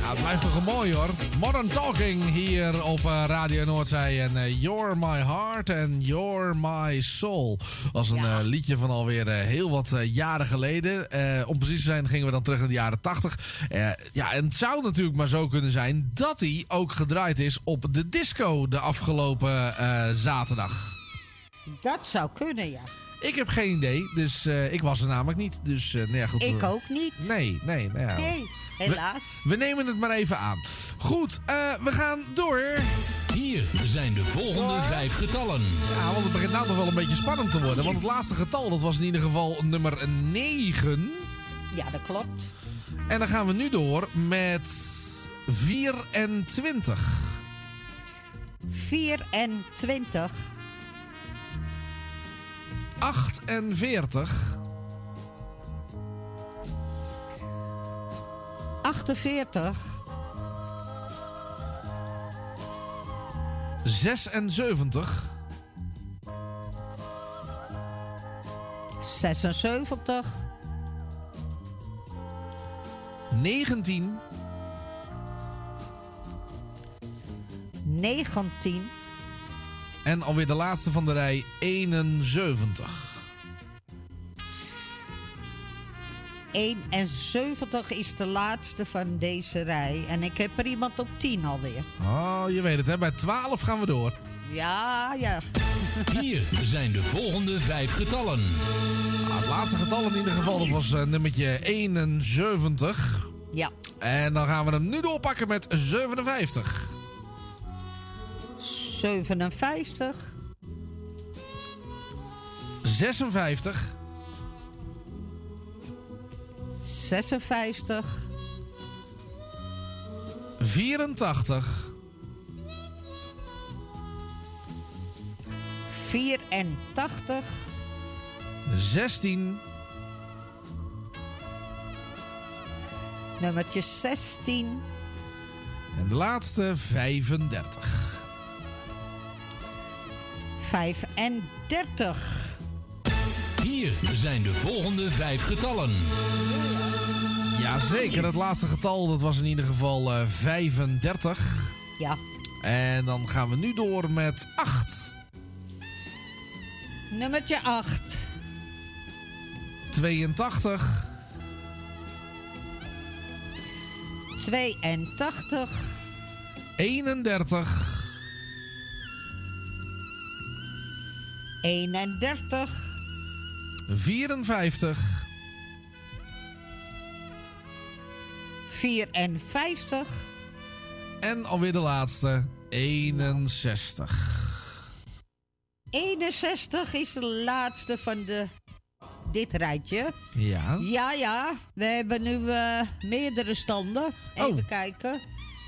het blijft toch een mooi hoor. Modern Talking hier op uh, Radio Noordzee. En uh, You're My Heart and You're My Soul. Was een ja. uh, liedje van alweer uh, heel wat uh, jaren geleden. Uh, om precies te zijn gingen we dan terug naar de jaren tachtig. Uh, ja, en het zou natuurlijk maar zo kunnen zijn dat hij ook gedraaid is op de disco de afgelopen uh, zaterdag. Dat zou kunnen, ja. Ik heb geen idee, dus uh, ik was er namelijk niet. Dus, uh, nou ja, goed, ik we... ook niet. Nee, nee, nou ja. Nee, helaas. We, we nemen het maar even aan. Goed, uh, we gaan door. Hier zijn de volgende door. vijf getallen. Ja, want het begint nou toch wel een beetje spannend te worden. Want het laatste getal, dat was in ieder geval nummer negen. Ja, dat klopt. En dan gaan we nu door met vierentwintig. vierentwintig. achtenveertig. achtenveertig. zesenzeventig. zesenzeventig. negentien. negentien. En alweer de laatste van de rij, eenenzeventig. eenenzeventig is de laatste van deze rij. En ik heb er iemand op tien alweer. Oh, je weet het hè. Bij twaalf gaan we door. Ja, ja. Hier zijn de volgende vijf getallen. Nou, het laatste getal in ieder geval, dat was uh, nummertje eenenzeventig. Ja. En dan gaan we hem nu doorpakken met zevenenvijftig. zevenenvijftig. zesenvijftig. zesenvijftig. vierentachtig. vierentachtig. zestien. Nummertje zestien. En de laatste vijfendertig. vijfendertig. Hier zijn de volgende vijf getallen. Jazeker, het laatste getal dat was in ieder geval uh, vijfendertig. Ja. En dan gaan we nu door met acht. Nummertje acht. tweeëntachtig. tweeëntachtig. eenendertig. eenendertig. vierenvijftig. vierenvijftig. En alweer de laatste, eenenzestig. eenenzestig is de laatste van de, dit rijtje. Ja. Ja, ja. We hebben nu uh, meerdere standen. Even oh. kijken.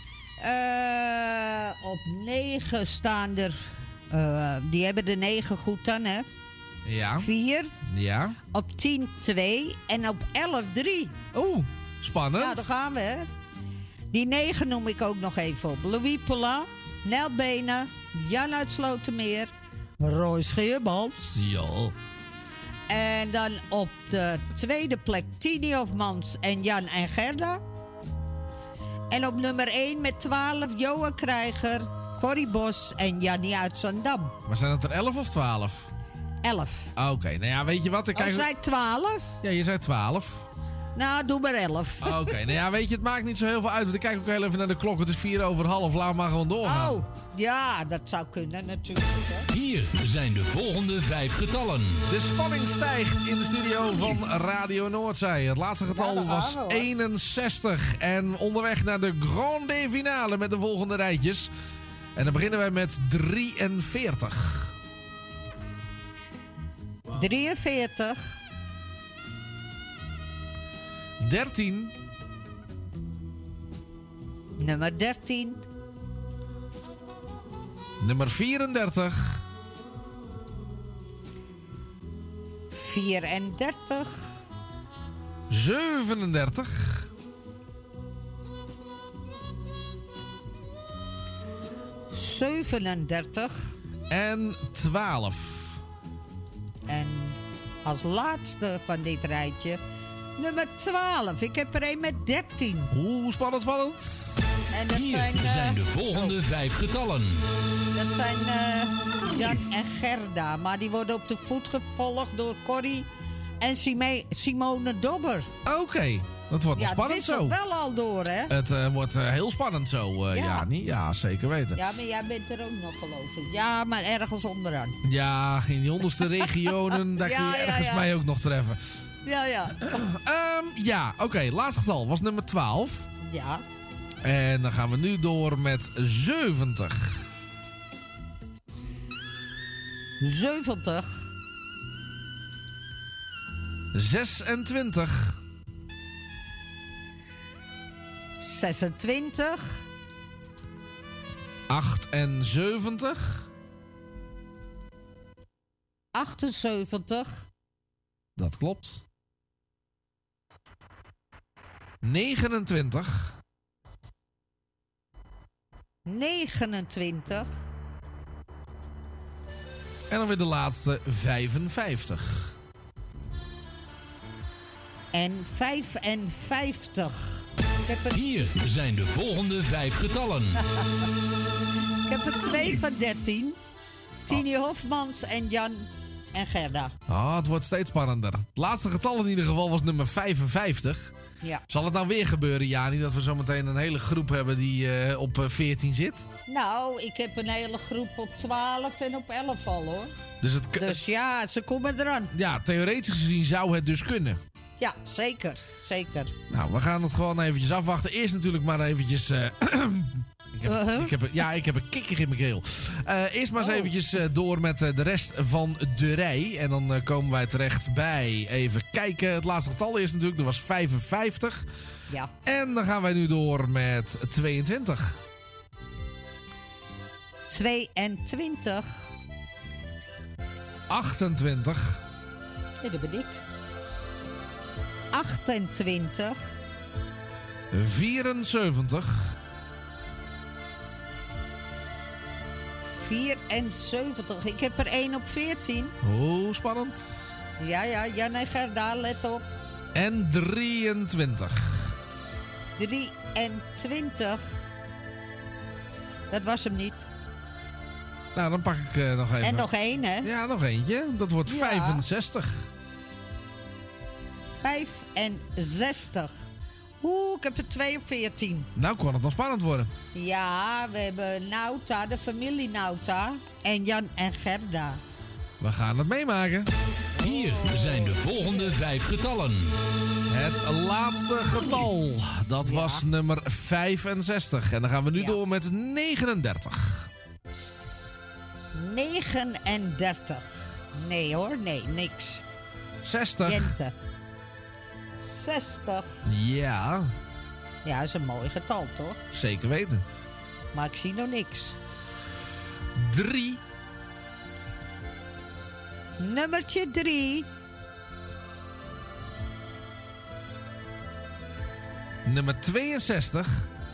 Uh, op negen staan er... Uh, die hebben de negen goed dan, hè? Ja. vier. Ja. Op tien twee. En op elf drie. Oeh, spannend. Ja, daar gaan we, hè. Die negen noem ik ook nog even op. Louis Poulain, Nel Benen, Jan uit Slotermeer, Roy Scheerbals. Ja. En dan op de tweede plek Tini Hofmans en Jan en Gerda. En op nummer één met twaalf Johan Krijger, Corrie Bos en Jannie uit Zandam. Maar zijn het er elf of twaalf? elf. Oké, okay, nou ja, weet je wat? Ik krijg... Oh, zei ik twaalf? Ja, je zei twaalf. Nou, doe maar elf. Oké, okay, nou ja, weet je, het maakt niet zo heel veel uit. Want ik kijk ook heel even naar de klok. Het is vier over half. Laat maar gewoon doorgaan. Oh, ja, dat zou kunnen natuurlijk. Hè. Hier zijn de volgende vijf getallen. De spanning stijgt in de studio van Radio Noordzee. Het laatste getal ja, was we, eenenzestig. En onderweg naar de grande finale met de volgende rijtjes. En dan beginnen wij met drieënveertig. drieënveertig. dertien. Nummer dertien. Nummer vierendertig. vierendertig. zevenendertig. zevenendertig. En twaalf. En als laatste van dit rijtje Nummer twaalf. Ik heb er een met dertien. Oeh, spannend, spannend. En dat Hier zijn, uh, zijn de volgende vijf getallen. Dat zijn uh, Jan en Gerda. Maar die worden op de voet gevolgd door Corrie en Sime- Simone Dobber. Oké, okay. Dat wordt ja, nog spannend zo. Ja, het wisselt wel al door, hè? Het uh, wordt uh, heel spannend zo, uh, ja. Jani. Ja, zeker weten. Ja, maar jij bent er ook nog, geloof ik. Ja, maar ergens onderaan. Ja, in die onderste regionen, daar ja, kun je ergens ja, ja. mij ook nog treffen. Ja, ja. um, ja, oké. Okay, laatste getal was nummer twaalf. Ja. En dan gaan we nu door met zeventig. zeventig. zesentwintig. zesentwintig. achtenzeventig. achtenzeventig. Dat klopt. negenentwintig. negenentwintig. En dan weer de laatste vijfenvijftig. En vijfenvijftig. Ik heb er... Hier zijn de volgende vijf getallen. Ik heb er twee van dertien. Tini oh. Hofmans en Jan en Gerda. Ah, het wordt steeds spannender. Het laatste getal in ieder geval was nummer vijfenvijftig. Ja. Zal het nou weer gebeuren, Jani, dat we zometeen een hele groep hebben die uh, op uh, veertien zit? Nou, ik heb een hele groep op twaalf en op elf al, hoor. Dus, het, dus ja, ze komen eraan. Ja, theoretisch gezien zou het dus kunnen. Ja, zeker. Zeker. Nou, we gaan het gewoon eventjes afwachten. Eerst natuurlijk maar eventjes... Uh, ik, heb, uh-huh. ik, heb, ja, ik heb een kikker in mijn keel. Uh, eerst maar eens oh. eventjes uh, door met uh, de rest van de rij. En dan uh, komen wij terecht bij... Even kijken. Het laatste getal is natuurlijk. Dat was vijfenvijftig. Ja. En dan gaan wij nu door met tweeëntwintig. tweeëntwintig. achtentwintig. Ja, dat ben ik. achtentwintig. vierenzeventig. vierenzeventig. Ik heb er één op veertien. Hoe spannend. Ja, ja. Jan en Gerda, let op. En drieëntwintig. drieëntwintig. Dat was hem niet. Nou, dan pak ik uh, nog even. En nog één, hè? Ja, nog eentje. Dat wordt ja. vijfenzestig. vijfenzestig. Oeh, ik heb er twee op veertien. Nou, kon het nog spannend worden. Ja, we hebben Nauta, de familie Nauta. En Jan en Gerda. We gaan het meemaken. Hier zijn de volgende vijf getallen. Het laatste getal, dat ja. was nummer vijfenzestig. En dan gaan we nu ja. door met negenendertig. negenendertig. Nee hoor, nee, niks. zestig. Jente. zestig. Ja. Ja, dat is een mooi getal, toch? Zeker weten. Maar ik zie nog niks. drie. Nummertje drie. Nummer tweeënzestig.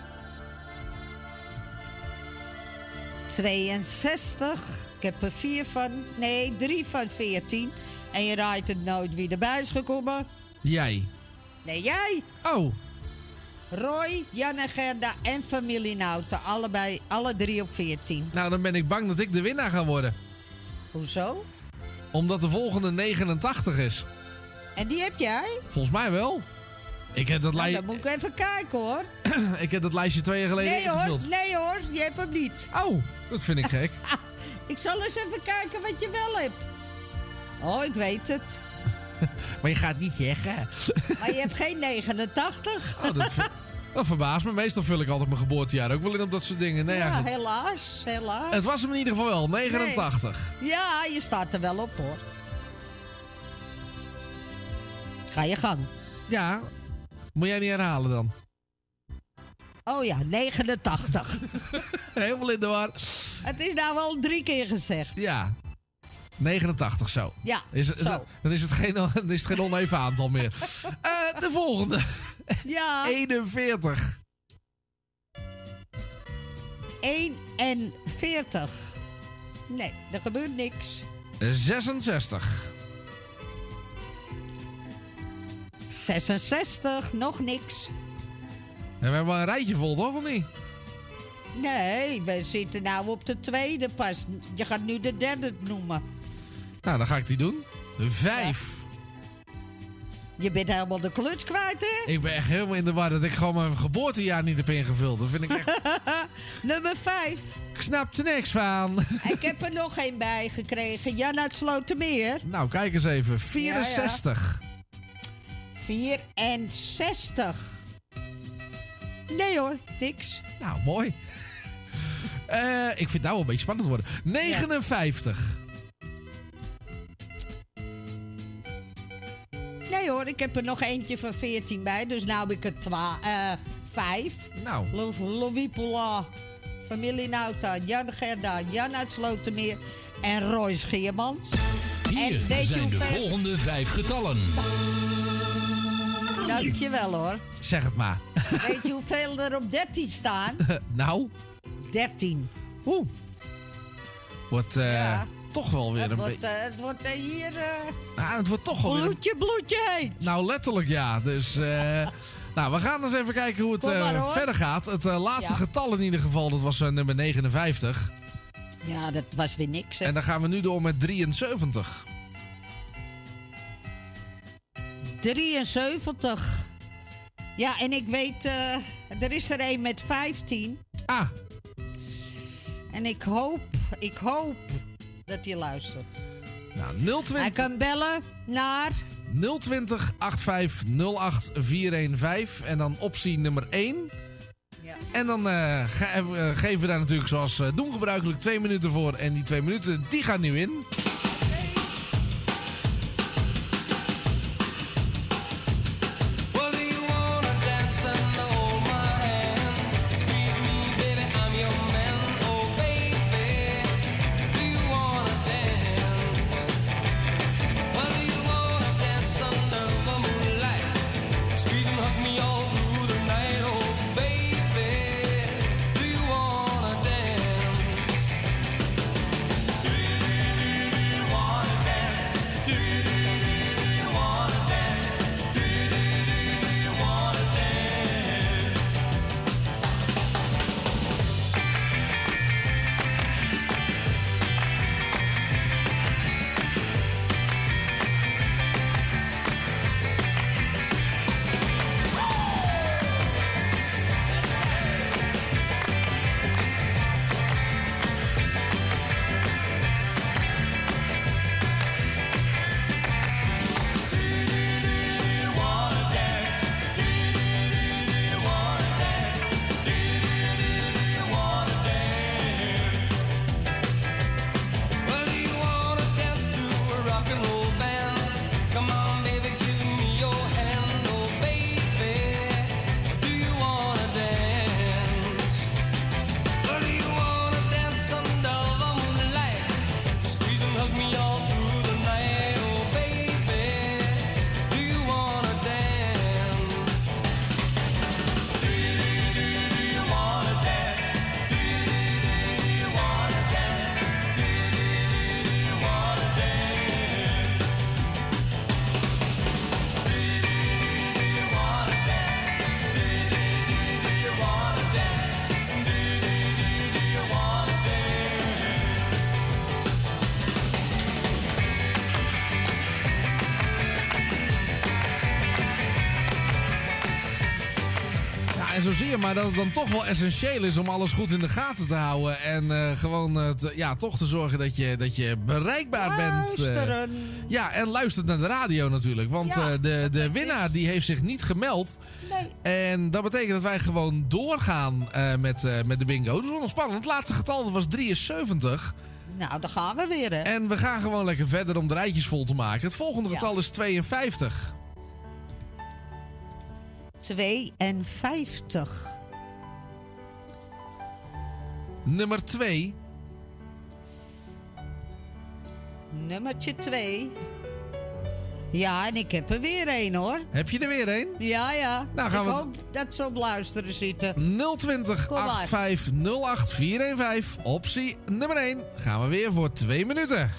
tweeënzestig. Ik heb er vier van... Nee, drie van veertien. En je raadt het nooit wie erbij is gekomen. Jij. Nee, jij. Oh. Roy, Jan en Gerda en familie Nauta. Allebei, alle drie op veertien. Nou, dan ben ik bang dat ik de winnaar ga worden. Hoezo? Omdat de volgende negenentachtig is. En die heb jij? Volgens mij wel. Ik heb dat nou, lijstje... dan moet ik even kijken, hoor. Ik heb dat lijstje twee jaar geleden nee, ingevuld. Hoor, nee hoor, je hebt hem niet. Oh, dat vind ik gek. Ik zal eens even kijken wat je wel hebt. Oh, ik weet het. Maar je gaat niet zeggen. Maar je hebt geen negenentachtig. Oh, dat, ver, dat verbaast me. Meestal vul ik altijd mijn geboortejaar ook wel in op dat soort dingen. Nee, ja, eigenlijk. helaas, helaas. Het was hem in ieder geval wel, negenentachtig. Nee. Ja, je staat er wel op, hoor. Ga je gang. Ja, moet jij niet herhalen dan? Oh ja, negenentachtig. Helemaal in de war. Het is nou al drie keer gezegd. Ja, negenentachtig zo. Ja, is het, zo. Dan is het geen, dan is het geen oneven aantal meer. uh, de volgende. Ja. eenenveertig. eenenveertig. Nee, er gebeurt niks. zesenzestig. zesenzestig, nog niks. En we hebben wel een rijtje vol, toch, of niet? Nee, we zitten nou op de tweede pas. Je gaat nu de derde noemen. Nou, dan ga ik die doen. Vijf. Je bent helemaal de kluts kwijt, hè? Ik ben echt helemaal in de war dat ik gewoon mijn geboortejaar niet heb ingevuld. Dat vind ik echt... Nummer vijf. Ik snap er niks van. Ik heb er nog één bij gekregen. Jan uit Slotermeer. Nou, kijk eens even. vierenzestig. Ja, ja. vierenzestig. Nee hoor, niks. Nou, mooi. uh, ik vind het nou wel een beetje spannend worden. negenenvijftig. Nee hoor, ik heb er nog eentje van veertien bij. Dus nou heb ik er twa- uh, vijf. Nou. Louis Poula, familie Nauta, Jan Gerda, Jan uit Slotermeer en Roy Scheermans. Hier en zijn de ver... volgende vijf getallen. Dankjewel hoor. Zeg het maar. Weet je hoeveel er op dertien staan? Nou? dertien. Oeh. Wordt uh, ja. toch wel weer het een wordt, beetje... Uh, het wordt uh, hier... Uh, ah, het wordt toch wel weer... Bloedje, bloedje heet. Nou, letterlijk ja. Dus... Uh, nou, we gaan eens even kijken hoe het uh, verder gaat. Het uh, laatste ja. getal in ieder geval, dat was uh, nummer negenenvijftig. Ja, dat was weer niks. Hè? En dan gaan we nu door met drieënzeventig. drieënzeventig. Ja, en ik weet, uh, er is er een met vijftien. Ah. En ik hoop, ik hoop dat hij luistert. Nou, nul twintig. Hij kan bellen naar... nul twintig, achtenvijftig, nul acht, vierhonderdvijftig. En dan optie nummer één. Ja. En dan uh, ge- uh, geven we daar natuurlijk zoals uh, doen gebruikelijk twee minuten voor. En die twee minuten, die gaan nu in. En zo zie je maar dat het dan toch wel essentieel is om alles goed in de gaten te houden. En uh, gewoon uh, te, ja, toch te zorgen dat je, dat je bereikbaar Luisteren. bent. Uh, ja, en luistert naar de radio natuurlijk. Want ja, uh, de, de winnaar die heeft zich niet gemeld. Nee. En dat betekent dat wij gewoon doorgaan uh, met, uh, met de bingo. Dat is wel spannend. Het laatste getal dat was drieënzeventig. Nou, dan gaan we weer, hè. En we gaan gewoon lekker verder om de rijtjes vol te maken. Het volgende getal ja. is tweeënvijftig. tweeënvijftig. Nummer twee. Nummertje twee. Ja, en ik heb er weer één, hoor. Heb je er weer één? Ja, ja. Nou, gaan ik we... hoop dat ze op luisteren zitten. nul twintig, achtenvijftig, nul acht, vierhonderdvijftig. Optie nummer één. Gaan we weer voor twee minuten.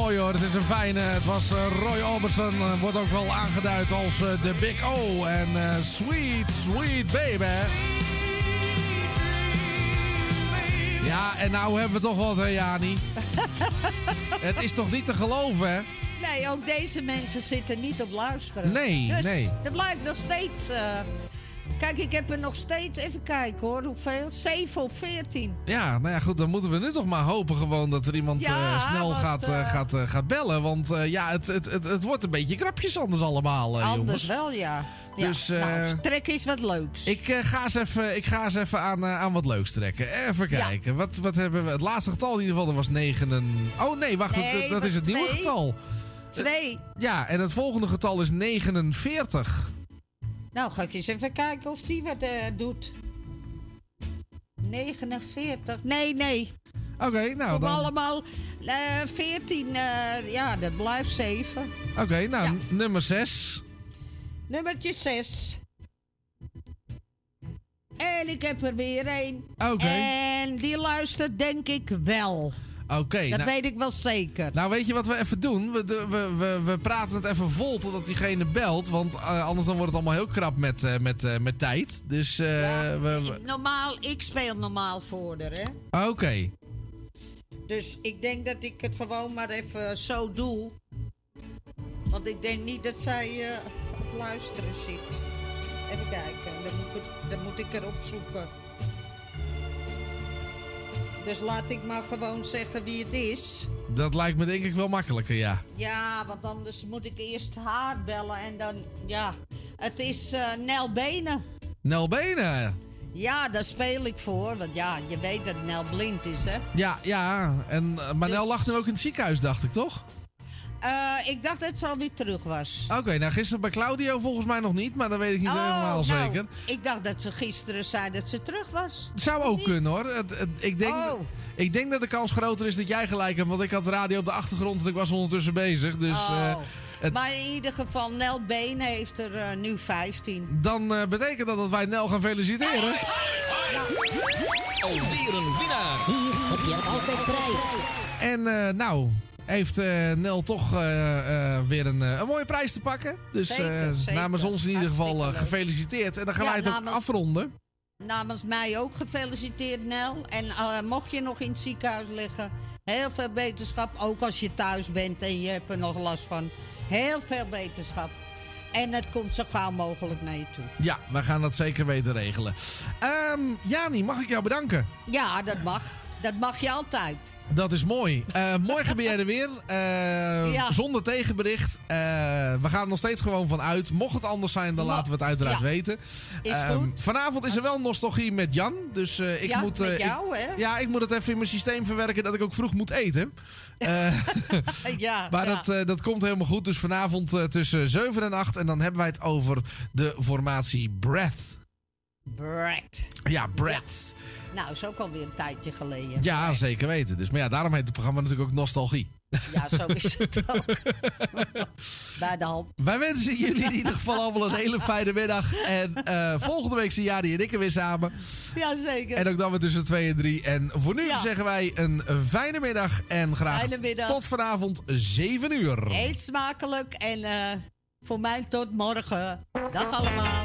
mooi hoor, het is een fijne. Het was uh, Roy Orbison, uh, wordt ook wel aangeduid als uh, de Big O. En uh, Sweet, Sweet Baby. Ja, en nou hebben we toch wat, hè, Jani? Het is toch niet te geloven, hè? Nee, ook deze mensen zitten niet op luisteren. Nee, dus nee. er blijft nog steeds... Uh, kijk, ik heb er nog steeds... Even kijken hoor, hoeveel? zeven op veertien. Ja, nou ja, goed, dan moeten we nu toch maar hopen gewoon dat er iemand Ja, uh, snel want, gaat, uh, uh, gaat, uh, gaat bellen. Want uh, ja, het, het, het, het wordt een beetje krapjes anders allemaal, uh, Anders jongens. wel, ja. Ja, Dus, uh, nou, trek eens wat leuks. Ik, uh, ga eens even, ik ga eens even aan, uh, aan wat leuks trekken. Even kijken. Wat, wat hebben we? Het laatste getal in ieder geval, dat was negen. En... Oh nee, wacht, Nee, dat, dat is het twee. nieuwe getal. Twee. Uh, ja, en het volgende getal is negenenveertig. Nou, ga ik eens even kijken of die wat uh, doet. negenenveertig. Nee, nee. Oké, okay, nou Kom dan... allemaal uh, veertien. Uh, ja, dat blijft zeven. Oké, okay, nou, ja. n- nummer zes. Nummertje zes. En ik heb er weer één. Oké. Okay. En die luistert denk ik wel. Oké. Okay, dat nou, weet ik wel zeker. Nou, weet je wat we even doen? We, de, we, we, we praten het even vol totdat diegene belt. Want uh, anders dan wordt het allemaal heel krap met, uh, met, uh, met tijd. Dus uh, ja, we, we... normaal, ik speel normaal voor haar, hè. Oké. Okay. Dus ik denk dat ik het gewoon maar even zo doe. Want ik denk niet dat zij uh, op luisteren zit. Even kijken, dan moet, ik, dan moet ik erop zoeken. Dus laat ik maar gewoon zeggen wie het is. Dat lijkt me denk ik wel makkelijker, ja. Ja, want anders moet ik eerst haar bellen en dan, ja. Het is uh, Nel Benen. Nel Benen? Ja, daar speel ik voor. Want ja, je weet dat Nel blind is, hè? Ja, ja. En, uh, maar dus... Nel lag nu ook in het ziekenhuis, dacht ik, toch? Uh, ik dacht dat ze alweer terug was. Oké, okay, nou gisteren bij Claudio volgens mij nog niet, maar dat weet ik niet oh, helemaal nou, zeker. Ik dacht dat ze gisteren zei dat ze terug was. Zou ook kunnen hoor. Het, het, ik, denk, oh. ik denk dat de kans groter is dat jij gelijk hebt, want ik had de radio op de achtergrond en ik was ondertussen bezig. Dus, oh. uh, het... Maar in ieder geval, Nel Benen heeft er uh, nu vijftien. Dan uh, betekent dat dat wij Nel gaan feliciteren. Ja. Alweer een winnaar. Hier heb je altijd prijs. En uh, nou... heeft uh, Nel toch uh, uh, weer een, uh, een mooie prijs te pakken. Dus zeker, uh, zeker. namens ons in ieder geval uh, gefeliciteerd. En dan gaan ja, wij het namens, ook afronden. Namens mij ook gefeliciteerd, Nel. En uh, mocht je nog in het ziekenhuis liggen, heel veel beterschap. Ook als je thuis bent en je hebt er nog last van. Heel veel beterschap. En het komt zo gauw mogelijk naar je toe. Ja, wij gaan dat zeker weten regelen. Um, Jani, mag ik jou bedanken? Ja, dat mag. Dat mag je altijd. Dat is mooi. Uh, morgen ben jij er weer. Uh, ja. Zonder tegenbericht. Uh, we gaan er nog steeds gewoon van uit. Mocht het anders zijn, dan Mo- laten we het uiteraard ja. weten. Is uh, goed. Vanavond is er wel nostalgie met Jan. Dus uh, ik ja, moet... Uh, met jou, ik, hè? Ja, ik moet het even in mijn systeem verwerken dat ik ook vroeg moet eten. Uh, ja, maar ja. Dat, uh, dat komt helemaal goed. Dus vanavond uh, tussen zeven en acht. En dan hebben wij het over de formatie Breath. Breath. Ja, Breath. Ja. Nou, is ook alweer een tijdje geleden. Ja, maar... zeker weten. Dus, maar ja, daarom heet het programma natuurlijk ook Nostalgie. Ja, zo is het ook. Bij de hand. Wij wensen jullie in ieder geval allemaal een hele fijne middag. En uh, volgende week zijn Jari en ik er weer samen. Ja, zeker. En ook dan weer tussen twee en drie. En voor nu ja. zeggen wij een fijne middag. En graag tot vanavond zeven uur. Eet smakelijk. En uh, voor mij tot morgen. Dag allemaal.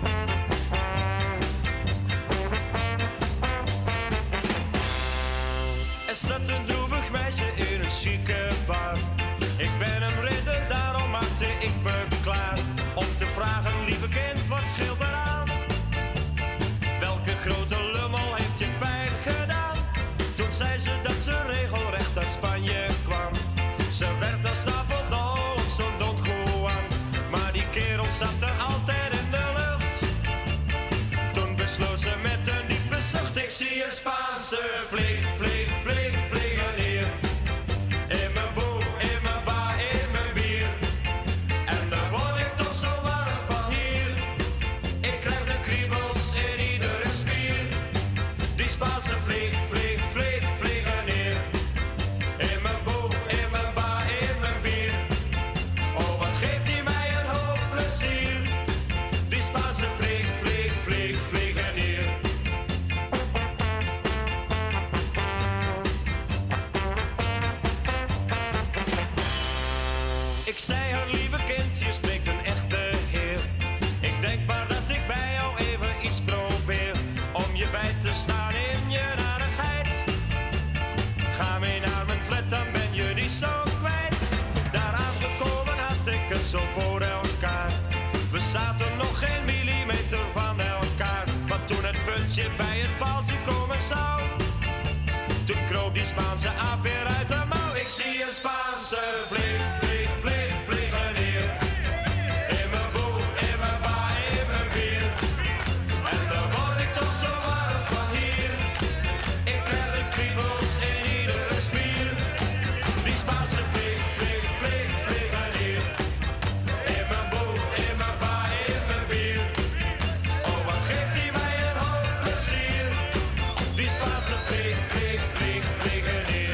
Er zat een droevig meisje in een chique bar. Ik ben een ridder, daarom maakte ik me klaar. Om te vragen, lieve kind, wat scheelt eraan? Welke grote lummel heeft je pijn gedaan? Toen zei ze dat ze regelrecht uit Spanje kwam. Ze werd als stapeldol op zo'n Don Juan. Maar die kerel zat er altijd in de lucht. Toen besloot ze met een diepe zucht. Ik zie een Spaanse vlieg, vlieg, vlieg, vliegen hier. In mijn boe, in mijn ba, in mijn bier. En daar word ik toch zo warm van hier. Ik krijg de kriebels in iedere spier. Die Spaanse vlieg, vlieg, vlieg, vliegen neer. In mijn boe, in mijn ba, in mijn bier. Oh, wat geeft die mij een hoop plezier. zo voor elkaar. We zaten nog geen millimeter van elkaar. Maar toen het puntje bij het paaltje komen zou, toen kroop die Spaanse aap weer uit de mouw. Ik zie een Spaanse vlieg, vlieg, vlieg, vliegen hier. In mijn boel, in mijn baai, in mijn bier. En dan word ik toch zo warm van hier. Ik krijg de kriebels in iedere spier. Die Spaanse vlieg, vlieg, vlieg, vliegen hier. In mijn boel, in mijn baai, in mijn bier. Oh, wat geeft hij mij een hoop plezier. Die Spaanse vlieg, vlieg, vlieg, vliegen hier.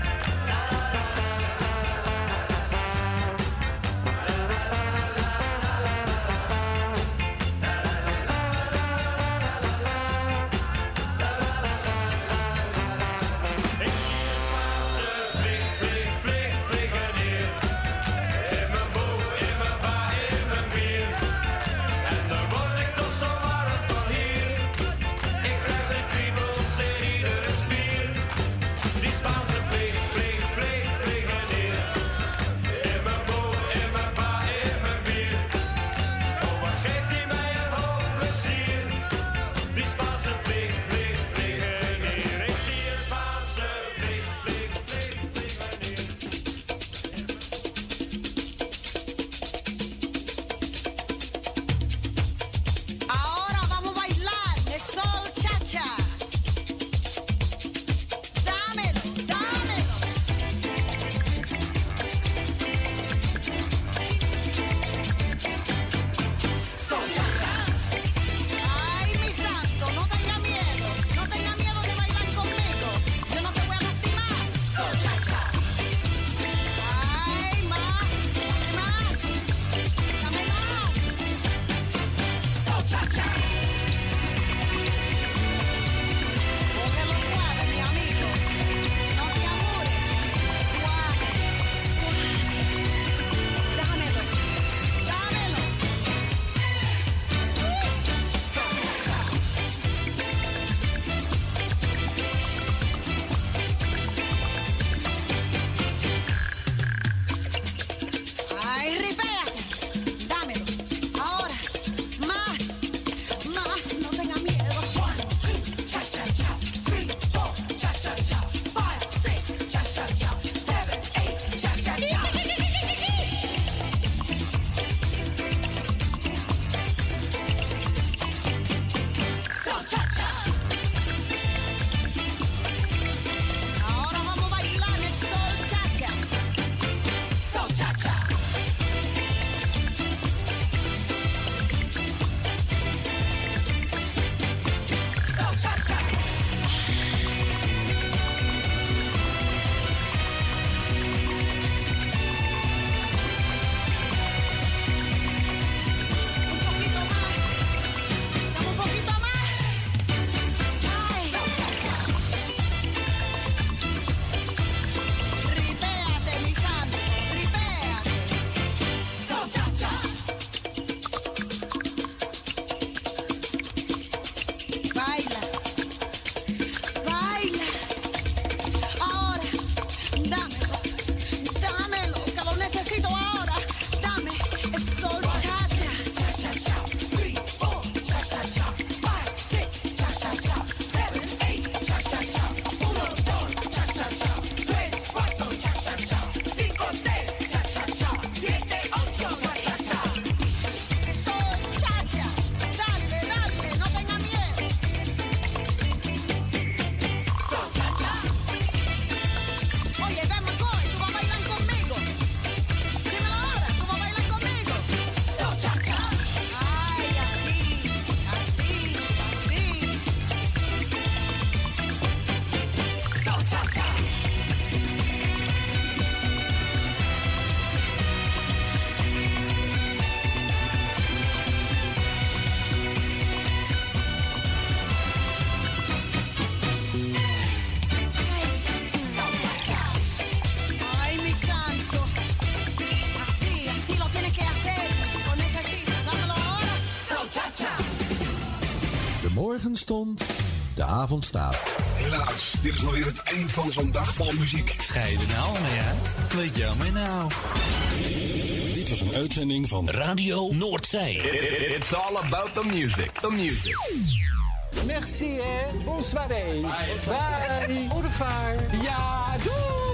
Ahora vamos a bailar de sol cha-cha. Dámelo, dámelo. Sol cha-cha. Ay, mi santo, no tenga miedo. No tenga miedo de bailar conmigo. Yo no te voy a lastimar. Sol cha-cha. Ay, más, dame más. Dame más. Sol cha-cha. Cógelo suave, mi amigo. No te amores. Suave, suave. Dámelo, dámelo. Sol cha-cha. Ay, ripéate. Dámelo. Ahora. Más. Más. No tenga miedo. One, two, cha, cha, cha. Three, four, cha, cha, cha. Five, six, cha, cha, cha. Seven, eight, cha, cha, cha. Sol cha-cha. Ahora vamos a bailar el sol cha-cha. Sol cha-cha. Sol cha-cha. Un poquito más. Dame un poquito más. Ay. Sol cha-cha. Ripéate, mi santo. Ripéate. Sol cha-cha. Baila, baila. Ahora, dámelo, dámelo, que lo necesito ahora. Dame el sol cha-cha. Cha-cha-cha. Three, four, cha-cha-cha. Five, six, cha-cha-cha. Seven, eight, cha-cha-cha. Uno, dos, cha-cha-cha. Tres, cuatro, cha-cha-cha. Cinco, seis, cha-cha-cha. Siete, ocho, cha-cha-cha. Sol cha-cha. Dale, dale, no tenga miedo. Sol cha-cha. Oye, ven, McCoy, tú vas a bailar conmigo. Dímelo ahora, tú vas a bailar conmigo. Sol cha-cha. Ay, así, así, así. Sol cha-cha. Sol cha-cha. Ay, mi santo. Así, así lo tienes que hacer. Lo necesitas. Dámelo ahora. Sol cha-cha. De morgen stond, de avond staat. Helaas, dit is alweer het eind van zo'n dag vol muziek. Scheiden nou mee, hè? Weet je mij nou? Dit was was een uitzending van Radio Noordzij. It's all about the music. The music. Merci, hè. Bonsoiré. Bye. Au revoir. Ja, doei.